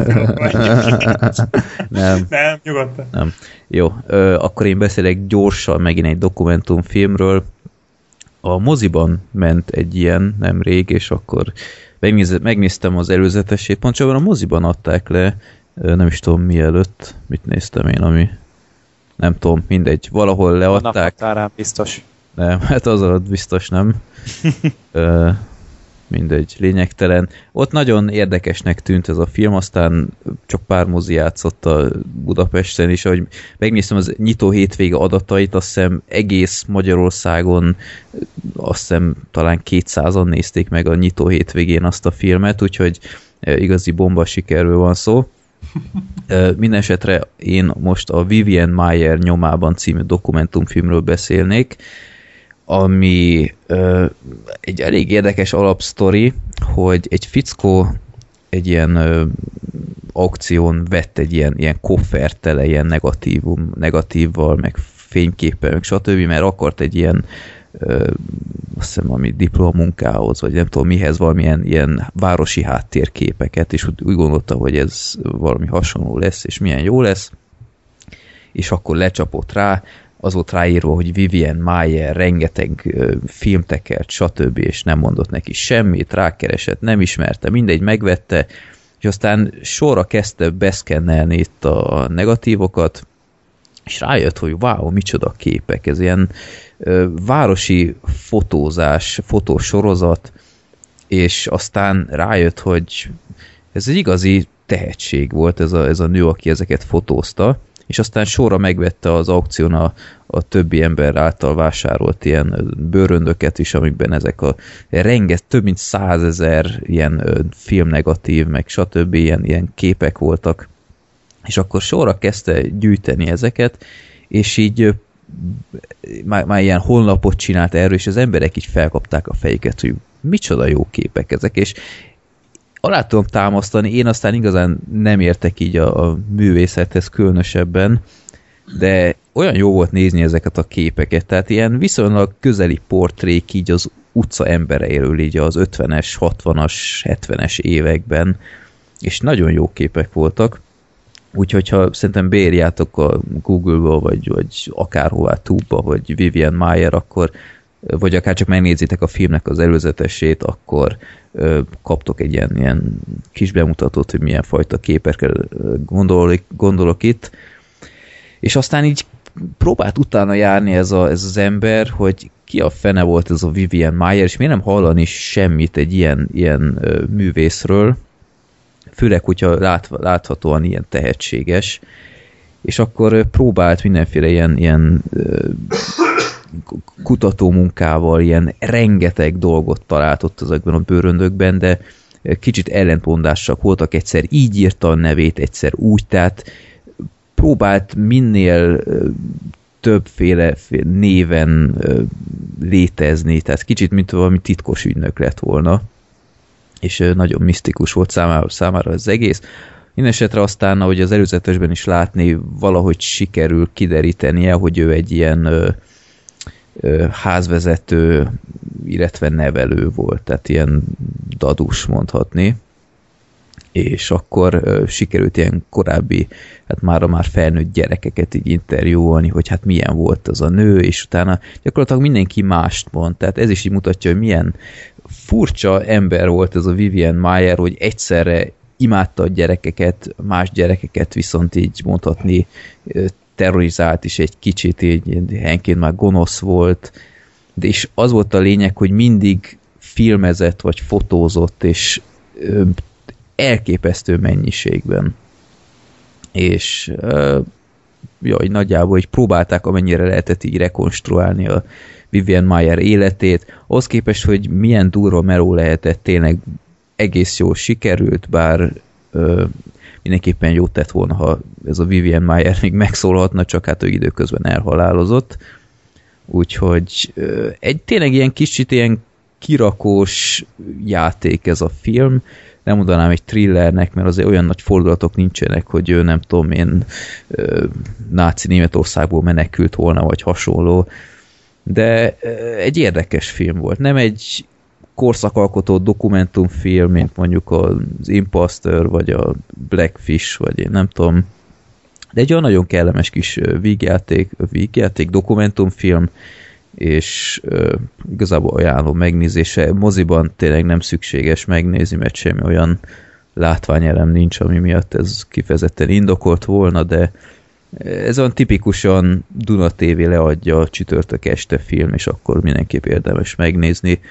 Nem, nyugodtan. Nem. Jó, akkor én beszélek gyorsan megint egy dokumentumfilmről. A moziban ment egy ilyen nemrég, és akkor megnéztem az előzetesét. Pontosabban a moziban adták le, nem is tudom mielőtt, mit néztem én, ami nem tudom, mindegy, valahol leadták. A naphatárán biztos. Nem, hát az alatt biztos nem. Mindegy, lényegtelen. Ott nagyon érdekesnek tűnt ez a film, aztán csak pár mozi játszott a Budapesten is, ahogy megnéztem az nyitó hétvége adatait, azt hiszem egész Magyarországon azt hiszem talán 200-an nézték meg a nyitó hétvégén azt a filmet, úgyhogy igazi bomba sikerről van szó. Mindenesetre én most a Vivian Maier nyomában című dokumentumfilmről beszélnék, ami egy elég érdekes alapsztori, hogy egy fickó egy ilyen aukción vett egy ilyen koffert tele ilyen negatívval, meg fényképpel, meg stb., mert akart egy ilyen azt hiszem, ami diplomamunkához, vagy nem tudom mihez, valamilyen ilyen városi háttérképeket, és úgy gondolta, hogy ez valami hasonló lesz, és milyen jó lesz, és akkor lecsapott rá, az volt ráírva, hogy Vivian Maier rengeteg filmtekert, stb., és nem mondott neki semmit, rákeresett, nem ismerte, mindegy, megvette, és aztán sorra kezdte beszkennelni itt a negatívokat, és rájött, hogy wow, micsoda képek, ez ilyen városi fotózás, fotósorozat, és aztán rájött, hogy ez egy igazi tehetség volt ez a nő, aki ezeket fotózta, és aztán sorra megvette az aukción a többi ember által vásárolt ilyen bőröndöket is, amikben ezek több mint 100 000 ilyen filmnegatív, meg stb. Ilyen képek voltak, és akkor sorra kezdte gyűjteni ezeket, és így már ilyen honlapot csinált erről, és az emberek így felkapták a fejüket, hogy micsoda jó képek ezek, és alá tudom támasztani, én aztán igazán nem értek így a művészethez különösebben, de olyan jó volt nézni ezeket a képeket, tehát ilyen viszonylag közeli portrék így az utca embereiről, így az 50-es, 60-as, 70-es években, és nagyon jó képek voltak, úgyhogy ha szerintem beírjátok a Google-ba, vagy akárhová Tube-ba, hogy Vivian Maier, akkor vagy akár csak megnézitek a filmnek az előzetesét, akkor kaptok egy ilyen kis bemutatót, hogy milyen fajta képekre gondolok itt. És aztán így próbált utána járni ez az ember, hogy ki a fene volt ez a Vivian Maier, és miért nem hallani semmit egy ilyen művészről, főleg, hogyha láthatóan ilyen tehetséges, és akkor próbált mindenféle ilyen kutatómunkával, ilyen rengeteg dolgot talált ott ezekben a bőröndökben, de kicsit ellentmondásak voltak, egyszer így írta a nevét, egyszer úgy, tehát próbált minél többféle néven létezni, tehát kicsit, mint valami titkos ügynök lett volna, és nagyon misztikus volt számára az egész. Mindenesetre aztán, ahogy az előzetesben is látni, valahogy sikerül kiderítenie, hogy ő egy ilyen házvezető, illetve nevelő volt, tehát ilyen dadus mondhatni, és akkor sikerült ilyen korábbi, hát már felnőtt gyerekeket így interjúolni, hogy hát milyen volt az a nő, és utána gyakorlatilag mindenki mást mond, tehát ez is így mutatja, hogy milyen furcsa ember volt ez a Vivian Maier, hogy egyszerre imádta a gyerekeket, más gyerekeket viszont így mondhatni terrorizált is egy kicsit, így helyenként már gonosz volt, de és az volt a lényeg, hogy mindig filmezett, vagy fotózott, és elképesztő mennyiségben. És nagyjából így próbálták amennyire lehetett így rekonstruálni a Vivian Maier életét, ahhoz képest, hogy milyen durva meló lehetett, tényleg egész jól sikerült, bár mindenképpen jót tett volna, ha ez a Vivian Maier még megszólhatna, csak hát ő időközben elhalálozott. Úgyhogy tényleg ilyen kicsit ilyen kirakós játék ez a film. Nem mondanám egy thrillernek, mert azért olyan nagy fordulatok nincsenek, hogy ő nem tudom én náci Németországból menekült volna, vagy hasonló. De egy érdekes film volt. Nem egy korszakalkotó dokumentumfilm, mint mondjuk az Imposter, vagy a Blackfish, vagy én nem tudom. De egy olyan nagyon kellemes kis vígjáték, dokumentumfilm, és igazából ajánlom megnézése. Moziban tényleg nem szükséges megnézni, mert semmi olyan látványelem nincs, ami miatt ez kifejezetten indokolt volna, de ez olyan tipikusan Duna TV leadja a csütörtök este film, és akkor mindenképp érdemes megnézni,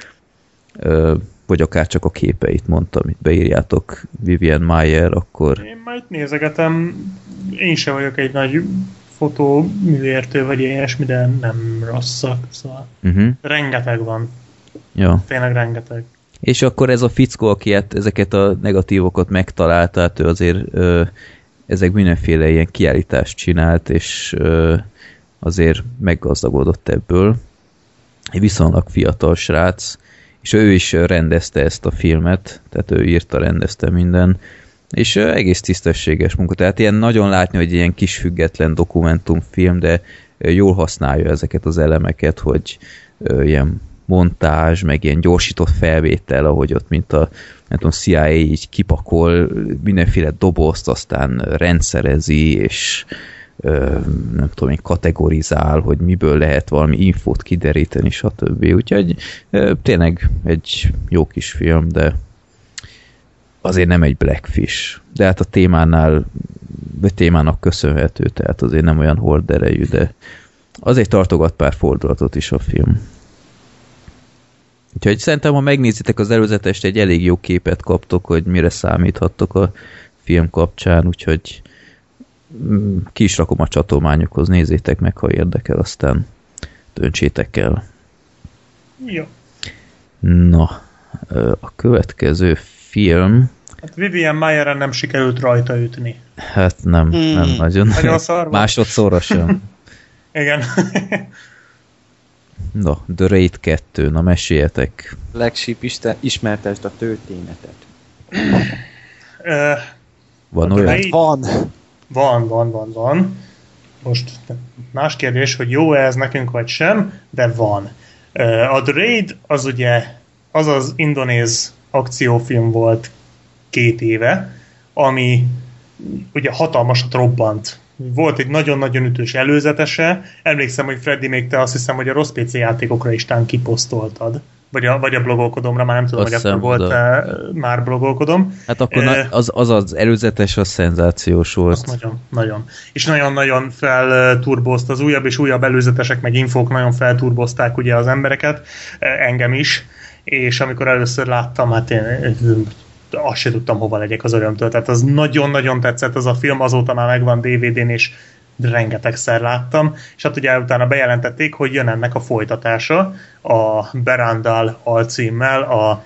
vagy akár csak a képeit mondtam, amit beírjátok Vivian Maier, akkor... Én majd nézegetem, én sem vagyok egy nagy fotóműértő, vagy ilyesmi, de nem rosszak, szóval rengeteg van. Ja. Tényleg rengeteg. És akkor ez a fickó, aki ezeket a negatívokat megtalálta, tehát ő azért ezek mindenféle ilyen kiállítást csinált, és azért meggazdagodott ebből. Egy viszonylag fiatal srác, és ő is rendezte ezt a filmet, tehát ő írta, rendezte minden, és egész tisztességes munka. Tehát ilyen nagyon látni, hogy ilyen kis független dokumentumfilm, de jól használja ezeket az elemeket, hogy ilyen montázs, meg ilyen gyorsított felvétel, ahogy ott, mint a nem tudom, CIA így kipakol mindenféle dobozt, aztán rendszerezi, és nem tudom, én kategorizál, hogy miből lehet valami infót kideríteni, stb. Úgyhogy tényleg egy jó kis film, de azért nem egy Blackfish. De hát a témának köszönhető, tehát azért nem olyan horderejű, de azért tartogat pár fordulatot is a film. Úgyhogy szerintem, ha megnézitek az előzetest, egy elég jó képet kaptok, hogy mire számíthattok a film kapcsán, úgyhogy ki is rakom a csatolmányokhoz, nézzétek meg, ha érdekel, aztán döntsétek el. Jó. Na, a következő film... Hát Vivian Maieren nem sikerült rajta ütni. Hát nem nagyon. Másodszorra sem. Igen. No, The Raid 2, na meséljetek. Legship, ismertesd a történetet. Van olyan? Van. Most más kérdés, hogy jó-e ez nekünk, vagy sem, de van. A The Raid az ugye az indonéz akciófilm volt 2 éve, ami ugye hatalmasat robbant. Volt egy nagyon-nagyon ütős előzetese. Emlékszem, hogy Freddy, még te azt hiszem, hogy a rossz PC játékokra is tán kiposztoltad. Vagy a blogolkodomra, már nem tudom, hogy akkor volt már blogolkodom. Hát akkor az előzetes, az szenzációs volt. Az nagyon. És nagyon-nagyon felturbozta az újabb és újabb előzetesek, meg infók nagyon felturbozták ugye az embereket, engem is, és amikor először láttam, hát én azt se tudtam, hova legyek az örömtől. Tehát az nagyon-nagyon tetszett az a film, azóta már megvan DVD-n, és rengetegszer láttam, és hát ugye utána bejelentették, hogy jön ennek a folytatása, a Berandal alcímmel,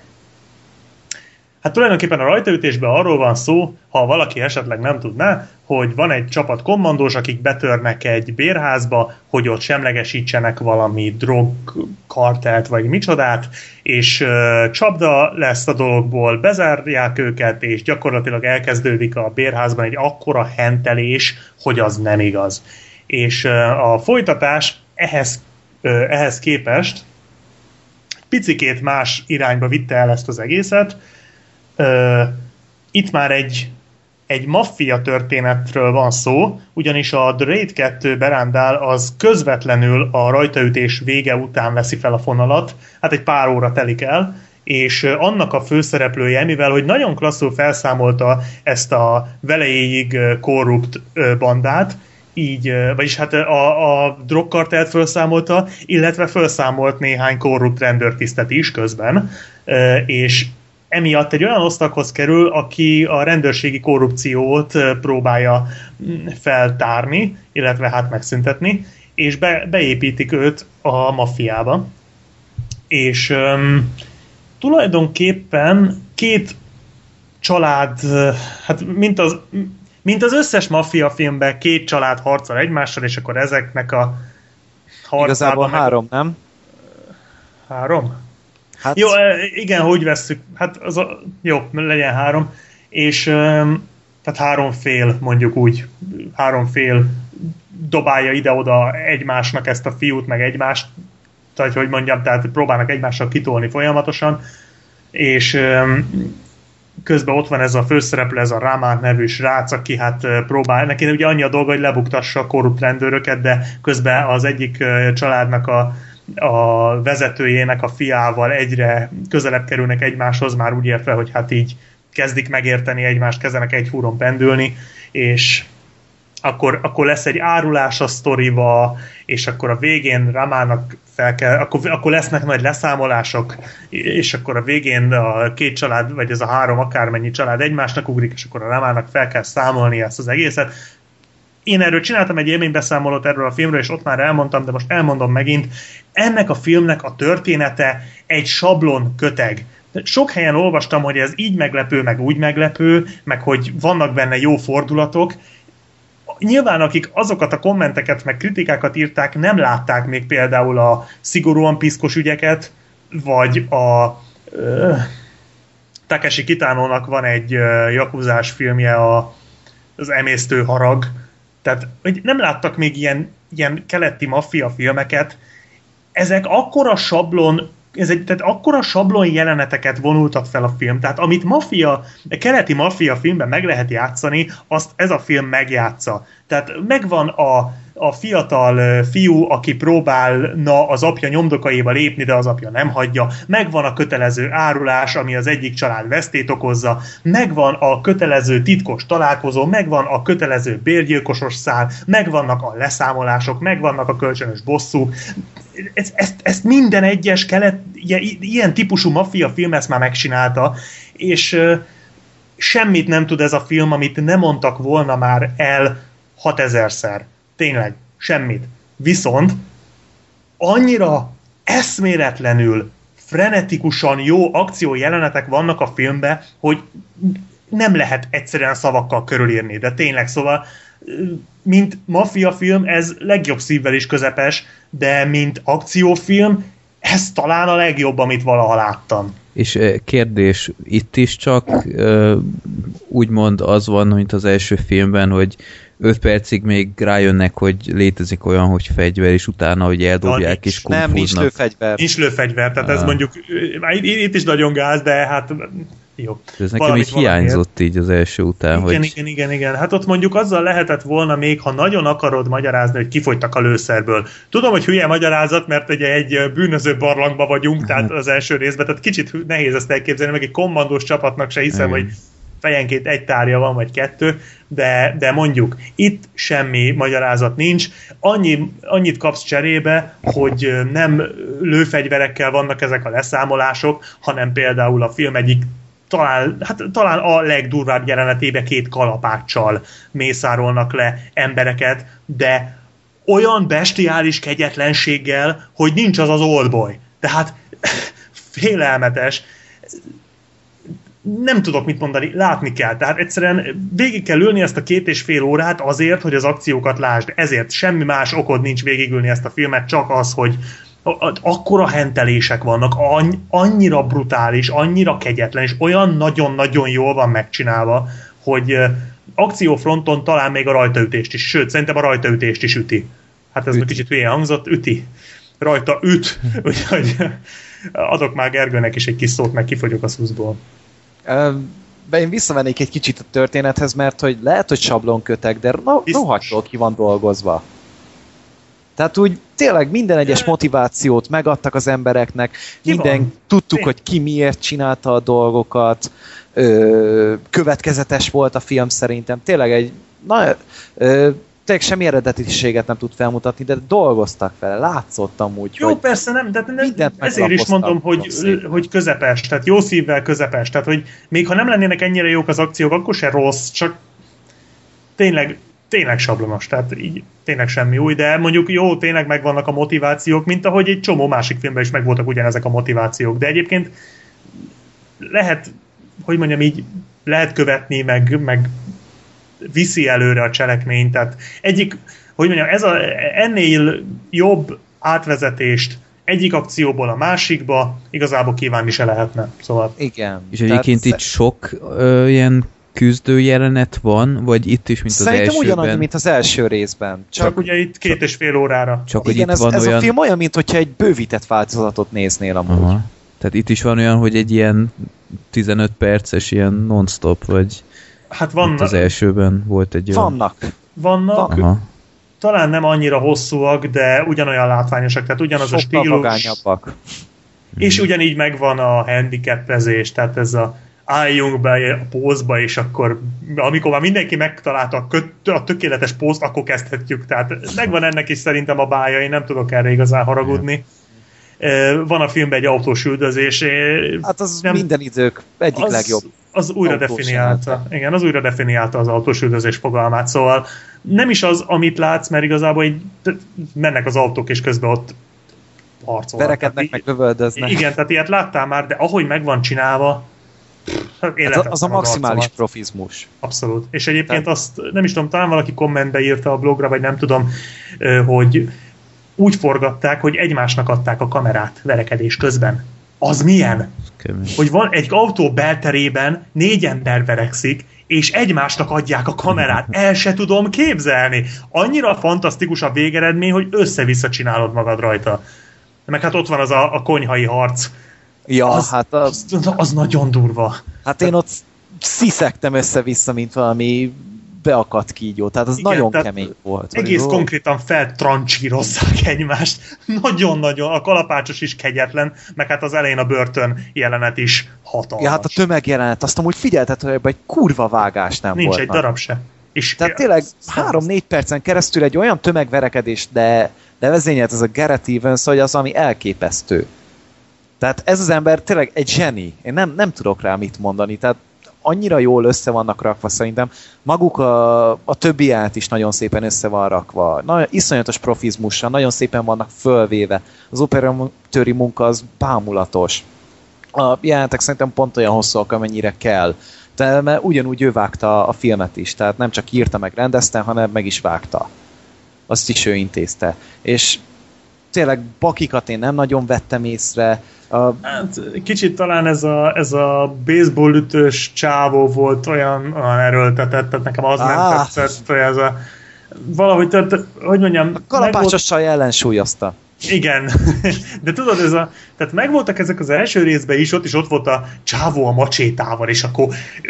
hát tulajdonképpen a rajtaütésben arról van szó, ha valaki esetleg nem tudná, hogy van egy csapat kommandós, akik betörnek egy bérházba, hogy ott semlegesítsenek valami drogkartelt, vagy micsodát, és csapda lesz a dologból, bezárják őket, és gyakorlatilag elkezdődik a bérházban egy akkora hentelés, hogy az nem igaz. És a folytatás ehhez ehhez képest picikét más irányba vitte el ezt az egészet. Itt már egy maffia történetről van szó, ugyanis a The Raid 2 Berandál az közvetlenül a rajtaütés vége után veszi fel a fonalat, hát egy pár óra telik el, és annak a főszereplője, mivel hogy nagyon klasszul felszámolta ezt a velejéig korrupt bandát, így, vagyis hát a drogkartelt felszámolta, illetve felszámolt néhány korrupt rendőrtisztet is közben, és emiatt egy olyan osztaghoz kerül, aki a rendőrségi korrupciót próbálja feltárni, illetve hát megszüntetni, és beépítik őt a maffiába. És tulajdonképpen két család, hát mint az összes maffia filmben, két család harcol egymással, és akkor ezeknek a harcában... Igazából 3, nem? 3? Hát... Jó, igen, hogy vesszük, hát jó, legyen 3, és tehát 3 fél, mondjuk úgy, 3 fél dobálja ide-oda egymásnak ezt a fiút, meg egymást, tehát hogy mondjam, tehát próbálnak egymással kitolni folyamatosan, és közben ott van ez a főszereplő, ez a Rahman nevű srác, aki hát próbál, neki ugye annyi a dolga, hogy lebuktassa a korrupt rendőröket, de közben az egyik családnak a vezetőjének a fiával egyre közelebb kerülnek egymáshoz, már úgy értve, hogy hát így kezdik megérteni egymást, kezdenek egy fúron pendülni, és akkor lesz egy árulás a sztoriba, és akkor a végén Ramának akkor lesznek nagy leszámolások, és akkor a végén a két család, vagy ez a 3 akármennyi család egymásnak ugrik, és akkor a Ramának fel kell számolni ezt az egészet. Én erről csináltam egy élménybeszámolót erről a filmről, és ott már elmondtam, de most elmondom megint. Ennek a filmnek a története egy sablon köteg. Sok helyen olvastam, hogy ez így meglepő, meg úgy meglepő, meg hogy vannak benne jó fordulatok. Nyilván akik azokat a kommenteket, meg kritikákat írták, nem látták még például a szigorúan piszkos ügyeket, vagy a Takeshi Kitanónak van egy jakuzás filmje, az Emésztő harag. Tehát hogy nem láttak még ilyen keleti maffia filmeket. Ezek akkora sablon, tehát akkora sablon jeleneteket vonultak fel a film. Tehát amit keleti maffia filmben meg lehet játszani, azt ez a film megjátsza. Tehát megvan a fiatal fiú, aki próbálna az apja nyomdokaiba lépni, de az apja nem hagyja. Megvan a kötelező árulás, ami az egyik család vesztét okozza. Megvan a kötelező titkos találkozó, megvan a kötelező bérgyilkosos szál, megvannak a leszámolások, megvannak a kölcsönös bosszúk. Ezt minden egyes ilyen típusú maffia film ezt már megcsinálta, és semmit nem tud ez a film, amit nem mondtak volna már el 6000-szer. Tényleg, semmit. Viszont annyira eszméletlenül, frenetikusan jó akciójelenetek vannak a filmben, hogy nem lehet egyszerűen szavakkal körülírni, de tényleg, szóval mint maffiafilm ez legjobb szívvel is közepes, de mint akciófilm ez talán a legjobb, amit valaha láttam. És kérdés, itt is csak úgymond az van, mint az első filmben, hogy 5 percig még rájönnek, hogy létezik olyan, hogy fegyver, és utána, hogy eldobják és kungfúznak. Nem, nincs lőfegyver. Nincs lőfegyver, tehát ez mondjuk itt is nagyon gáz, de hát jó. Ez nekem így hiányzott így az első után. Igen. Hát ott mondjuk azzal lehetett volna még, ha nagyon akarod magyarázni, hogy kifogytak a lőszerből. Tudom, hogy hülye magyarázat, mert ugye egy bűnöző barlangba vagyunk, tehát az első részben, tehát kicsit nehéz ezt elképzelni, meg egy kommandós csapatnak se hiszem, hogy fejenként egy tárja van, vagy 2, de mondjuk itt semmi magyarázat nincs. Annyit kapsz cserébe, hogy nem lőfegyverekkel vannak ezek a leszámolások, hanem például a film egyik talán a legdurvább jelenetébe 2 kalapáccsal mészárolnak le embereket, de olyan bestiális kegyetlenséggel, hogy nincs az Oldboy. Tehát félelmetes. Nem tudok mit mondani, látni kell. Tehát egyszerűen végig kell ülni ezt a 2,5 órát azért, hogy az akciókat lásd. Ezért semmi más okod nincs végigülni ezt a filmet, csak az, hogy akkora hentelések vannak, annyira brutális, annyira kegyetlen, és olyan nagyon-nagyon jól van megcsinálva, hogy akciófronton talán még a rajtaütést is, sőt, szerintem a rajtaütést is üti. Hát ez egy kicsit hülyén hangzott, üti. rajta üt, úgyhogy adok már Gergőnek is egy kis szót, meg kifogyok a szuszból. Én visszamennék egy kicsit a történethez, mert hogy lehet, hogy sablonkötek, de rohadtól ki van dolgozva. Tehát úgy tényleg minden egyes motivációt megadtak az embereknek, tudtuk, hogy ki miért csinálta a dolgokat, következetes volt a film szerintem, tényleg tényleg semmi eredetiséget nem tud felmutatni, de dolgoztak vele, látszott amúgy. Jó, persze nem, de ezért is mondom, hogy közepes, tehát jó szívvel közepes, tehát hogy még ha nem lennének ennyire jók az akciók, akkor se rossz, csak tényleg sablonos, tehát így tényleg semmi új, de mondjuk jó, tényleg megvannak a motivációk, mint ahogy egy csomó másik filmben is megvoltak ugyanezek a motivációk, de egyébként lehet, hogy mondjam így, lehet követni, meg viszi előre a cselekményt, tehát ennél jobb átvezetést egyik akcióból a másikba igazából kívánni se lehetne. Szóval. Igen. És egyébként itt sok ilyen küzdő jelenet van, vagy itt is, mint szerintem az elsőben? ugyanannyi, mint az első részben. Csak ugye itt 2,5 órára. Csak igen, ez a film olyan, mint hogyha egy bővített változatot néznél amúgy. Aha. Tehát itt is van olyan, hogy egy ilyen 15 perces ilyen non-stop, vagy hát vannak. Az elsőben volt egy olyan... Vannak. Aha. Talán nem annyira hosszúak, de ugyanolyan látványosak, tehát ugyanaz a stílus. Magányabbak. És ugyanígy megvan a handicapezés, tehát ez álljunk be a pózba, és akkor amikor már mindenki megtalálta a tökéletes pózt, akkor kezdhetjük. Tehát megvan ennek is szerintem a bája, én nem tudok erre igazán haragudni. Van a filmben egy autós üldözés. Hát az minden idők egyik legjobb. Az újra definiálta. Igen, az újra definiálta az autós üldözés fogalmát, szóval nem is az, amit látsz, mert igazából mennek az autók, és közben ott harcolnak. Verekednek, meg lövöldöznek. Igen, tehát ilyet láttál már, de ahogy meg van csinálva, hát az a maximális profizmus. Abszolút. És egyébként azt, nem is tudom, talán valaki kommentbe írta a blogra, vagy nem tudom, hogy úgy forgatták, hogy egymásnak adták a kamerát verekedés közben. Az milyen? Hogy van egy autó belterében 4 ember verekszik, és egymásnak adják a kamerát. El se tudom képzelni. Annyira fantasztikus a végeredmény, hogy össze-vissza csinálod magad rajta. Meg hát ott van az a konyhai harc. Ja, az nagyon durva. Hát én ott sziszegtem össze-vissza, mint valami beakadt kígyó. Tehát az nagyon kemény volt. Egész konkrétan feltrancsírozzák egymást. Nagyon-nagyon. A kalapácsos is kegyetlen, meg hát az elején a börtön jelenet is hatalmas. Ja, hát a tömegjelenet. Azt amúgy figyelted, hogy ebben egy kurva vágás nem volt. Nincs egy darab se. És tehát tényleg 3-4 percen keresztül egy olyan tömegverekedés, de vezényelt ez a Gareth Evans, hogy az, ami elképesztő. Tehát ez az ember tényleg egy zseni. Én nem tudok rá mit mondani. Tehát annyira jól össze vannak rakva szerintem. Maguk a többi át is nagyon szépen össze van rakva. Nagyon iszonyatos profizmussal, nagyon szépen vannak fölvéve. Az operatőri munka az bámulatos. A jelenetek szerintem pont olyan hosszúak, amennyire kell. Mert ugyanúgy ő vágta a filmet is. Tehát nem csak írta meg rendezte, hanem meg is vágta. Azt is ő intézte. És tényleg bakikat én nem nagyon vettem észre. Hát, kicsit talán ez a baseball ütős csávó volt olyan erőltetett, tehát nekem az nem tetszett, hogy ez valahogy, tehát, hogy mondjam... A kalapácsossal ellensúlyozta. Igen, de tudod, tehát megvoltak ezek az első részben is, ott volt a csávó a macsétával, és akkor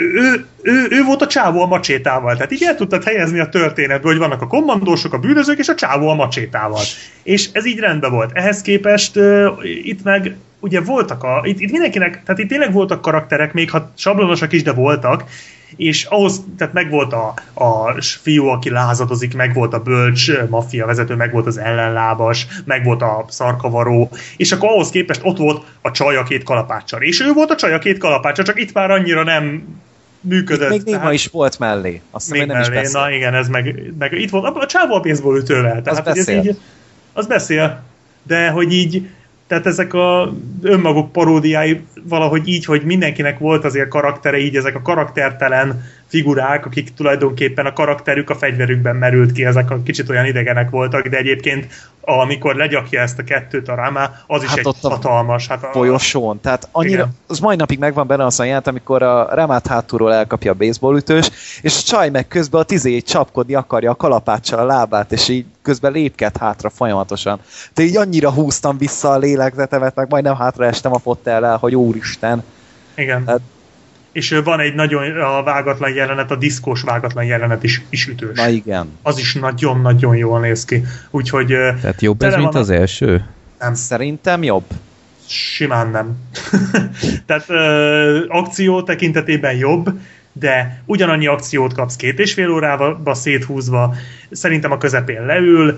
ő volt a csávó a macsétával, tehát így el tudtad helyezni a történetbe, hogy vannak a kommandósok, a bűnözők, és a csávó a macsétával. És ez így rendben volt. Ehhez képest itt meg ugye voltak itt mindenkinek, tehát itt tényleg voltak karakterek, még ha sablonosak is, de voltak, és ahhoz, tehát megvolt a fiú, aki lázadozik, megvolt a bölcs maffia vezető, megvolt az ellenlábas, megvolt a szarkavaró, és akkor ahhoz képest ott volt a csaj a 2 kalapáccsal. És ő volt a csaj a 2 kalapáccsal, csak itt már annyira nem működött. Még néma is volt mellé. Azt még nem mellé, na igen, ez meg itt volt, a csávó a baseball ütővel. Tehát, az beszél. Az beszél, de hogy így, tehát ezek a önmaguk paródiái valahogy így, hogy mindenkinek volt azért karaktere, így ezek a karaktertelen figurák, akik tulajdonképpen a karakterük a fegyverükben merült ki, ezek a kicsit olyan idegenek voltak, de egyébként amikor legyakja ezt a kettőt a Rama, az is egy hatalmas. Folyosón, tehát annyira, az mai napig megvan benne az a jelent, amikor a Ramát hátulról elkapja a baseballütős, és Csaj meg közben a tizéjét csapkodni akarja a kalapáccsal a lábát, és így közben lépked hátra folyamatosan. De így annyira húztam vissza a lélegzetemet, meg majdnem hátraestem a fottellel, hogy úristen. Igen. Hát, és van egy nagyon a vágatlan jelenet, a diszkós vágatlan jelenet is ütős. Na igen. Az is nagyon-nagyon jól néz ki. Úgyhogy... Tehát jobb ez, mint az első? Nem. Szerintem jobb. Simán nem. Tehát akció tekintetében jobb, de ugyanannyi akciót kapsz 2,5 órába széthúzva, szerintem a közepén leül.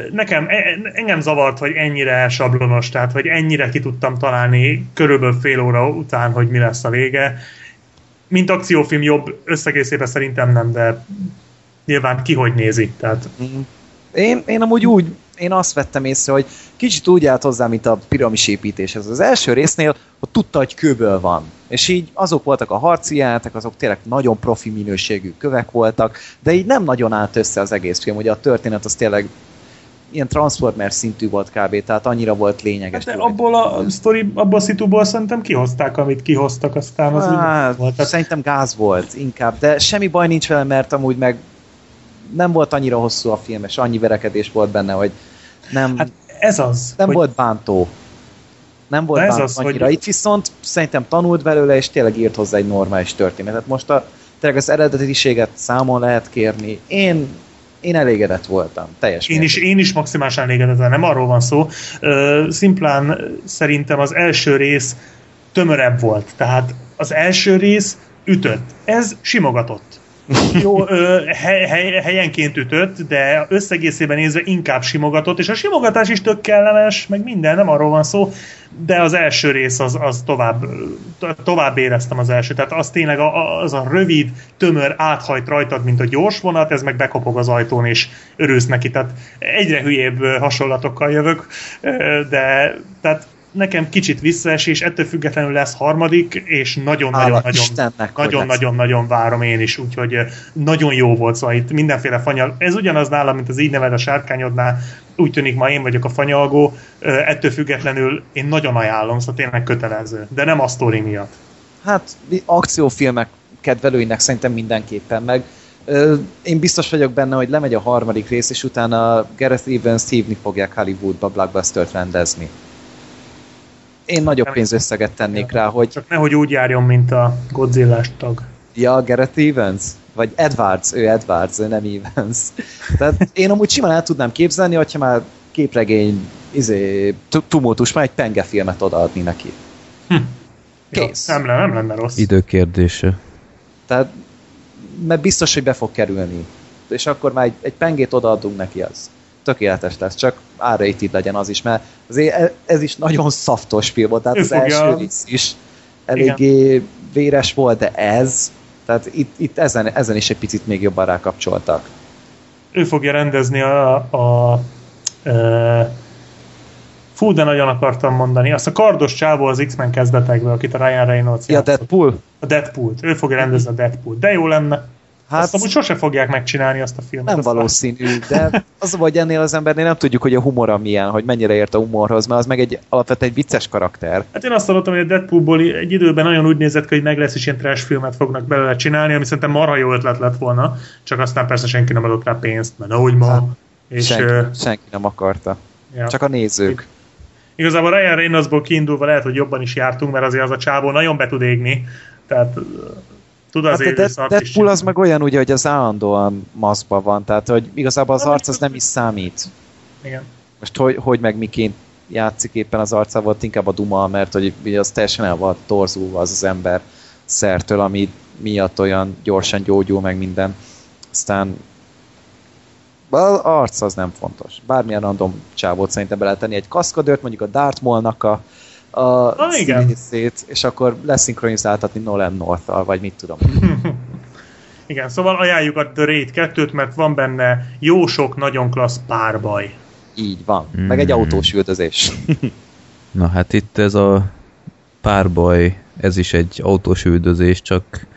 Engem zavart, hogy ennyire sablonos, tehát hogy ennyire ki tudtam találni körülbelül fél óra után, hogy mi lesz a vége. Mint akciófilm jobb, összegészében szerintem nem, de nyilván ki hogy nézi. Tehát... Én amúgy én azt vettem észre, hogy kicsit úgy állt hozzá, mint a piramisépítéshez. Az első résznél ott tudta, hogy kőből van. És így azok voltak a harci jelenetek, azok tényleg nagyon profi minőségű kövek voltak, de így nem nagyon állt össze az egész film. Ugye a történet az tényleg ilyen Transformers szintű volt kb. Tehát annyira volt lényeges. Hát de abból a szituból szerintem kihozták, amit kihoztak, aztán az volt. Tehát... Szerintem gáz volt inkább, de semmi baj nincs vele, mert amúgy meg nem volt annyira hosszú a film, és annyi verekedés volt benne, hogy nem, hát ez az, nem volt bántó. Nem volt bántó annyira. Hogy... Itt viszont szerintem tanult belőle, és tényleg írt hozzá egy normális történetet. Most tényleg az eredetiséget számon lehet kérni. Én elégedett voltam, teljes én is maximálisan elégedett, nem arról van szó. Szimplán szerintem az első rész tömörebb volt. Tehát az első rész ütött. Ez simogatott. Jó, helyenként ütött, de összegészében nézve inkább simogatott, és a simogatás is tök kellemes, meg minden, nem arról van szó, de az első rész az tovább éreztem az első, tehát az tényleg az a rövid, tömör áthajt rajtad, mint a gyors vonat, ez meg bekopog az ajtón, és örülsz neki, tehát egyre hülyébb hasonlatokkal jövök, de tehát nekem kicsit visszaesés, ettől függetlenül lesz harmadik, és nagyon-nagyon várom én is, úgyhogy nagyon jó volt, szóval itt mindenféle fanyal. Ez ugyanaz nálam, mint az Így neved a sárkányodnál, úgy tűnik ma én vagyok a fanyalgó, ettől függetlenül én nagyon ajánlom, szóval tényleg kötelező, de nem a sztori miatt. Hát akciófilmek kedvelőinek szerintem mindenképpen, meg én biztos vagyok benne, hogy lemegy a harmadik rész, és utána Gareth Evans hívni fogják Hollywoodba blockbustert rendezni. Én nagyobb pénzösszeget tennék rá, hogy... Csak nehogy úgy járjon, mint a Godzilla-s tag. Ja, Gareth Evans? Vagy Edwards, ő nem Evans. Tehát én amúgy simán el tudnám képzelni, hogyha már képregény, tumultus, már egy penge filmet odaadni neki. Kész. Ja, nem lenne rossz. Időkérdése. Tehát, mert biztos, hogy be fog kerülni. És akkor már egy pengét odaadunk neki, az tökéletes lesz, csak R-rated legyen az is, mert azért ez is nagyon szaftos film volt, tehát az első rész is eléggé véres volt, de tehát itt ezen is egy picit még jobban rákapcsoltak. Ő fogja rendezni fú, de nagyon akartam mondani, azt a kardos csávó az X-Men kezdetekből, akit a Ryan Reynolds játszott. Ja, Deadpool? A Deadpoolt. Ő fogja rendezni a Deadpoolt. De jó lenne. Hát, azt amúgy sose fogják megcsinálni azt a filmet. Nem valószínű, de az vagy ennél az embernél nem tudjuk, hogy a humora milyen, hogy mennyire ért a humorhoz, mert az meg alapvetően egy vicces karakter. Hát én azt hallottam, hogy a Deadpoolból egy időben nagyon úgy nézett ki, hogy meg lesz, és ilyen trash filmet fognak belőle csinálni, ami szerintem marha jó ötlet lett volna, csak aztán persze senki nem adott rá pénzt, mert ahogy ma. Hát, és, senki nem akarta. Ja. Csak a nézők. Igazából Ryan Reynoldsból kiindulva lehet, hogy jobban is jártunk, mert azért az a csávó nagyon be tud égni. Tehát tud azért hát Deadpool az meg olyan ugye, hogy az állandóan maszkban van, tehát hogy igazából az arc az nem is számít. Igen. Most hogy meg miként játszik éppen az arcával, volt inkább a duma, mert hogy az teljesen el volt torzulva az ember szertől, ami miatt olyan gyorsan gyógyul meg minden. Aztán az arc az nem fontos. Bármilyen random csávót szerintem be lehet tenni egy kaszkadőrt, mondjuk a Darth Maul-nak a színészét, és akkor leszinkronizáltatni Nolan North-al, vagy mit tudom. Igen, szóval ajánljuk a The Raid 2-t, mert van benne jó sok nagyon klassz párbaj. Így van. Meg egy autós üldözés. Na hát itt ez a párbaj, ez is egy autós üldözés, csak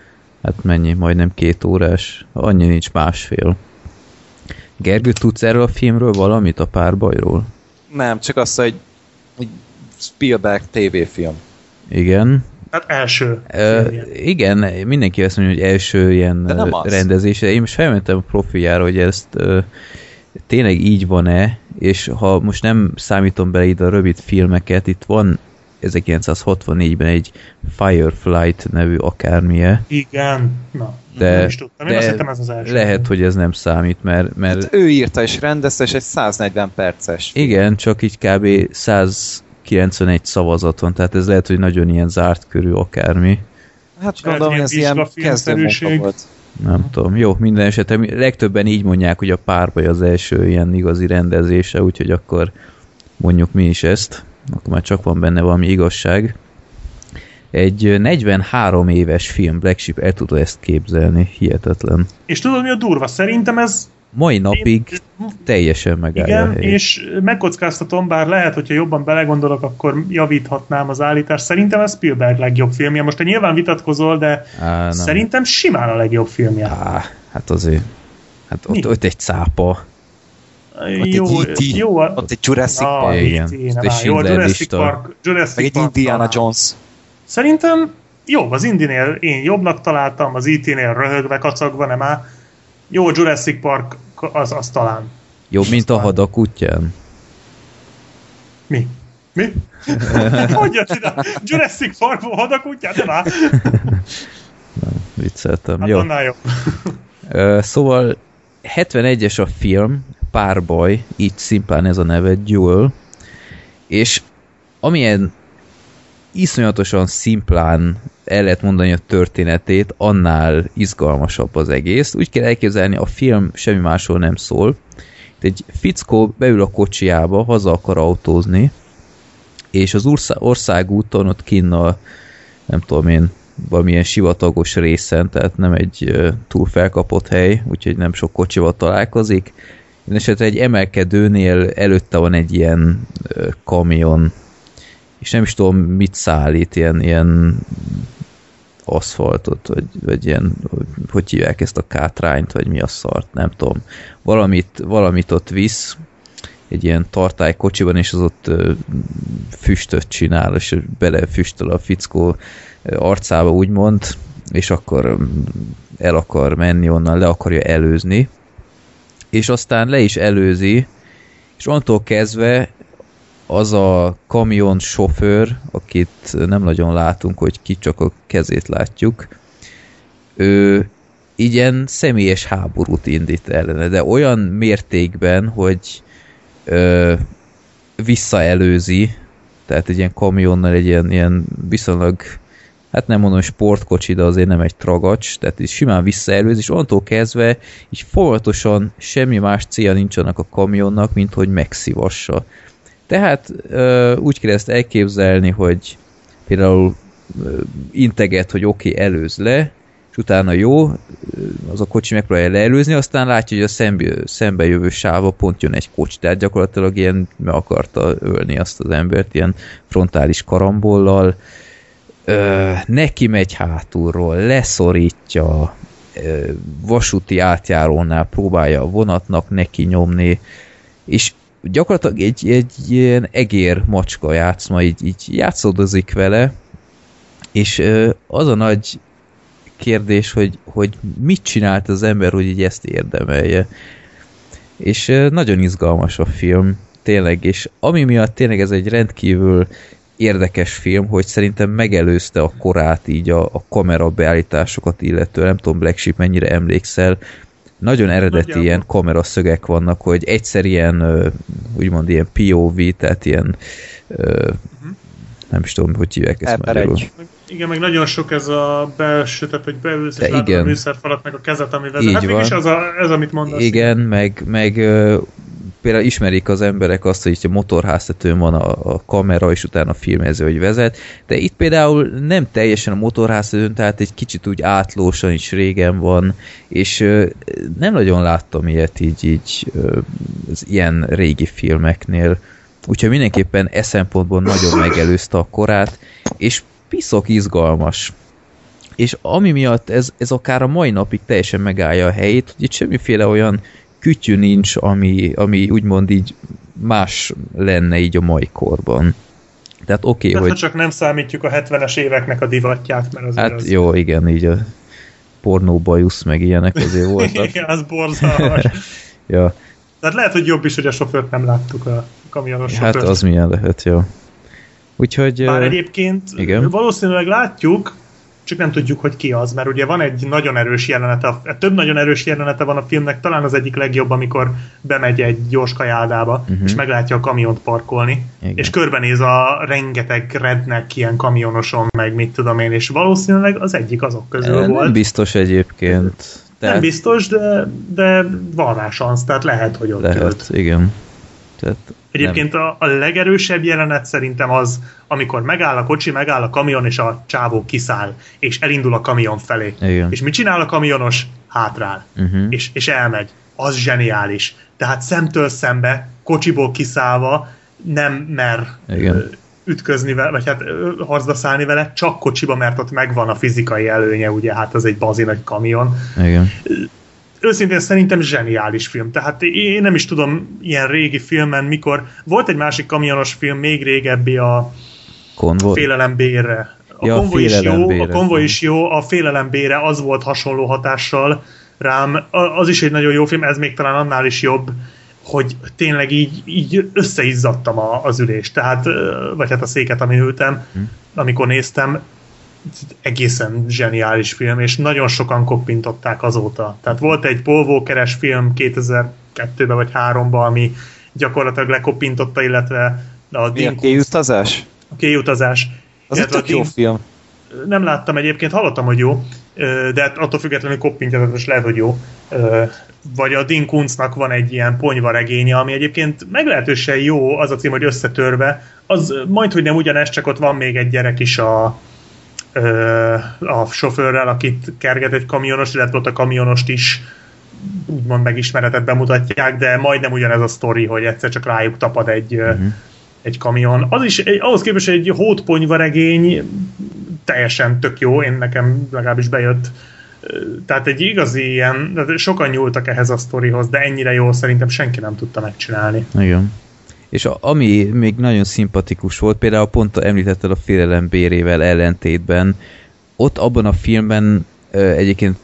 Hát mennyi? Majdnem 2 órás. Annyi nincs, másfél. Gergő, tudsz erről a filmről valamit, a Párbajról? Nem, csak azt, hogy Spielberg tévéfilm. Igen. Hát első. Igen, mindenki azt mondja, hogy első ilyen rendezése. Én most felmentem a profiljára, hogy ezt tényleg így van-e, és ha most nem számítom bele ide a rövid filmeket, itt van 1964-ben egy Fireflight nevű akármilyen. Igen, na, de, nem is tudtam. Én azt hittem, ez az első. Lehet, hogy ez nem számít, mert hát ő írta és rendezte, és egy 140 perces. Igen, csak így kb. 191 szavazat van, tehát ez lehet, hogy nagyon ilyen zárt körű akármi. Hát gondolom, ez ilyen kezdőmunka volt. Nem tudom. Jó, minden esetre legtöbben így mondják, hogy a Párbaj az első ilyen igazi rendezése, úgyhogy akkor mondjuk mi is ezt. Akkor már csak van benne valami igazság. Egy 43 éves film, Black Sheep, el tudod ezt képzelni, hihetetlen. És tudod, mi a durva? Szerintem ez mai napig teljesen megállja. Igen, és megkockáztatom, bár lehet, hogyha jobban belegondolok, akkor javíthatnám az állítást. Szerintem ez Spielberg legjobb filmje. Most te nyilván vitatkozol, de szerintem simán a legjobb filmje. Hát azért. Hát ott egy cápa. Ott egy Jurassic Park. Jó, Jurassic Park. Meg egy Indiana Jones. Szerintem jó, az Indinél én jobbnak találtam, az E.T.-nél röhögve, kacagva, nem áll. Jó, Jurassic Park az talán. Jobb, mint a Had a kutyán. Mi? Hogy jött ide? Jurassic Park Had a kutyán? Nem áll. Vicceltem. Hát jó. Annál jobb. Szóval 71-es a film, Párbaj, így szimplán ez a neve, Duel, és amilyen iszonyatosan szimplán el lehet mondani a történetét, annál izgalmasabb az egész. Úgy kell elképzelni, a film semmi másról nem szól. Egy fickó beül a kocsiába, haza akar autózni, és az országúton ott kinn a, nem tudom én, valamilyen sivatagos részen, tehát nem egy túl felkapott hely, úgyhogy nem sok kocsival találkozik. Én esetre egy emelkedőnél előtte van egy ilyen kamion, és nem is tudom, mit szállít, ilyen aszfaltot, vagy ilyen, hogy hívják ezt a kátrányt, vagy mi a szart, nem tudom. Valamit ott visz, egy ilyen tartálykocsiban, és az ott füstöt csinál, és belefüstöl a fickó arcába, úgymond, és akkor el akar menni onnan, le akarja előzni, és aztán le is előzi, és onnantól kezdve az a kamion sofőr, akit nem nagyon látunk, hogy ki, csak a kezét látjuk, ő ilyen személyes háborút indít ellene, de olyan mértékben, hogy visszaelőzi, tehát egy ilyen kamionnal, egy ilyen viszonylag, hát nem mondom sportkocsi, de azért nem egy tragacs, tehát így simán visszaelőz, és onnantól kezdve így folyamatosan semmi más célja nincs annak a kamionnak, mint hogy megszívassa. Tehát úgy kell ezt elképzelni, hogy például integet, hogy oké, előz le, és utána jó, az a kocsi megpróbálja leelőzni, aztán látja, hogy a szembe jövő sáva pont jön egy kocsi, tehát gyakorlatilag ilyen meg akarta ölni azt az embert, ilyen frontális karambollal, neki megy hátulról, leszorítja, vasúti átjárónál próbálja a vonatnak neki nyomni, és gyakorlatilag egy ilyen egér macska játszma, így játszódozik vele, és az a nagy kérdés, hogy mit csinált az ember, hogy így ezt érdemelje. És nagyon izgalmas a film, tényleg, és ami miatt tényleg ez egy rendkívül érdekes film, hogy szerintem megelőzte a korát így a kamerabeállításokat illetően, nem tudom, Black Sheep, mennyire emlékszel, nagyon eredeti ilyen kameraszögek vannak, hogy egyszer ilyen, úgymond ilyen POV, tehát ilyen nem is tudom, hogy hívják ezt magyarul. Igen, meg nagyon sok ez a belső, tehát hogy beülsz, és látod a műszerfalat, meg a kezet, ami vezet. Hát mégis ez, amit mondasz. Igen, meg például ismerik az emberek azt, hogy itt a motorháztetőn van a kamera, és utána a filmező, hogy vezet, de itt például nem teljesen a motorháztetőn, tehát egy kicsit úgy átlósan is régen van, és nem nagyon láttam ilyet így az ilyen régi filmeknél. Úgyhogy mindenképpen szempontból nagyon megelőzte a korát, és piszok izgalmas. És ami miatt ez akár a mai napig teljesen megállja a helyét, hogy itt semmiféle olyan kütyű nincs, ami úgymond így más lenne így a mai korban. Tehát oké, hogy... hogy... csak nem számítjuk a 70-es éveknek a divatját, mert azért hát az... jó, igen, így a pornóbajusz meg ilyenek azért voltak. Igen, az borzalmas. Ja. Tehát lehet, hogy jobb is, hogy a sofőrt nem láttuk, a kamionos sofőrt. Hát az milyen lehet, jó. Úgyhogy... Bár egyébként igen. Valószínűleg látjuk, csak nem tudjuk, hogy ki az, mert ugye van egy nagyon erős jelenete, több nagyon erős jelenete van a filmnek, talán az egyik legjobb, amikor bemegy egy gyors kajádába, és meglátja a kamiont parkolni, igen. És körbenéz a rengeteg redneck ilyen kamionoson, meg mit tudom én, és valószínűleg az egyik azok közül volt. Nem biztos egyébként. Nem biztos, de van rá szansz, tehát lehet, hogy ott lehet, ült. Igen. Tehát egyébként a legerősebb jelenet szerintem az, amikor megáll a kocsi, megáll a kamion, és a csávó kiszáll, és elindul a kamion felé. Igen. És mit csinál a kamionos? Hátrál. És elmegy. Az zseniális. Tehát szemtől szembe, kocsiból kiszállva nem mer ütközni vele, vagy hát harcba szállni vele, csak kocsiba, mert ott megvan a fizikai előnye, ugye, hát az egy bazi nagy kamion. Igen. Őszintén szerintem zseniális film. Tehát én nem is tudom ilyen régi filmen, mikor volt egy másik kamionos film, még régebbi a Félelembére. A konvoj is jó, a Félelembére az volt hasonló hatással rám. Az is egy nagyon jó film, ez még talán annál is jobb, hogy tényleg így összeizzadtam az ülést. Tehát, vagy hát a széket, amin ültem, amikor néztem. Egészen zseniális film, és nagyon sokan koppintották azóta. Tehát volt egy Paul Walker-es film 2002-ben vagy 2003-ban, ami gyakorlatilag lekoppintotta, illetve a Kéjutazás? A Kéjutazás. Az egy tök jó film. Nem láttam egyébként, hallottam, hogy jó, de attól függetlenül koppintja, és lehet, hogy jó. Vagy a Dean Kuntznak van egy ilyen ponyvaregénye, ami egyébként meglehetősen jó, az a cím, hogy Összetörve. Az majdhogy nem ugyanez, csak ott van még egy gyerek is a sofőrrel, akit kerget egy kamionos, illetve ott a kamionost is úgymond megismeretet bemutatják, de majdnem ugyanez a sztori, hogy egyszer csak rájuk tapad egy kamion. Az is, ahhoz képest egy hótponyvaregény teljesen tök jó, nekem legalábbis bejött. Tehát egy igazi ilyen, sokan nyúltak ehhez a sztorihoz, de ennyire jó szerintem senki nem tudta megcsinálni. Igen. És ami még nagyon szimpatikus volt, például pont említetted a Félelembérével ellentétben, ott abban a filmben egyébként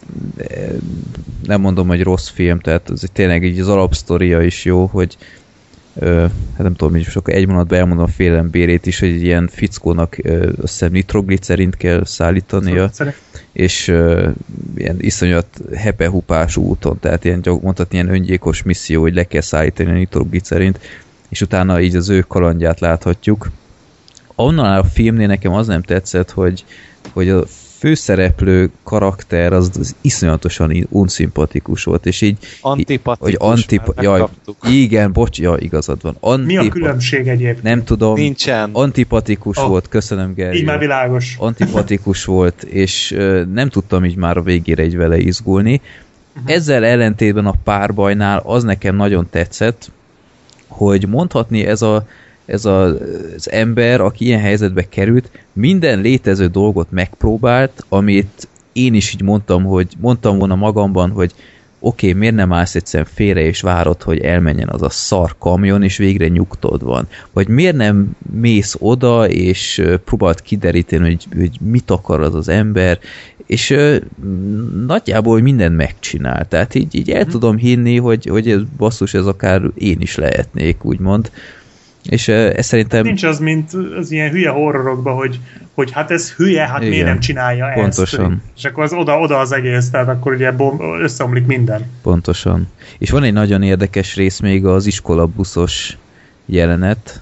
nem mondom, hogy rossz film, tehát ez tényleg így az alapsztoria is jó, hogy hát nem tudom, hogy sokkal egy mondatban elmondom a Félelembérét is, hogy egy ilyen fickónak azt hiszem nitroglicerint kell szállítania, és ilyen iszonyat hepehupás úton, tehát ilyen, mondhatni ilyen öngyilkos misszió, hogy le kell szállítani a nitroglicerint, és utána így az ő kalandját láthatjuk. Onnan a filmnél nekem az nem tetszett, hogy a főszereplő karakter az iszonyatosan unszimpatikus volt, és így... Antipatikus, igen, igazad van. Mi a különbség egyébként? Nem tudom. Nincsen. Antipatikus volt, köszönöm, Gergő. Így már világos. Antipatikus volt, és nem tudtam így már a végére így vele izgulni. Ezzel ellentétben a párbajnál az nekem nagyon tetszett, hogy mondhatni ez az ember, aki ilyen helyzetbe került, minden létező dolgot megpróbált, amit én is így mondtam volna magamban, hogy oké, miért nem állsz egyszerűen félre és várod, hogy elmenjen az a szar kamion, és végre nyugtod van. Vagy miért nem mész oda, és próbáld kideríteni, hogy mit akar az ember, és nagyjából mindent megcsinál. Tehát így el tudom hinni, hogy basszus, ez akár én is lehetnék, úgymond. És ez szerintem... Nincs az, mint az ilyen hülye horrorokban, hogy hát ez hülye, hát igen, miért nem csinálja pontosan. Ezt? És akkor az oda az egész, tehát akkor ugye összeomlik minden. Pontosan. És van egy nagyon érdekes rész még, az iskolabuszos jelenet.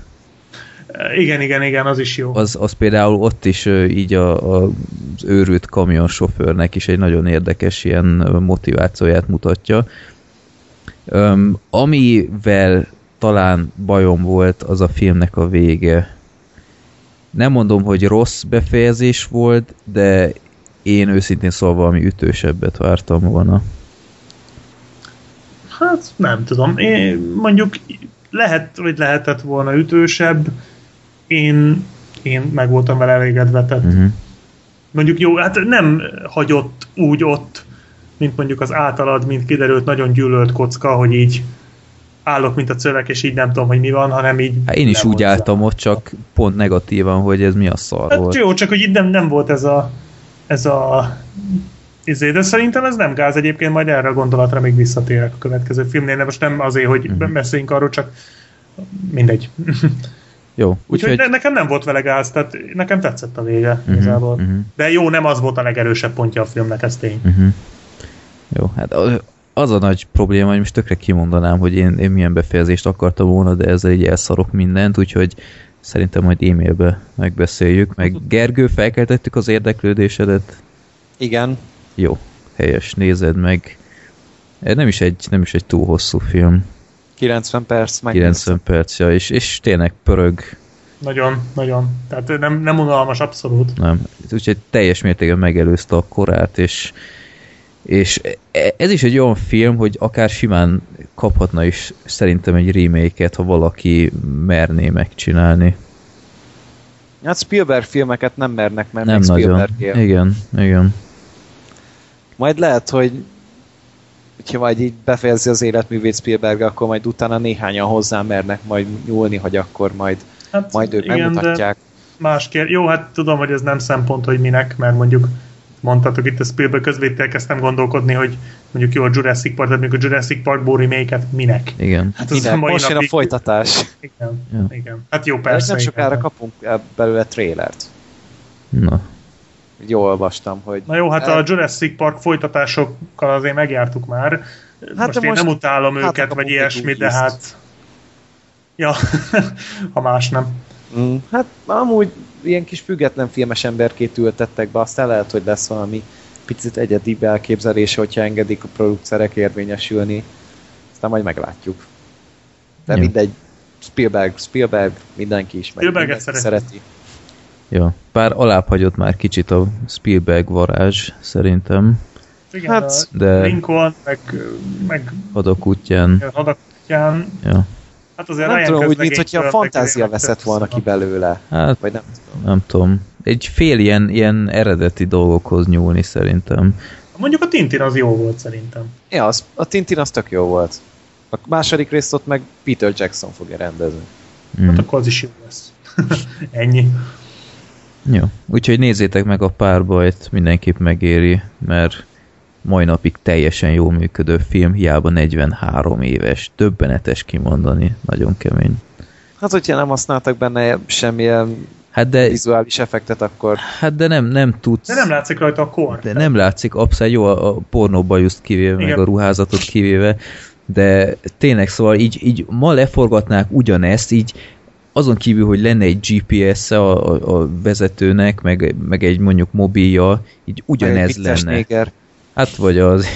Igen, az is jó. Az például ott is így az őrült kamionsofőrnek is egy nagyon érdekes ilyen motivációját mutatja. Amivel talán bajom volt, az a filmnek a vége. Nem mondom, hogy rossz befejezés volt, de én őszintén szólva valami ütősebbet vártam volna. Hát nem tudom. Én mondjuk lehetett volna ütősebb. Én meg voltam vele elégedve. mondjuk jó, hát nem hagyott úgy ott, mint mondjuk az általad, mint kiderült, nagyon gyűlölt kocka, hogy így állok, mint a szöveg, és így nem tudom, hogy mi van, hanem így... Hát én is úgy álltam ott, csak pont negatívan, hogy ez mi a szar hát volt. Jó, csak hogy itt nem volt ez a de szerintem ez nem gáz egyébként, majd erre a gondolatra még visszatérek a következő filmnél, de most nem azért, hogy beszéljünk arról, csak mindegy. Jó. Úgyhogy nekem nem volt vele gáz, tehát nekem tetszett a vége igazából. De jó, nem az volt a legerősebb pontja a filmnek, ez tény. Jó, hát az a nagy probléma, hogy most tökre kimondanám, hogy én milyen befejezést akartam volna, de ezzel így elszarok mindent, úgyhogy szerintem majd e-mailbe megbeszéljük. Meg Gergő, felkeltettük az érdeklődésedet? Igen. Jó, helyes, nézed meg. Nem is egy túl hosszú film. 90 perc. 90 perc, ja, és tényleg pörög. Nagyon, nagyon. Tehát nem unalmas, abszolút. Nem. Úgyhogy teljes mértékben megelőzte a korát, és ez is egy olyan film, hogy akár simán kaphatna is szerintem egy remake-et, ha valaki merné megcsinálni. Hát Spielberg filmeket nem mernek, mert nem még nagyon. Spielberg él. Igen. Majd lehet, hogy ha majd így befejezi az életművét Spielberg, akkor majd utána néhányan hozzá mernek majd nyúlni, hogy akkor majd ők megmutatják. Jó, hát tudom, hogy ez nem szempont, hogy minek, mert mondjuk mondhatok itt a Spielberg közvétel kezdtem gondolkodni, hogy mondjuk jó a Jurassic Park, de mondjuk a Jurassic Parkból remake-et minek? Igen. Hát minek? Most jön a folytatás. Igen. Hát jó, persze. Nem sokára kapunk belőle trailert. Na. Jól olvastam, hogy... Na jó, hát a Jurassic Park folytatásokkal azért megjártuk már. Hát most én nem utálom őket, vagy ilyesmi, de hát... Ja, ha más nem. Hát amúgy ilyen kis független filmes emberkét ültettek be, aztán lehet, hogy lesz valami picit egyedi elképzelése, hogyha engedik a producerek érvényesülni. Aztán majd meglátjuk. De mindegy, Spielberg, mindenki is mindenki szereti. Ja, bár alábbhagyott már kicsit a Spielberg varázs, szerintem. Igen, hát, de Lincoln, meg Hadakutján. Ja. Hát azért nem tudom, úgy, mint hogyha a fantázia veszett volna ki belőle. Hát, vagy nem tudom. Egy fél ilyen eredeti dolgokhoz nyúlni szerintem. Mondjuk a Tintin az jó volt szerintem. Ja, a Tintin az tök jó volt. A második részt ott meg Peter Jackson fogja rendezni. Hát akkor az is jó lesz. Ennyi. Jó, úgyhogy nézzétek meg a Párbajt, mindenképp megéri, mert mai napig teljesen jól működő film, hiába 43 éves, döbbenetes kimondani, nagyon kemény. Hát, hogyha nem használtak benne semmilyen vizuális effektet, akkor... Hát de nem tudsz... De nem látszik rajta a kor. De nem látszik, abszolút jó a pornóbajuszt kivéve, igen, meg a ruházatot kivéve, de tényleg szóval így ma leforgatnák ugyanezt, így azon kívül, hogy lenne egy GPS-e a vezetőnek, meg egy mondjuk mobilja, így ugyanez lenne. Néger. Hát vagy az...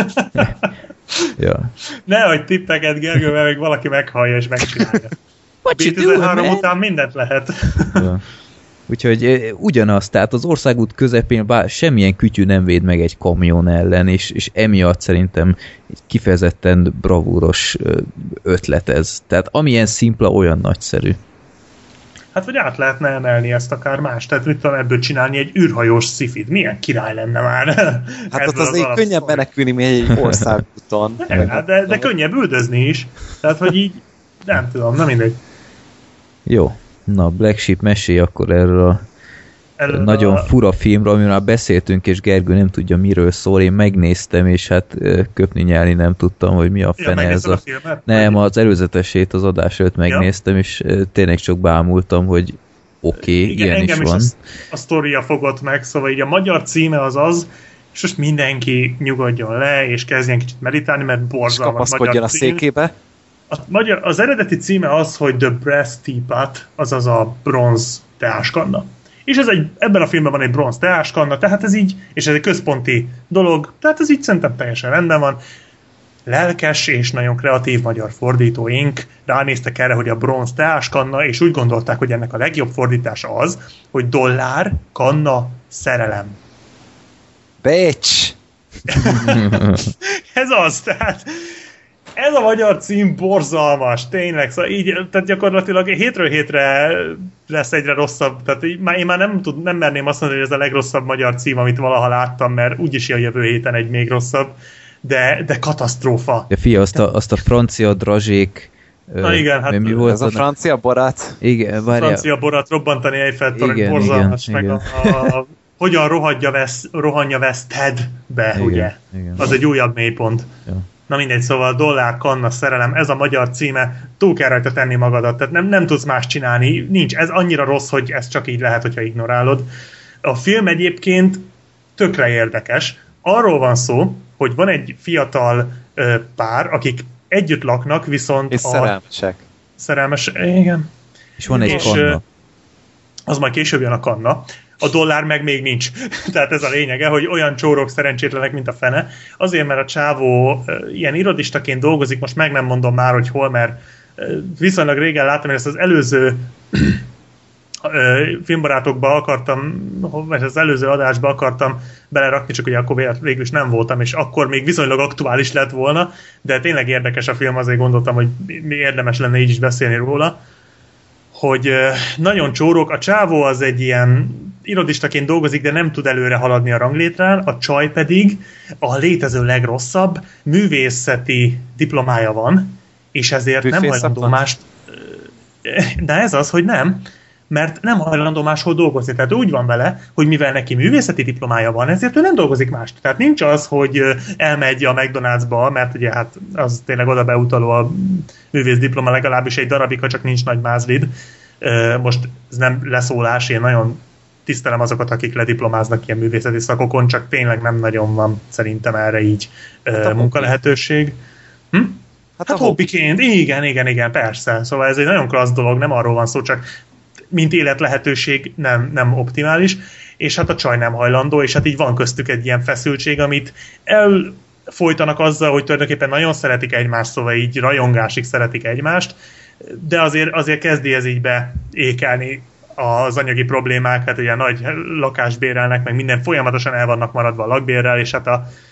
Ja. Nehogy tippeket, Gergő, mert még valaki meghallja és megcsinálja. 2003 után mindent lehet. Ja. Úgyhogy ugyanaz, tehát az országút közepén bár semmilyen kütyű nem véd meg egy kamion ellen, és emiatt szerintem egy kifejezetten bravúros ötlet ez. Tehát amilyen szimpla, olyan nagyszerű. Hát, hogy át lehetne emelni ezt akár más. Tehát mit tudom ebből csinálni egy űrhajós szifit. Milyen király lenne már? Hát ott azért könnyebb menekülni, mint egy országúton. De könnyebb üldözni is. Tehát, hogy így nem tudom, nem mindegy. Jó. Na, Black Sheep, mesélj akkor erről a nagyon fura filmről, amiről már beszéltünk, és Gergő nem tudja, miről szól. Én megnéztem, és hát köpni nyelni nem tudtam, hogy mi a fene ez a... Nem, az előzetesét az adás előtt megnéztem, és tényleg csak bámultam, hogy oké, ilyen is van. Is a sztoria fogott meg, szóval így a magyar címe az, és most mindenki nyugodjon le, és kezdjen kicsit meditálni, mert borzalmas magyar a székébe. Az eredeti címe az, hogy The Brass Teapot, azaz a bronz teáskanna. És ebben a filmben van egy bronz teáskanna, tehát ez így, és ez egy központi dolog, tehát ez így szerintem teljesen rendben van. Lelkes és nagyon kreatív magyar fordítóink ránéztek erre, hogy a bronz teáskanna, és úgy gondolták, hogy ennek a legjobb fordítása az, hogy dollár, kanna, szerelem. Bitch! Ez az, tehát ez a magyar cím borzalmas, tényleg, szóval így, tehát gyakorlatilag hétről hétre lesz egyre rosszabb, tehát én már nem merném azt mondani, hogy ez a legrosszabb magyar cím, amit valaha láttam, mert úgyis a jövő héten egy még rosszabb, de katasztrófa. De fia, azt a francia drazsék. Na igen, hát mi volt ez a francia barát. Igen, várjál. Francia borát robbantani Eiffel-torony, borzalmas, igen, meg a hogyan rohanja vesztedbe, ugye? Igen. Az egy újabb mélypont. Ja. Na mindegy, szóval dollár, kanna, szerelem, ez a magyar címe, túl kell rajta tenni magadat, tehát nem tudsz más csinálni, nincs, ez annyira rossz, hogy ez csak így lehet, hogyha ignorálod. A film egyébként tökre érdekes. Arról van szó, hogy van egy fiatal pár, akik együtt laknak, viszont és szerelmesek. Szerelmes, igen. És van egy kanna. Az majd később jön a kanna. A dollár meg még nincs. Tehát ez a lényege, hogy olyan csórok szerencsétlenek, mint a fene. Azért, mert a csávó ilyen irodistaként dolgozik, most meg nem mondom már, hogy hol, mert viszonylag régen láttam, hogy ezt az előző filmbarátokba akartam, vagy az előző adásba akartam belerakni, csak ugye akkor végül is nem voltam, és akkor még viszonylag aktuális lett volna, de tényleg érdekes a film, azért gondoltam, hogy érdemes lenne így is beszélni róla, hogy nagyon csórok, a csávó az egy ilyen irodistaként dolgozik, de nem tud előre haladni a ranglétrán, a csaj pedig a létező legrosszabb művészeti diplomája van, és ezért nem hajlandó mást... De ez az, hogy nem, mert nem hajlandó máshol dolgozni. Tehát úgy van vele, hogy mivel neki művészeti diplomája van, ezért ő nem dolgozik mást. Tehát nincs az, hogy elmegy a McDonald'sba, mert ugye hát az tényleg oda beutaló a művész diploma, legalábbis egy darabig, ha csak nincs nagy mázlid. Most ez nem leszólás, én nagyon tisztelem azokat, akik lediplomáznak ilyen művészeti szakokon, csak tényleg nem nagyon van szerintem erre így munkalehetőség. Hát hobbiként, igen, persze. Szóval ez egy nagyon klassz dolog, nem arról van szó, csak mint életlehetőség nem optimális, és hát a csaj nem hajlandó, és hát így van köztük egy ilyen feszültség, amit elfolytanak azzal, hogy tulajdonképpen nagyon szeretik egymást, szóval így rajongásig szeretik egymást, de azért kezdi ez így beékelni az anyagi problémák, hát ugye nagy lakást bérelnek, meg minden folyamatosan el vannak maradva a lakbérrel, és hát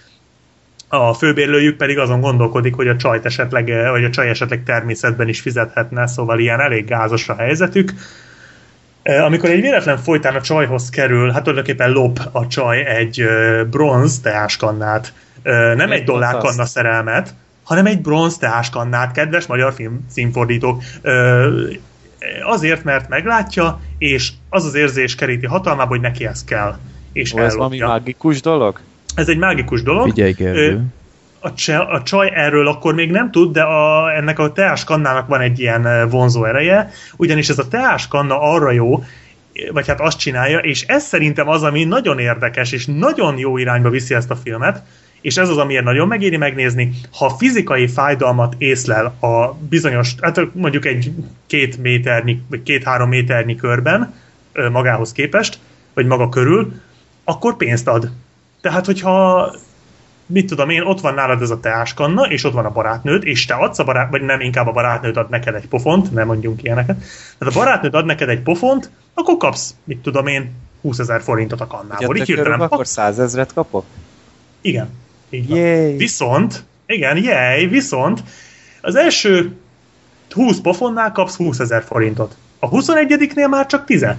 a főbérlőjük pedig azon gondolkodik, hogy a csaj esetleg természetben is fizethetne, szóval ilyen elég gázos a helyzetük. Amikor egy véletlen folytán a csajhoz kerül, hát tulajdonképpen lop a csaj egy bronz teáskannát, nem egy dollárkanna szerelmet, hanem egy bronz teáskannát, kedves magyar film címfordítók. Azért, mert meglátja, és az érzés keríti hatalmába, hogy neki ez kell. És ez valami mágikus dolog? Ez egy mágikus dolog. Figyelj, Gergő. A csaj erről akkor még nem tud, de ennek a teáskannának van egy ilyen vonzó ereje, ugyanis ez a teáskanna arra jó, vagy hát azt csinálja, és ez szerintem az, ami nagyon érdekes, és nagyon jó irányba viszi ezt a filmet, és ez az, amiért nagyon megéri megnézni, ha fizikai fájdalmat észlel a bizonyos, hát mondjuk egy 2 méternyi, vagy 2-3 méternyi körben magához képest, vagy maga körül, akkor pénzt ad. Tehát, hogyha mit tudom én, ott van nálad ez a teáskanna, és ott van a barátnőd, és te adsz vagy nem, inkább a barátnőd ad neked egy pofont, nem mondjunk ilyeneket. Tehát a barátnőd ad neked egy pofont, akkor kapsz, mit tudom én, 20 000 forintot a kannából. Így hirtelen akkor 100 000 kapok? Igen. Így van. Viszont az első 20 pofonnál kapsz 20 000 forintot. A 21-nél már csak 10-et.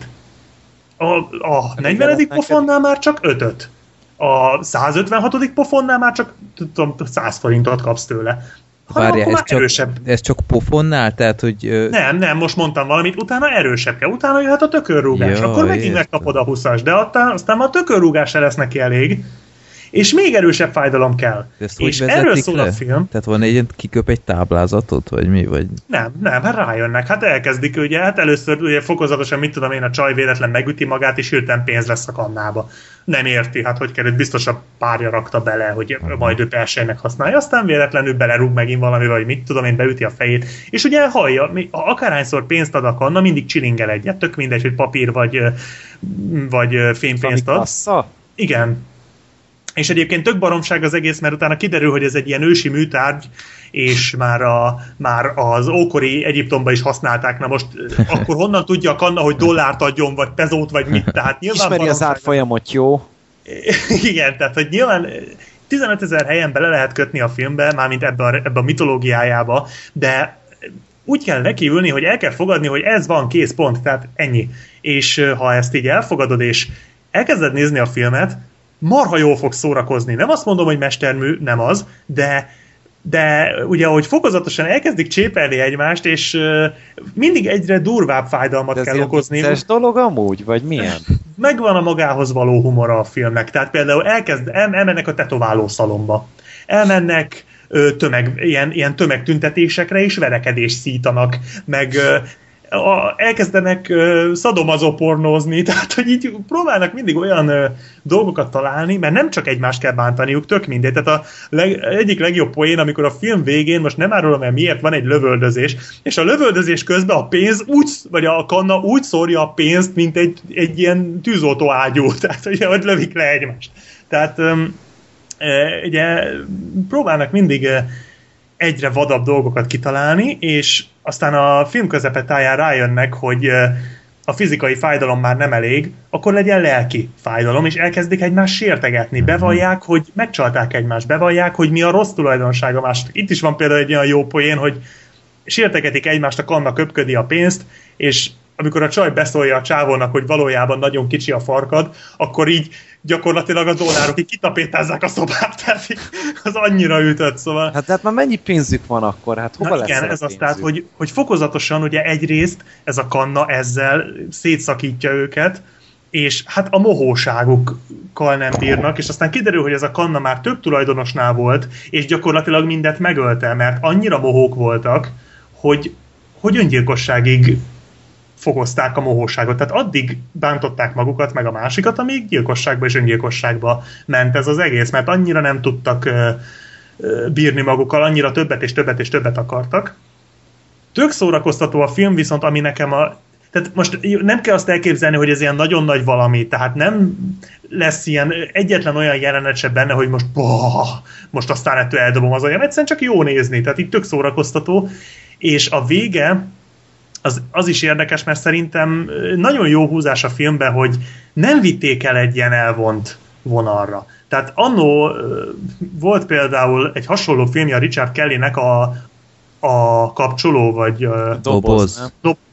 A 40. pofonnál már csak 5-öt. A 156. pofonnál már csak 100 forintot kapsz tőle. Várjál, ez csak pofonnál? Tehát, hogy... Nem, most mondtam valamit, utána erősebb kell. Utána jöhet a tökörrúgás. Akkor megint megkapod a 20-as, de aztán a tökörrúgás se lesz neki elég. És még erősebb fájdalom kell. És erről szól a film. Tehát van egy kiköp egy táblázatot, vagy mi? Vagy... Nem, hát rájönnek. Hát elkezdik ugye, hát először ugye fokozatosan, mit tudom én, a csaj véletlen megüti magát, és hirtelen pénz lesz a kannába. Nem érti, hát hogy került, biztos a párja rakta bele, hogy majd ő persejnek használja, aztán véletlenül belerúg megint valami, vagy mit tudom én, beüti a fejét. És ugye hallja, akárhányszor pénzt ad a kanna, mindig csilingel egyet, tök mindegy, hogy papír vagy fénypénzt ad. Igen. És egyébként tök baromság az egész, mert utána kiderül, hogy ez egy ilyen ősi műtárgy, és már az ókori Egyiptomban is használták. Na most akkor honnan tudja a kanna, hogy dollárt adjon, vagy pezót, vagy mit? Tehát nyilván ismeri az árfolyamot, jó? Igen, tehát hogy nyilván 15 000 helyen bele lehet kötni a filmbe, mármint ebbe a mitológiájába, de úgy kell nekiülni, hogy el kell fogadni, hogy ez van, kész, pont, tehát ennyi. És ha ezt így elfogadod, és elkezded nézni a filmet, marha jól fog szórakozni. Nem azt mondom, hogy mestermű, nem az, de ugye, ahogy fokozatosan elkezdik csépelni egymást, és mindig egyre durvább fájdalmat kell okozni. Ez dolog amúgy, vagy milyen? Megvan a magához való humora a filmnek. Tehát például elmennek a tetováló szalomba. Elmennek ilyen tömegtüntetésekre, és verekedést szítanak, meg elkezdenek szadomazopornózni, tehát hogy így próbálnak mindig olyan dolgokat találni, mert nem csak egymást kell bántaniuk, tök mindegy. Tehát egyik legjobb poén, amikor a film végén, most nem árulom el miért, van egy lövöldözés, és a lövöldözés közben a pénz vagy a kanna úgy szórja a pénzt, mint egy ilyen tűzoltó ágyú, tehát hogy lövik le egymást. Tehát ugye próbálnak mindig egyre vadabb dolgokat kitalálni, és aztán a film közepetáján rájönnek, hogy a fizikai fájdalom már nem elég, akkor legyen lelki fájdalom, és elkezdik egymást sértegetni. Bevallják, hogy megcsalták egymást, bevallják, hogy mi a rossz tulajdonsága másnak. Itt is van például egy olyan jó poén, hogy sértegetik egymást, a kanna köpködi a pénzt, és amikor a csaj beszólja a csávónak, hogy valójában nagyon kicsi a farkad, akkor így gyakorlatilag a donárok így kitapétázzák a szobát, tehát az annyira ütött, szóval... Hát már mennyi pénzük van akkor? Hát hova lesz igen, ez az tehát, hogy fokozatosan ugye egyrészt ez a kanna ezzel szétszakítja őket, és hát a mohóságukkal nem bírnak, és aztán kiderül, hogy ez a kanna már több tulajdonosnál volt, és gyakorlatilag mindet megölte, mert annyira mohók voltak, hogy öngyilkosságig fokozták a mohóságot. Tehát addig bántották magukat, meg a másikat, amíg gyilkosságba és öngyilkosságba ment ez az egész, mert annyira nem tudtak bírni magukkal, annyira többet és többet és többet akartak. Tök szórakoztató a film, viszont ami nekem tehát most nem kell azt elképzelni, hogy ez ilyen nagyon nagy valami, tehát nem lesz ilyen egyetlen olyan jelenet se benne, hogy most aztán ettől eldobom az agyam, egyszerűen csak jó nézni, tehát itt tök szórakoztató, és a vége az is érdekes, mert szerintem nagyon jó húzás a filmben, hogy nem vitték el egy ilyen elvont vonalra. Tehát annó volt például egy hasonló filmje a Richard Kellynek a Kapcsoló, vagy Doboz.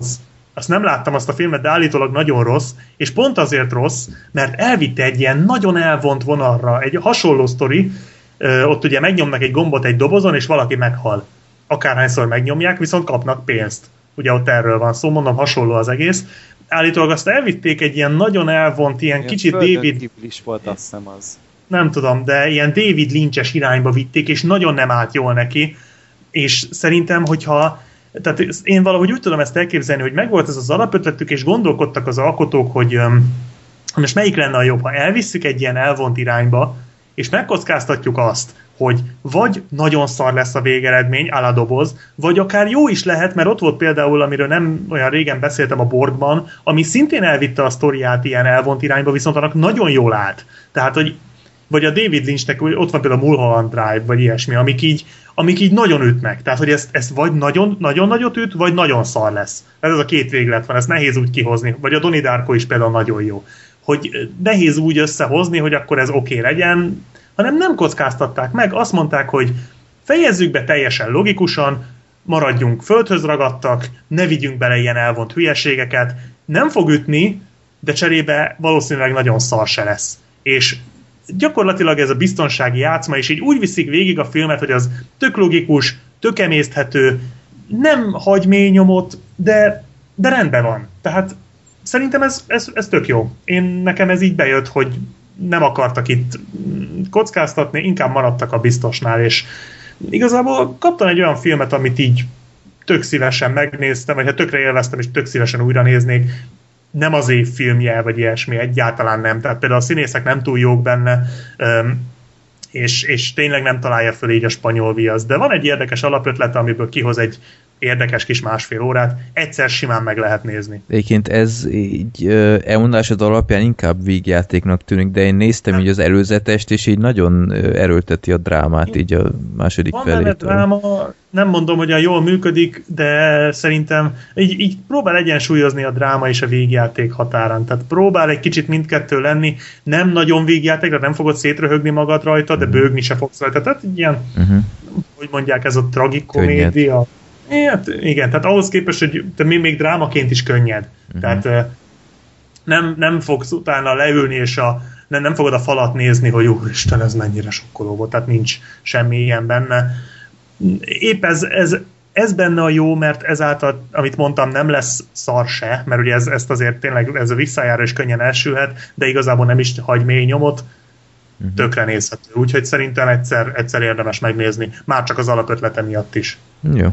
Azt nem láttam azt a filmet, de állítólag nagyon rossz, és pont azért rossz, mert elvitte egy ilyen nagyon elvont vonalra, egy hasonló sztori, ott ugye megnyomnak egy gombot egy dobozon, és valaki meghal. Akárhányszor megnyomják, viszont kapnak pénzt. Ugye ott erről van szó, mondom, hasonló az egész. Állítólag azt elvitték egy ilyen nagyon elvont, ilyen kicsit David... is volt, azt hiszem az. Nem tudom, de ilyen David Lynch-es irányba vitték, és nagyon nem állt jól neki. És szerintem, hogyha... Tehát én valahogy úgy tudom ezt elképzelni, hogy megvolt ez az alapötletük, és gondolkodtak az alkotók, hogy most melyik lenne a jobb, ha elvisszük egy ilyen elvont irányba, és megkockáztatjuk azt, hogy vagy nagyon szar lesz a végeredmény, a la Doboz, vagy akár jó is lehet, mert ott volt például, amiről nem olyan régen beszéltem, a Borgban, ami szintén elvitte a sztoriát ilyen elvont irányba, viszont annak nagyon jól állt. Tehát, hogy vagy a David Lynchnek, ott van például a Mulholland Drive, vagy ilyesmi, amik így nagyon ütnek. Tehát, hogy ez vagy nagyon nagyot üt, vagy nagyon szar lesz. Ez a két véglet van, ezt nehéz úgy kihozni. Vagy a Donnie Darko is például nagyon jó. Hogy nehéz úgy összehozni, hogy akkor ez oké legyen, hanem nem kockáztatták meg, azt mondták, hogy fejezzük be teljesen logikusan, maradjunk földhöz ragadtak, ne vigyünk bele ilyen elvont hülyeségeket, nem fog ütni, de cserébe valószínűleg nagyon szar se lesz. És gyakorlatilag ez a biztonsági játszma, és így úgy viszik végig a filmet, hogy az tök logikus, tök emészthető, nem hagy mély nyomot, de rendben van. Tehát szerintem ez tök jó. Nekem ez így bejött, hogy nem akartak itt kockáztatni, inkább maradtak a biztosnál, és igazából kaptam egy olyan filmet, amit így tök szívesen megnéztem, vagy hát tökre élveztem, és tök szívesen újra néznék. Nem az év filmje, vagy ilyesmi, egyáltalán nem. Tehát például a színészek nem túl jók benne, és tényleg nem találja föl így a spanyol viasz. De van egy érdekes alapötlete, amiből kihoz egy érdekes kis másfél órát, egyszer simán meg lehet nézni. Egyébként ez így elmondásod alapján inkább vígjátéknak tűnik, de én néztem így az előzetest, és így nagyon erőlteti a drámát így a második felétől. Van dráma, nem mondom, hogy jól működik, de szerintem így próbál egyensúlyozni a dráma és a vígjáték határán. Tehát próbál egy kicsit mindkettő lenni, nem nagyon vígjáték, nem fogod szétröhögni magad rajta, de bőgni se fogsz rajta. Tehát ilyen, hogy mondják, ez a tragikomédia. Hát, igen, tehát ahhoz képest, hogy te még drámaként is könnyed. Tehát nem fogsz utána leülni, és nem fogod a falat nézni, hogy úristen, ez mennyire sokkoló volt, tehát nincs semmi ilyen benne. Épp ez benne a jó, mert ezáltal, amit mondtam, nem lesz szar se, mert ugye ezt azért tényleg ez a visszájára is könnyen elsülhet, de igazából nem is hagy mély nyomot, tökre nézhető. Úgyhogy szerintem egyszer érdemes megnézni, már csak az alapötlete miatt is. Jó.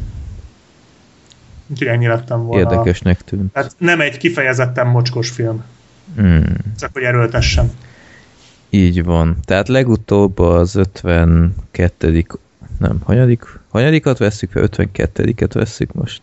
Úgyhogy ennyi lettem volna. Érdekesnek tűnt. Hát nem egy kifejezetten mocskos film. Csak hogy erőltessem. Így van. Tehát legutóbb az 52. Nem, hanyadikat vesszük fel? 52-et vesszük most.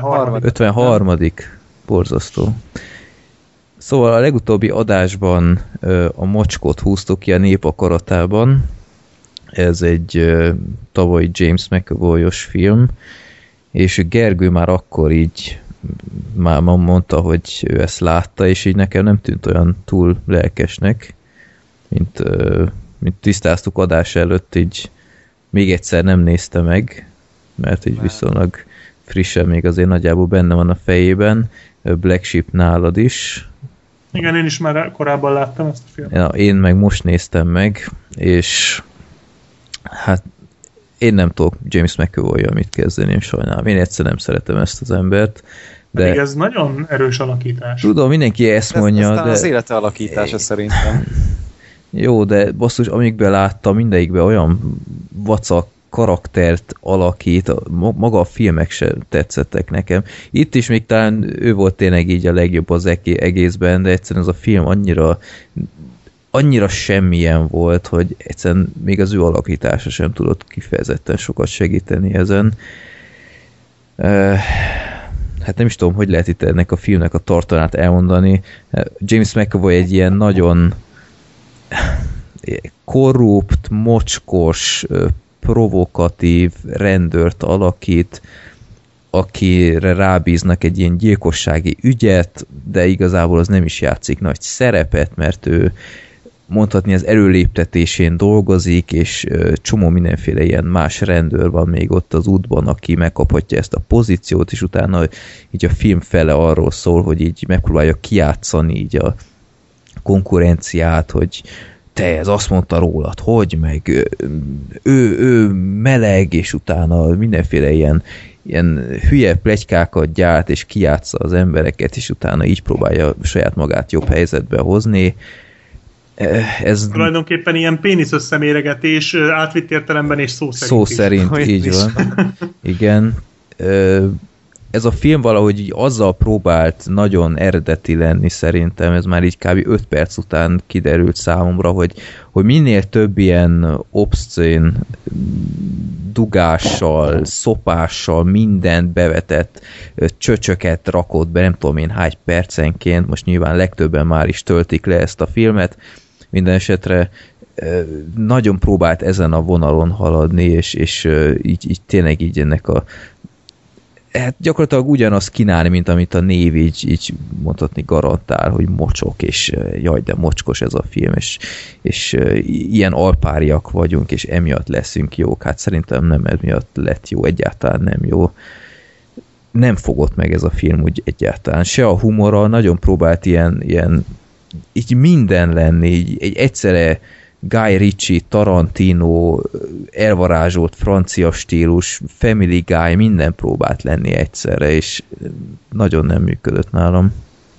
53. Borzasztó. Szóval a legutóbbi adásban a Mocskot húztuk ki a Népakaratában. Ez egy tavalyi James McAvoy-os film, és Gergő már akkor így már mondta, hogy ő ezt látta, és így nekem nem tűnt olyan túl lelkesnek, mint tisztáztuk adás előtt, így még egyszer nem nézte meg, mert így viszonylag frissen még azért nagyjából benne van a fejében. Black Sheep nálad is. Igen, én is már korábban láttam ezt a filmet. Ja, én meg most néztem meg, és hát én nem tudok James McAvoy-jal mit kezdeni, én sajnálom. Én egyszer nem szeretem ezt az embert. De pedig ez nagyon erős alakítás. Tudom, mindenki ezt mondja, de az élete alakítása szerintem. Jó, de basszus, amikben láttam, mindegyikben olyan vacak karaktert alakít, maga a filmek se tetszettek nekem. Itt is még talán ő volt tényleg így a legjobb az egészben, de egyszerűen az a film annyira semmilyen volt, hogy egyszerűen még az ő alakítása sem tudott kifejezetten sokat segíteni ezen. Hát nem is tudom, hogy lehet itt ennek a filmnek a tartalmát elmondani. James McAvoy egy ilyen nagyon korrupt, mocskos, provokatív rendőrt alakít, akire rábíznak egy ilyen gyilkossági ügyet, de igazából az nem is játszik nagy szerepet, mert ő mondhatni az előléptetésén dolgozik, és csomó mindenféle ilyen más rendőr van még ott az útban, aki megkaphatja ezt a pozíciót, és utána így a film fele arról szól, hogy így megpróbálja kijátszani így a konkurenciát, hogy te, ez azt mondta rólad, hogy meg ő meleg, és utána mindenféle ilyen hülye pletykákat gyárt, és kijátsza az embereket, és utána így próbálja saját magát jobb helyzetbe hozni. Ez tulajdonképpen ilyen pénisz összeméregetés átvitt értelemben és szó szerint. Szó szerint, így van. Igen. Ez a film valahogy így azzal próbált nagyon eredeti lenni szerintem, ez már így kb. 5 perc után kiderült számomra, hogy minél több ilyen obszcén dugással, szopással, mindent bevetett, csöcsöket rakott be, nem tudom én hány percenként, most nyilván legtöbben már is töltik le ezt a filmet, minden esetre nagyon próbált ezen a vonalon haladni, és így tényleg így ennek a hát gyakorlatilag ugyanazt kínálni, mint amit a név így mondhatni garantál, hogy mocsok, és jaj, de mocskos ez a film, és ilyen alpáriak vagyunk, és emiatt leszünk jók. Hát szerintem nem emiatt lett jó, egyáltalán nem jó. Nem fogott meg ez a film úgy egyáltalán. Se a humora, nagyon próbált ilyen így minden lenni, így egyszerre Guy Ritchie, Tarantino, elvarázsolt francia stílus, Family Guy, minden próbált lenni egyszerre, és nagyon nem működött nálam.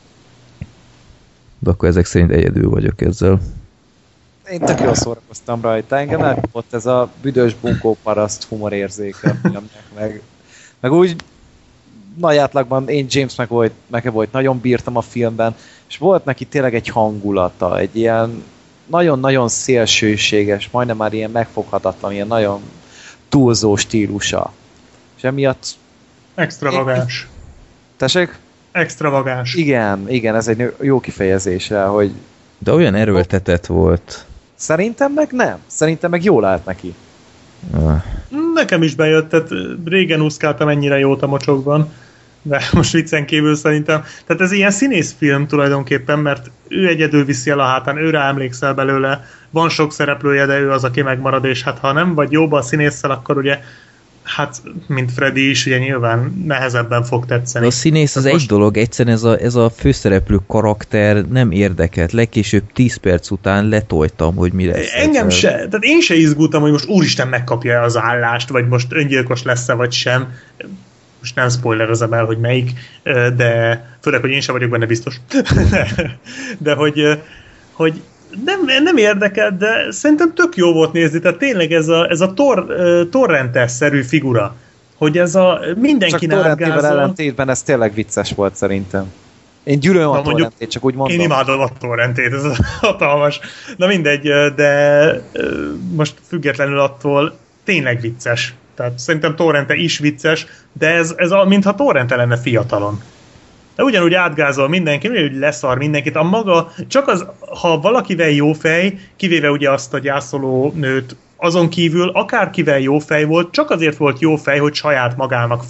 De akkor ezek szerint egyedül vagyok ezzel. Én tök jól szórakoztam rajta, engem elkapott ez a büdös bunkóparaszt humorérzéke a filmnek, meg úgy nagy átlagban én James McAvoyt nagyon bírtam a filmben, és volt neki tényleg egy hangulata, egy ilyen nagyon-nagyon szélsőséges, majdnem már ilyen megfoghatatlan, ilyen nagyon túlzó stílusa. És emiatt Extravagáns. Tessék? Extravagáns. Igen, ez egy jó kifejezés rá, hogy... De olyan erőltetett volt. Szerintem meg nem. Szerintem meg jól állt neki. Nekem is bejött, tehát régen úszkáltam ennyire jót a mocsokban, de most viccen kívül szerintem. Tehát ez ilyen színészfilm tulajdonképpen, mert ő egyedül viszi el a hátán, őre emlékszel belőle, van sok szereplője, de ő az, aki megmarad, és hát ha nem vagy jóban a színésszel, akkor ugye hát, mint Freddy is, ugye nyilván nehezebben fog tetszeni. A színész az egy dolog, egyszerűen ez a főszereplő karakter nem érdekelt. Legkésőbb 10 perc után letoltam, hogy mi lesz. Engem se, tehát én se izgultam, hogy most úristen megkapja az állást, vagy most öngyilkos lesz-e, vagy sem. Most nem spoilerezem el, hogy melyik, de főleg, hogy én sem vagyok benne biztos. De hogy nem érdekel, de szerintem tök jó volt nézni, tehát tényleg ez a torrentes-szerű figura, hogy ez a mindenkin átgázol. Csak torrentivel ellentétben ez tényleg vicces volt szerintem. Én gyűlölöm a torrentét, csak úgy mondom. Én imádom a torrentét, ez hatalmas. Na mindegy, de most függetlenül attól tényleg vicces. Tehát szerintem torrente is vicces, de ez mintha torrente lenne fiatalon. De ugyanúgy átgázol mindenki, ugyanúgy leszar mindenkit. A maga, csak az, ha valakivel jó fej, kivéve ugye azt a gyászoló nőt, azon kívül akárkivel jó fej volt, csak azért volt jó fej, hogy saját magának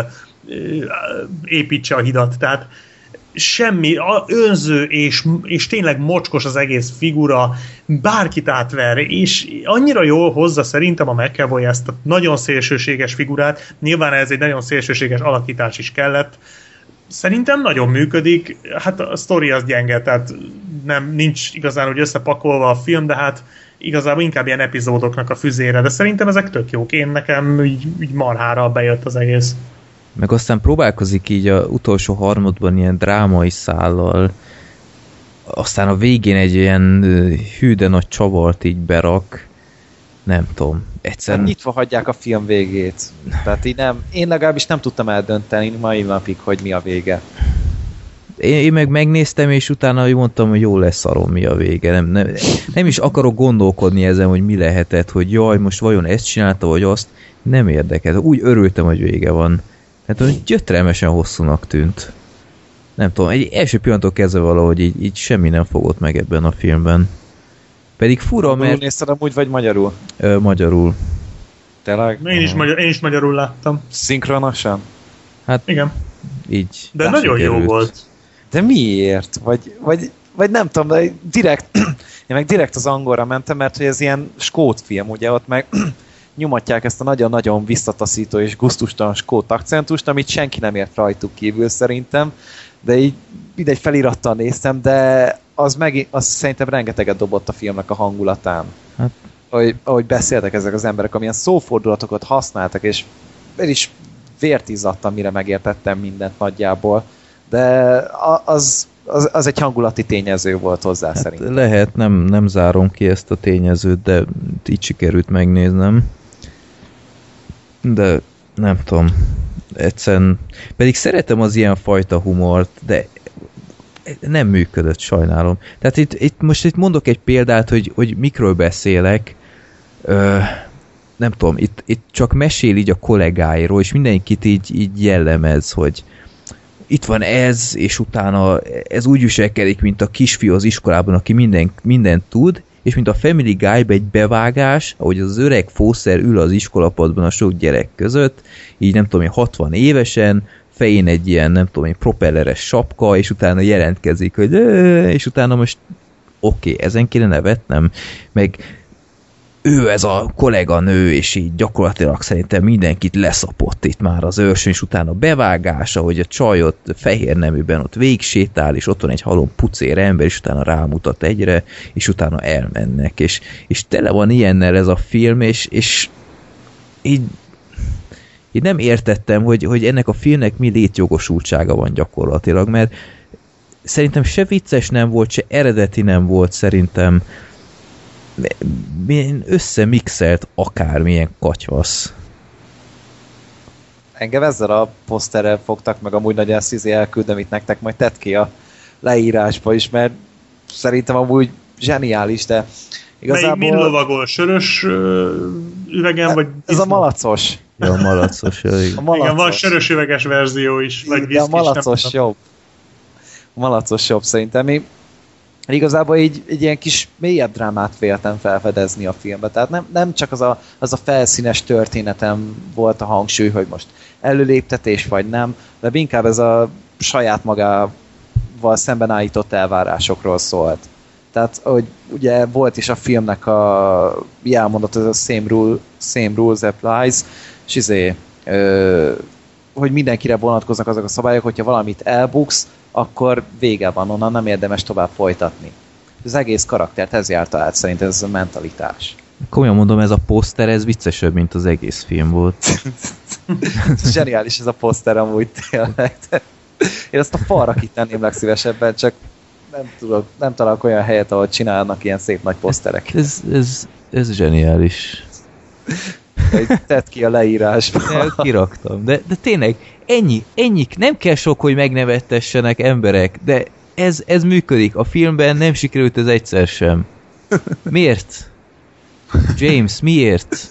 építse a hidat. Tehát semmi, önző és tényleg mocskos az egész figura, bárkit átver, és annyira jól hozza szerintem a McAvoy ezt a nagyon szélsőséges figurát. Nyilván ez egy nagyon szélsőséges alakítás is kellett. Szerintem nagyon működik, hát a sztori az gyenge, tehát nincs igazán úgy összepakolva a film, de hát igazából inkább ilyen epizódoknak a füzére, de szerintem ezek tök jók. Nekem így marhára bejött az egész. Meg aztán próbálkozik így a utolsó harmadban ilyen drámai szállal, aztán a végén egy ilyen hű de nagy csavart így berak, nem tudom, egyszerűen... Hát nyitva hagyják a film végét. Tehát én legalábbis nem tudtam eldönteni mai napig, hogy mi a vége. Én meg megnéztem, és utána mondtam, hogy jó lesz szarom, mi a vége. Nem is akarok gondolkodni ezen, hogy mi lehetett, hogy jaj, most vajon ezt csinálta, vagy azt. Nem érdekel. Úgy örültem, hogy vége van. Hát gyötrelmesen hosszúnak tűnt. Nem tudom, egy első pillanattól kezdve valahogy így semmi nem fogott meg ebben a filmben. Pedig fura, mert... nézted amúgy, vagy magyarul? Magyarul. Tényleg? Én is magyarul láttam. Szinkronosan? Hát igen. Így. De nagyon jó volt. De miért? Vagy nem tudom, de direkt, én meg direkt az angolra mentem, mert hogy ez ilyen skót film, ugye ott meg nyomatják ezt a nagyon-nagyon visszataszító és gusztustalan skót akcentust, amit senki nem ért rajtuk kívül szerintem, de így mindegy felirattal néztem, de az szerintem rengeteget dobott a filmnek a hangulatán. Hát. Ahogy beszéltek ezek az emberek, amilyen szófordulatokat használtak, és én is vért izzadtam, mire megértettem mindent nagyjából, de az egy hangulati tényező volt hozzá hát szerintem. Lehet, nem zárom ki ezt a tényezőt, de így sikerült megnéznem. De nem tudom, egyszerűen pedig szeretem az ilyen fajta humort, de nem működött, sajnálom. Tehát itt mondok egy példát, hogy mikről beszélek. Nem tudom, itt csak mesél így a kollégáiról, és mindenkit így jellemez, hogy itt van ez, és utána ez úgy viselkedik, mint a kisfiú az iskolában, aki mindent tud, és mint a Family Guy-be egy bevágás, ahogy az öreg fószer ül az iskolapadban a sok gyerek között, így nem tudom, 60 évesen, fején egy ilyen, nem tudom, propelleres sapka, és utána jelentkezik, hogy és utána most oké, ezen kéne nevetnem, meg ő ez a kolléganő, és így gyakorlatilag szerintem mindenkit leszapott itt már az őrsön, és utána bevágása, hogy a csajot fehér neműben ott végsétál, és ott van egy halom pucér ember, és utána rámutat egyre, és utána elmennek, és tele van ilyennel ez a film, és így nem értettem, hogy ennek a filmnek mi létjogosultsága van gyakorlatilag, mert szerintem se vicces nem volt, se eredeti nem volt szerintem, összemixelt akármilyen katyvasz. Engem ezzel a poszterrel fogtak meg, amúgy nagy elküldöm itt nektek, majd tedd ki a leírásba is, mert szerintem amúgy zseniális, de igazából... Mind lovagol? Sörös üvegen, vagy... Ez a malacos. Ja, a malacos. Igen, van sörös üveges verzió is, vagy viszkis. A malacos jobb. A malacos jobb szerintem. Igazából így egy ilyen kis mélyebb drámát véltem felfedezni a filmbe. Tehát nem csak az a felszínes történetem volt a hangsúly, hogy most előléptetés vagy nem, de inkább ez a saját magával szemben állított elvárásokról szólt. Tehát, hogy ugye volt is a filmnek a jelmondat, ez a same rules applies, és hogy mindenkire vonatkoznak azok a szabályok, hogyha valamit elbuksz, akkor vége van, onnan nem érdemes tovább folytatni. Az egész karaktert ez járta át, szerintem ez a mentalitás. Komolyan mondom, ez a poszter, ez viccesebb, mint az egész film volt. Zseniális ez a poszter amúgy tényleg. Én ezt a falra kitenném legszívesebben, csak nem találok olyan helyet, ahol csinálnak ilyen szép nagy poszterek. Ez zseniális. Tedd ki a leírásba. Kiraktam. De tényleg, ennyi. Nem kell sok, hogy megnevettessenek emberek, de ez működik. A filmben nem sikerült ez egyszer sem. Miért? James, miért?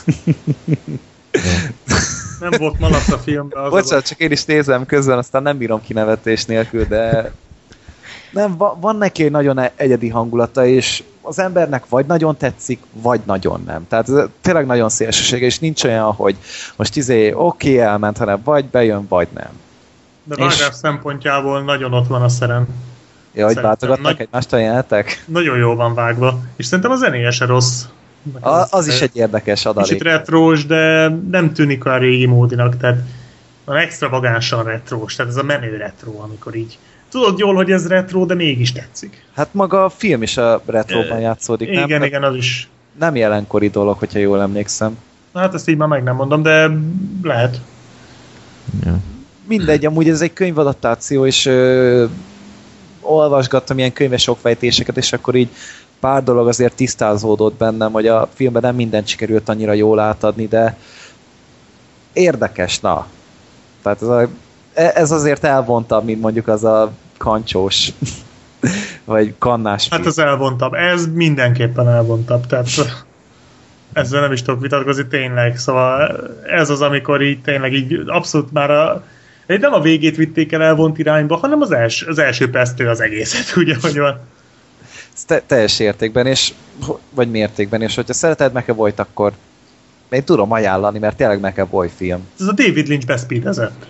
Nem volt malac a filmben. Bocsánat, csak én is nézem közben, aztán nem bírom kinevetés nélkül, de nem, van neki egy nagyon egyedi hangulata, és az embernek vagy nagyon tetszik, vagy nagyon nem. Tehát ez tényleg nagyon szélsősége, és nincs olyan, hogy most oké, elment, hanem vagy bejön, vagy nem. De vágás szempontjából nagyon ott van a szerem. Ja, hogy váltogatnak egymást a jelenetek? Nagyon jól van vágva, és szerintem a zenéje se rossz. Az is egy érdekes adalék. Kicsit retrós, de nem tűnik olyan régi módinak, tehát van extravagánsan retrós, tehát ez a menő retro, amikor így tudod jól, hogy ez retro, de mégis tetszik. Hát maga a film is a retróban játszódik, igen, nem? Igen, az is. Nem jelenkori dolog, hogyha jól emlékszem. Hát ezt így már meg nem mondom, de lehet. Ja. Mindegy, amúgy ez egy könyvadaptáció, és olvasgattam ilyen könyves okfejtéseket, és akkor így pár dolog azért tisztázódott bennem, hogy a filmben nem mindent sikerült annyira jól átadni, de érdekes, na. Tehát ez azért elvontabb, mint mondjuk az a kancsós, vagy kannás. Hát az elvontabb. Ez mindenképpen elvontabb, tehát ezzel nem is tudok vitatkozni, tényleg. Szóval ez az, amikor így tényleg így abszolút már nem a végét vitték el elvont irányba, hanem az első perctől az egészet, ugye, hogy van. Teljes értékben, vagy mértékben, és hogyha szereted McAvoyt, akkor én tudom ajánlani, mert tényleg McAvoy film. Ez a David Lynch beszpídezett.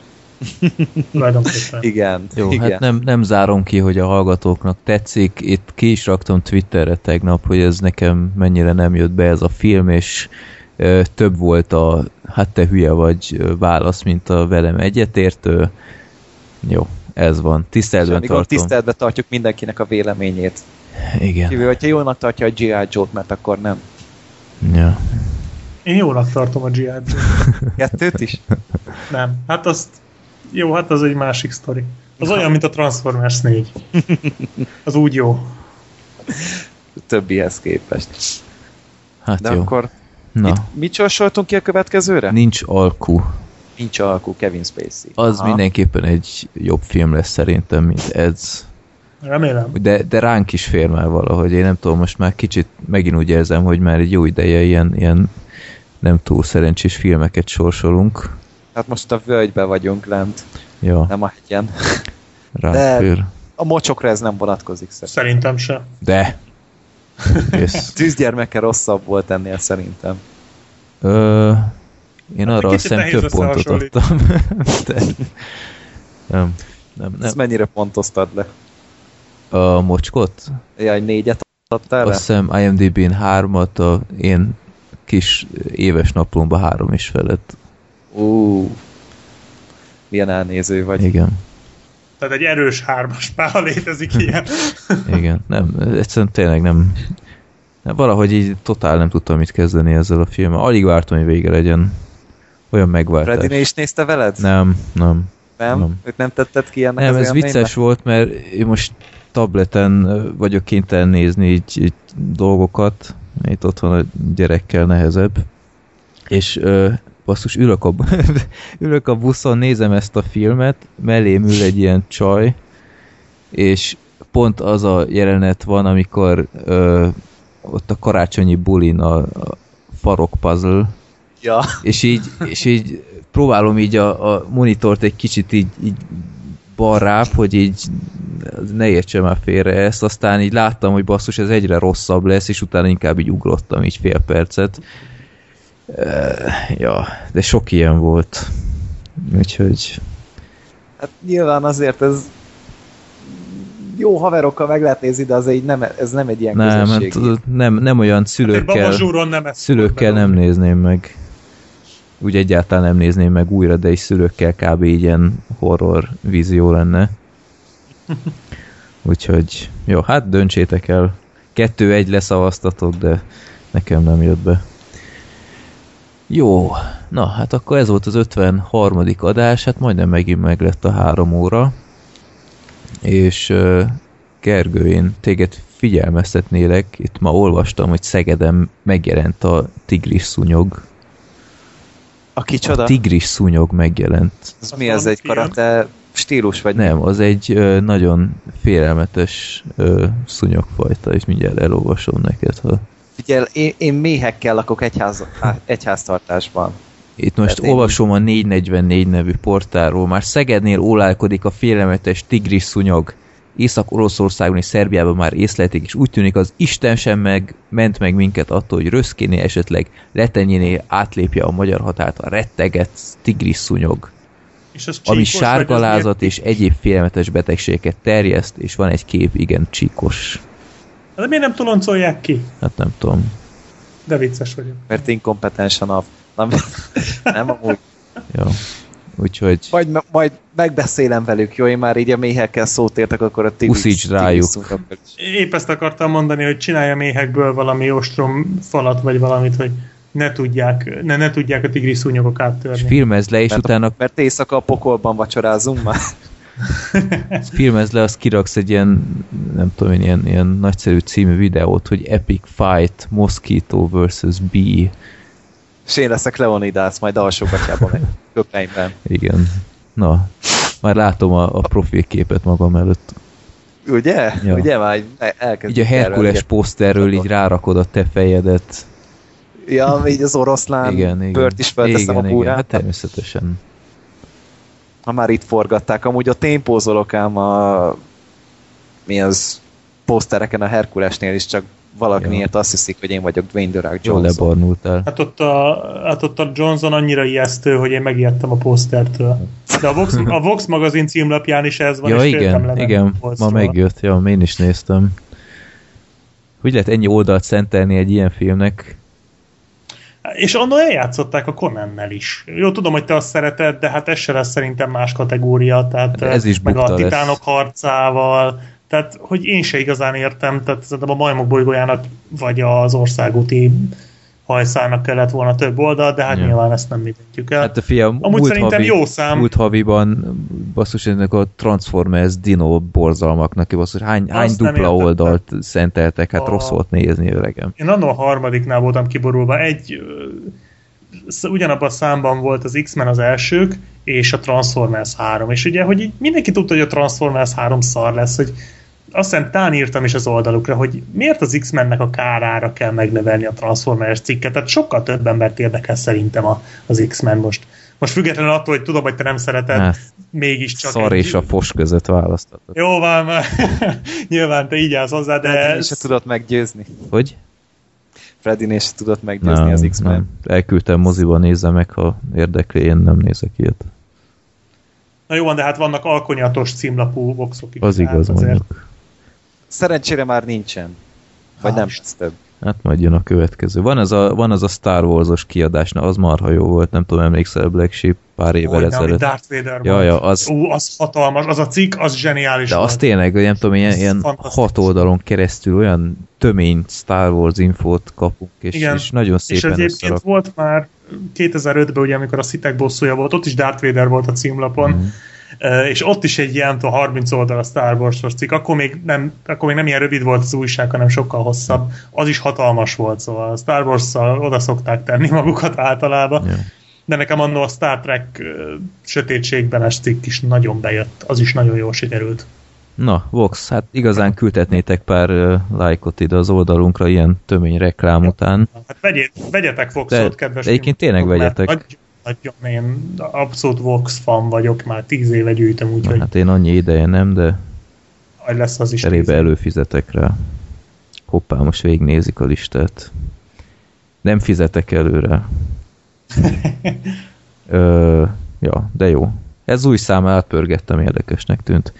Igen. Jó, igen. hát nem zárom ki, hogy a hallgatóknak tetszik. Itt ki is raktam Twitterre tegnap, hogy ez nekem mennyire nem jött be ez a film, és több volt a hát te hülye vagy válasz, mint a velem egyetértő. Jó, ez van. Tiszteletben tartom. Tiszteletben tartjuk mindenkinek a véleményét. Igen. Kívül, hogyha jónak tartja a G.I. Joe-t, mert akkor nem. Ja. Én jónak tartom a G.I. Joe-t. Kettőt is? Nem. Hát azt jó, hát az egy másik sztori. Az olyan, mint a Transformers 4. Az úgy jó. Többihez képest. Hát de jó. Akkor na. Mit sorsoltunk ki a következőre? Nincs alkú. Nincs alkú, Kevin Spacey. Az mindenképpen egy jobb film lesz szerintem, mint ez. Remélem. De ránk is fér már valahogy. Én nem tudom, most már kicsit megint úgy érzem, hogy már egy jó ideje ilyen nem túl szerencsés filmeket sorsolunk. Hát most a völgybe vagyunk lent. Ja. Nem a hegyen. De a mocsokra ez nem vonatkozik szerintem se. De. Yes. Tűzgyermeke rosszabb volt ennél szerintem. Én arra azt hiszem több pontot adtam. De nem. Ezt mennyire pontoztad le? A mocskot? Ja, egy 4-et adtál le? Azt hiszem IMDb-n 3-at, a én kis éves naplomban 3 is felett. Milyen elnéző vagy. Igen. Tehát egy erős 3-as pál létezik ilyen. Igen, nem, egyszerűen tényleg nem. Valahogy így totál nem tudtam mit kezdeni ezzel a filmmel. Alig vártam, hogy vége legyen. Olyan megváltás. Freddy is nézte veled? Nem. Őt nem tetted ki ennek nem, az ez vicces volt, mert én most tableten vagyok kénytelen nézni így dolgokat. Itt otthon a gyerekkel nehezebb. És basszus, ülök a buszon, nézem ezt a filmet, mellém ül egy ilyen csaj, és pont az a jelenet van, amikor ott a karácsonyi bulin a farok puzzle, Ja. és így próbálom így a monitort egy kicsit így balrább, hogy így ne értsem már félre ezt, aztán így láttam, hogy basszus, ez egyre rosszabb lesz, és utána inkább így ugrottam így fél percet. Ja, de sok ilyen volt. Úgyhogy... Hát nyilván azért ez jó haverokkal meg lehet nézni, de ez nem egy ilyen közösségi. Nem olyan szülőkkel nem nézném meg. Úgy egyáltalán nem nézném meg újra, de is szülőkkel kb. Így ilyen horror vízió lenne. Úgyhogy jó, hát döntsétek el. 2-1 leszavaztatok, de nekem nem jött be. Jó, na hát akkor ez volt az 53. adás, hát majdnem megint meg lett a 3 óra. És Gergő, én téged figyelmeztetnélek, itt ma olvastam, hogy Szegeden megjelent a tigris szúnyog. A kicsoda? A tigris szúnyog megjelent. Ez mi, ez egy karate stílus, vagy nem? Az egy nagyon félelmetes szúnyogfajta, és mindjárt elolvasom neked. Figyelj, én méhekkel lakok egyháztartásban. Itt most olvasom a 444 nevű portálról. Már Szegednél ólálkodik a félelmetes tigris szúnyog. Észak-Oroszországban és Szerbiában már észlelték, és úgy tűnik, az Isten sem ment meg minket attól, hogy Röszkénél esetleg Letenyénél átlépje a magyar határt a retteget tigris szúnyog, ami sárgalázat és egyéb félelmetes betegségeket terjeszt, és van egy kép, igen, csíkos. De miért nem toloncolják ki? Hát nem tudom. De vicces vagyok. Mert inkompetens a nap. Nem amúgy. Jó. Úgyhogy... Majd megbeszélem velük, jó? Én már így a méhekkel szót értek, akkor a uszítsd rájuk. Épp ezt akartam mondani, hogy csinálja méhekből valami ostrom falat, vagy valamit, hogy ne tudják a tigris szúnyogok áttörni. És filmezd le, és utána... Mert éjszaka a pokolban vacsorázunk már. Filmezd le, azt kiraksz egy ilyen, nem tudom, ilyen nagyszerű című videót, hogy Epic Fight Mosquito vs. Bee. És én leszek Leonidas, majd alsógatjában meg köpeimben. Igen. Na, már látom a profilképet magam előtt. Ugye? Ja. Ugye már elkezdjük. Így a Herkules poszterről így rárakod a te fejedet. Ja, így az oroszlán bőrt is felteszem a búrát. Hát természetesen. Ha már itt forgatták, amúgy ott én pózolok ám posztereken a Herkulesnél is, csak valamiért azt hiszik, hogy én vagyok Dwayne The Rock Johnson. Jól lebarnultál. Hát ott a Johnson annyira ijesztő, hogy én megijedtem a posztertől. De a Vox magazin címlapján is ez van, ja, és igen, ma megjött, ja, én is néztem. Hogy lehet ennyi oldalt szentelni egy ilyen filmnek? És onnan eljátszották a Conannel is. Jó, tudom, hogy te azt szereted, de hát ez se lesz szerintem más kategória. Tehát ez is meg a Titánok lesz. Harcával. Tehát, hogy én se igazán értem, tehát szerintem a Majmok bolygójának vagy az országúti hajszának kellett volna több oldal, de hát nyilván ezt nem mi döntjük el. Hát a fiam, amúgy szerintem jó szám. Múlt haviban basszus ennek a Transformers Dino borzalmaknak, basszus, hány dupla oldalt szenteltek, hát rossz volt nézni, öregem. Én annól a harmadiknál voltam kiborulva. Ugyanabban a számban volt az X-Men az elsők, és a Transformers 3. És ugye, hogy mindenki tudta, hogy a Transformers 3 szar lesz, hogy azt hiszem tán írtam is az oldalukra, hogy miért az X-Mennek a kárára kell megnevelni a Transformers cikket. Tehát sokkal több embert érdekel szerintem az X-Men most. Most függetlenül attól, hogy tudom, hogy te nem szereted, hát, mégiscsak... Szar és a fos között választatod. Jó, már nyilván te így állsz hozzá, de... Freddy se tudott meggyőzni. Hogy? Freddy se tudott meggyőzni az X-Men. Nem. Elküldtem moziba, nézze meg, ha érdekli, én nem nézek ilyet. Na jó van, de hát vannak alkonyatos címlapú boxok is. Az igaz, mondjuk. Szerencsére már nincsen. Vagy nem lesz több. Hát majd jön a következő. Van az a Star Wars-os kiadás, na az marha jó volt, nem tudom, emlékszel Black Sheep pár évvel ezelőtt. Darth Vader ja, az hatalmas, az a cikk, az zseniális. De volt. Az tényleg, nem tudom, ilyen 6 oldalon keresztül olyan tömény Star Wars infót kapunk, és nagyon szépen és egyébként volt már 2005-ben, ugye, amikor a Sith bosszúja volt, ott is Darth Vader volt a címlapon, és ott is egy ilyen 30 oldal a Star Wars-os cikk, akkor még nem ilyen rövid volt az újság, hanem sokkal hosszabb. Az is hatalmas volt, szóval a Star Wars-szal oda szokták tenni magukat általában. Yeah. De nekem annól a Star Trek sötétségbenes cikk is nagyon bejött. Az is nagyon jól sikerült. Na, Vox, hát igazán küldhetnétek pár lájkot ide az oldalunkra ilyen tömény reklám után. Hát vegyetek Voxot, kedves. De egyébként tényleg vegyetek. Nagyon én abszolút Vox fan vagyok, már 10 éve gyűjtöm, úgyhogy... Hát én annyi ideje nem, de lesz az is elébe előfizetek rá. Hoppá, most végignézik a listát. Nem fizetek előre. Ja, de jó. Ez új számát átpörgettem, érdekesnek tűnt.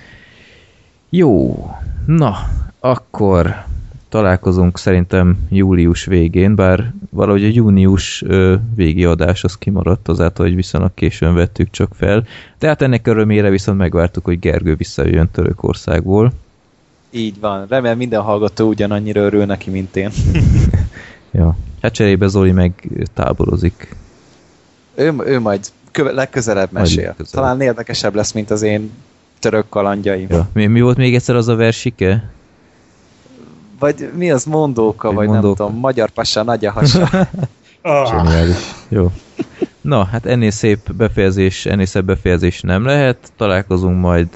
Jó, na, akkor találkozunk szerintem július végén, bár valahogy a június végi adás az kimaradt azáltal, hogy viszonylag későn vettük csak fel. De hát ennek örömére viszont megvártuk, hogy Gergő visszajöjjön Törökországból. Így van. Remélem minden hallgató ugyanannyira örül neki, mint én. Ja. Hát cserébe Zoli meg táborozik. Ő majd legközelebb mesél. Talán érdekesebb lesz, mint az én török kalandjaim. Ja. Mi volt még egyszer az a versike? Vagy mi az, mondóka, vagy mondóka. Nem tudom, magyar passa, nagy a hasa. Zseniális. Jó. Na, hát ennél szebb befejezés nem lehet. Találkozunk majd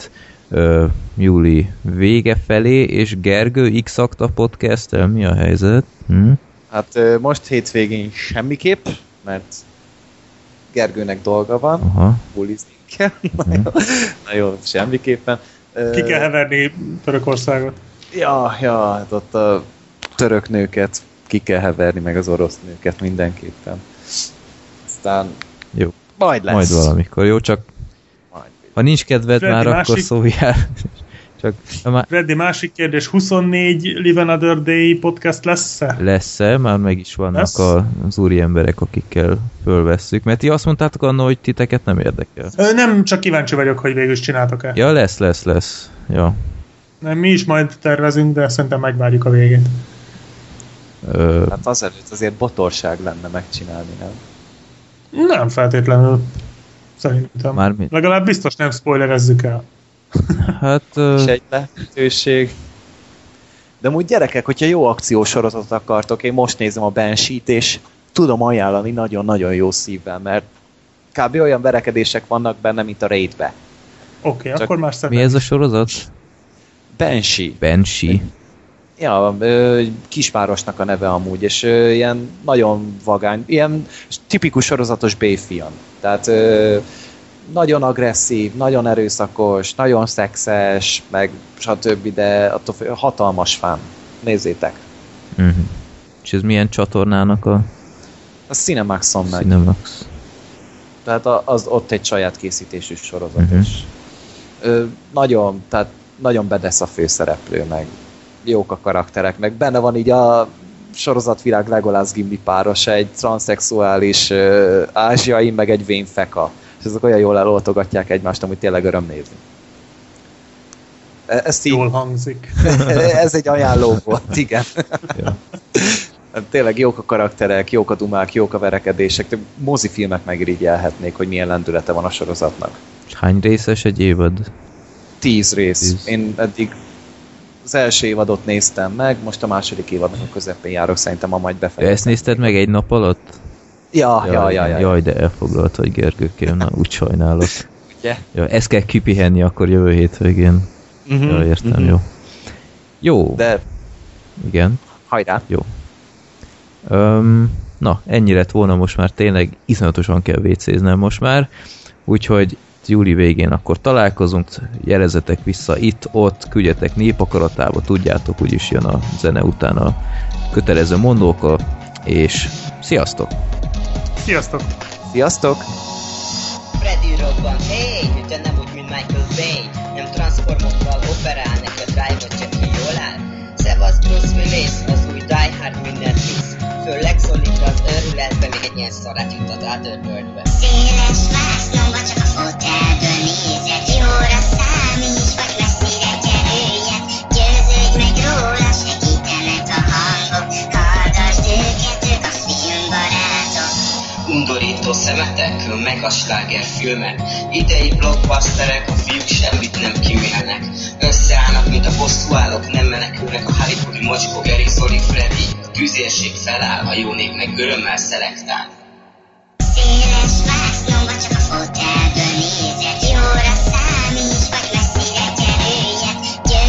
júli vége felé, és Gergő X-Akta Podcast-tel mi a helyzet? Hát most hétvégén semmiképp, mert Gergőnek dolga van, bulizni kell. Na jó, semmiképpen. Ki kell heverni Törökországot? Ja, hát ott a török nőket ki kell heverni, meg az orosz nőket mindenképpen. Aztán jó. Majd lesz. Majd valamikor, jó? Csak ha nincs kedved Freddy már, akkor szóljál. Freddy, másik kérdés, 24 Live Another Day podcast lesz-e? Lesz-e, már meg is vannak az úri emberek, akikkel fölvesszük. Mert ti azt mondtátok anna, hogy titeket nem érdekel. Nem, csak kíváncsi vagyok, hogy végül is csináltok-e. Ja, lesz. Ja. Nem, mi is majd tervezünk, de szerintem megvárjuk a végét. Hát azelőtt azért botorság lenne megcsinálni, nem? Nem feltétlenül. Szerintem. Legalább biztos nem spoilerezzük el. Hát... És egy lehetőség. De amúgy gyerekek, hogyha jó akciósorozatot akartok, én most nézem a Banshee-t, és tudom ajánlani nagyon-nagyon jó szívvel, mert kb. Olyan verekedések vannak benne, mint a Raid-be. Oké, akkor már szerintem... Mi ez a sorozat? Banshee. Ja, kisvárosnak a neve amúgy, és ilyen nagyon vagány, ilyen tipikus sorozatos B-film. Tehát nagyon agresszív, nagyon erőszakos, nagyon szexes, meg stb., de attól hatalmas fán. Nézzétek. És ez milyen csatornának a... A Cinemaxon megy. Cinemax. Tehát az ott egy saját készítésű sorozat, és nagyon bedesz a főszereplő, meg jók a karakterek, meg benne van így a sorozatvilág Legolas Gimli páros, egy transzexuális ázsiai, meg egy vén feka. És ezek olyan jól eloltogatják egymást, amit tényleg öröm nézni. Ezt jól hangzik. Ez egy ajánló volt, igen. Ja. Tényleg jók a karakterek, jók a dumák, jók a verekedések, mozifilmek megirigyelhetnék, hogy milyen lendülete van a sorozatnak. Hány részes egy évad? 10 rész. Én eddig az első évadot néztem meg, most a második évadnak a közepén járok, szerintem ma majd befejezem. Ezt nézted meg egy nap alatt? Ja. Jaj, de elfoglalt vagy, Gergőkém, na úgy sajnálok. Ugye? Ja, ezt kell kipihenni akkor jövő hétvégén. Ja, értem, jó. Jó. De... Igen. Hajrá. Jó. Na, ennyi lett volna, most már tényleg iszonyatosan kell vécéznem most már, úgyhogy júli végén akkor találkozunk, jelezetek vissza itt-ott, küldjetek népakaratába, tudjátok, úgyis jön a zene után a kötelező mondóka, és sziasztok! Sziasztok! Sziasztok! Freddy robban, hey, de nem úgy, mint Michael Bay. Nem transformokkal operál, neked drive-ot csak ki jól áll. Szevasz Bruce Willis, az új Die Hard mindent visz. Főleg szólít az őrületbe, még egy ilyen szarát jutott át Ördögbe. Széles vásznomba csak a fotelből nézed, jóra számíts, vagy messzire kerüljed. Győződj meg róla, segítenek a hangok, hallgasd őket, ők a filmbarátok. Undorító szemetek, meg a slágerfilmek. Idei blockbusterek, a fiúk semmit nem kimélnek. Összeállnak, mint a bosszúállók, nem menekülnek a Hollywoodi mocskó, Geri, Zoli, Freddy. A tűzérség feláll, a jó nép meg örömmel szelektál. Széles vásznomba csak a fotelből nézed, jóra számíts, vagy messzire kerüljed.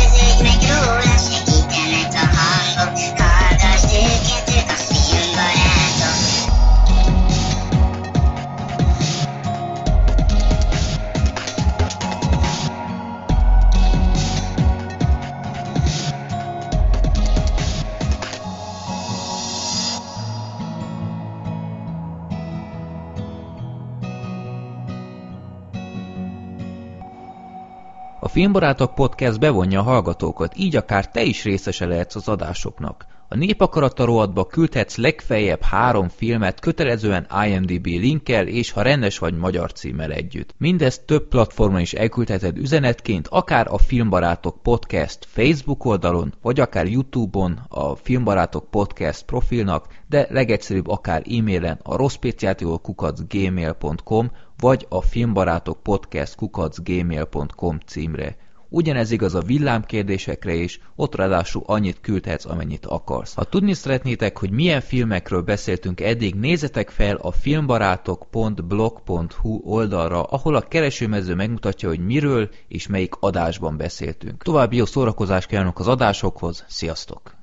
A Filmbarátok Podcast bevonja a hallgatókat, így akár te is részese lehetsz az adásoknak. A Népakarata rovatba küldhetsz legfeljebb 3 filmet kötelezően IMDb linkkel és ha rendes vagy magyar címmel együtt. Mindezt több platformon is elküldheted üzenetként, akár a Filmbarátok Podcast Facebook oldalon, vagy akár YouTube-on a Filmbarátok Podcast profilnak, de legegyszerűbb akár e-mailen a rosszspéciától@gmail.com vagy a filmbarátokpodcast@gmail.com címre. Ugyanez igaz a villámkérdésekre is, ott ráadásul annyit küldhetsz, amennyit akarsz. Ha tudni szeretnétek, hogy milyen filmekről beszéltünk eddig, nézzetek fel a filmbarátok.blog.hu oldalra, ahol a keresőmező megmutatja, hogy miről és melyik adásban beszéltünk. További jó szórakozást kívánok az adásokhoz, sziasztok!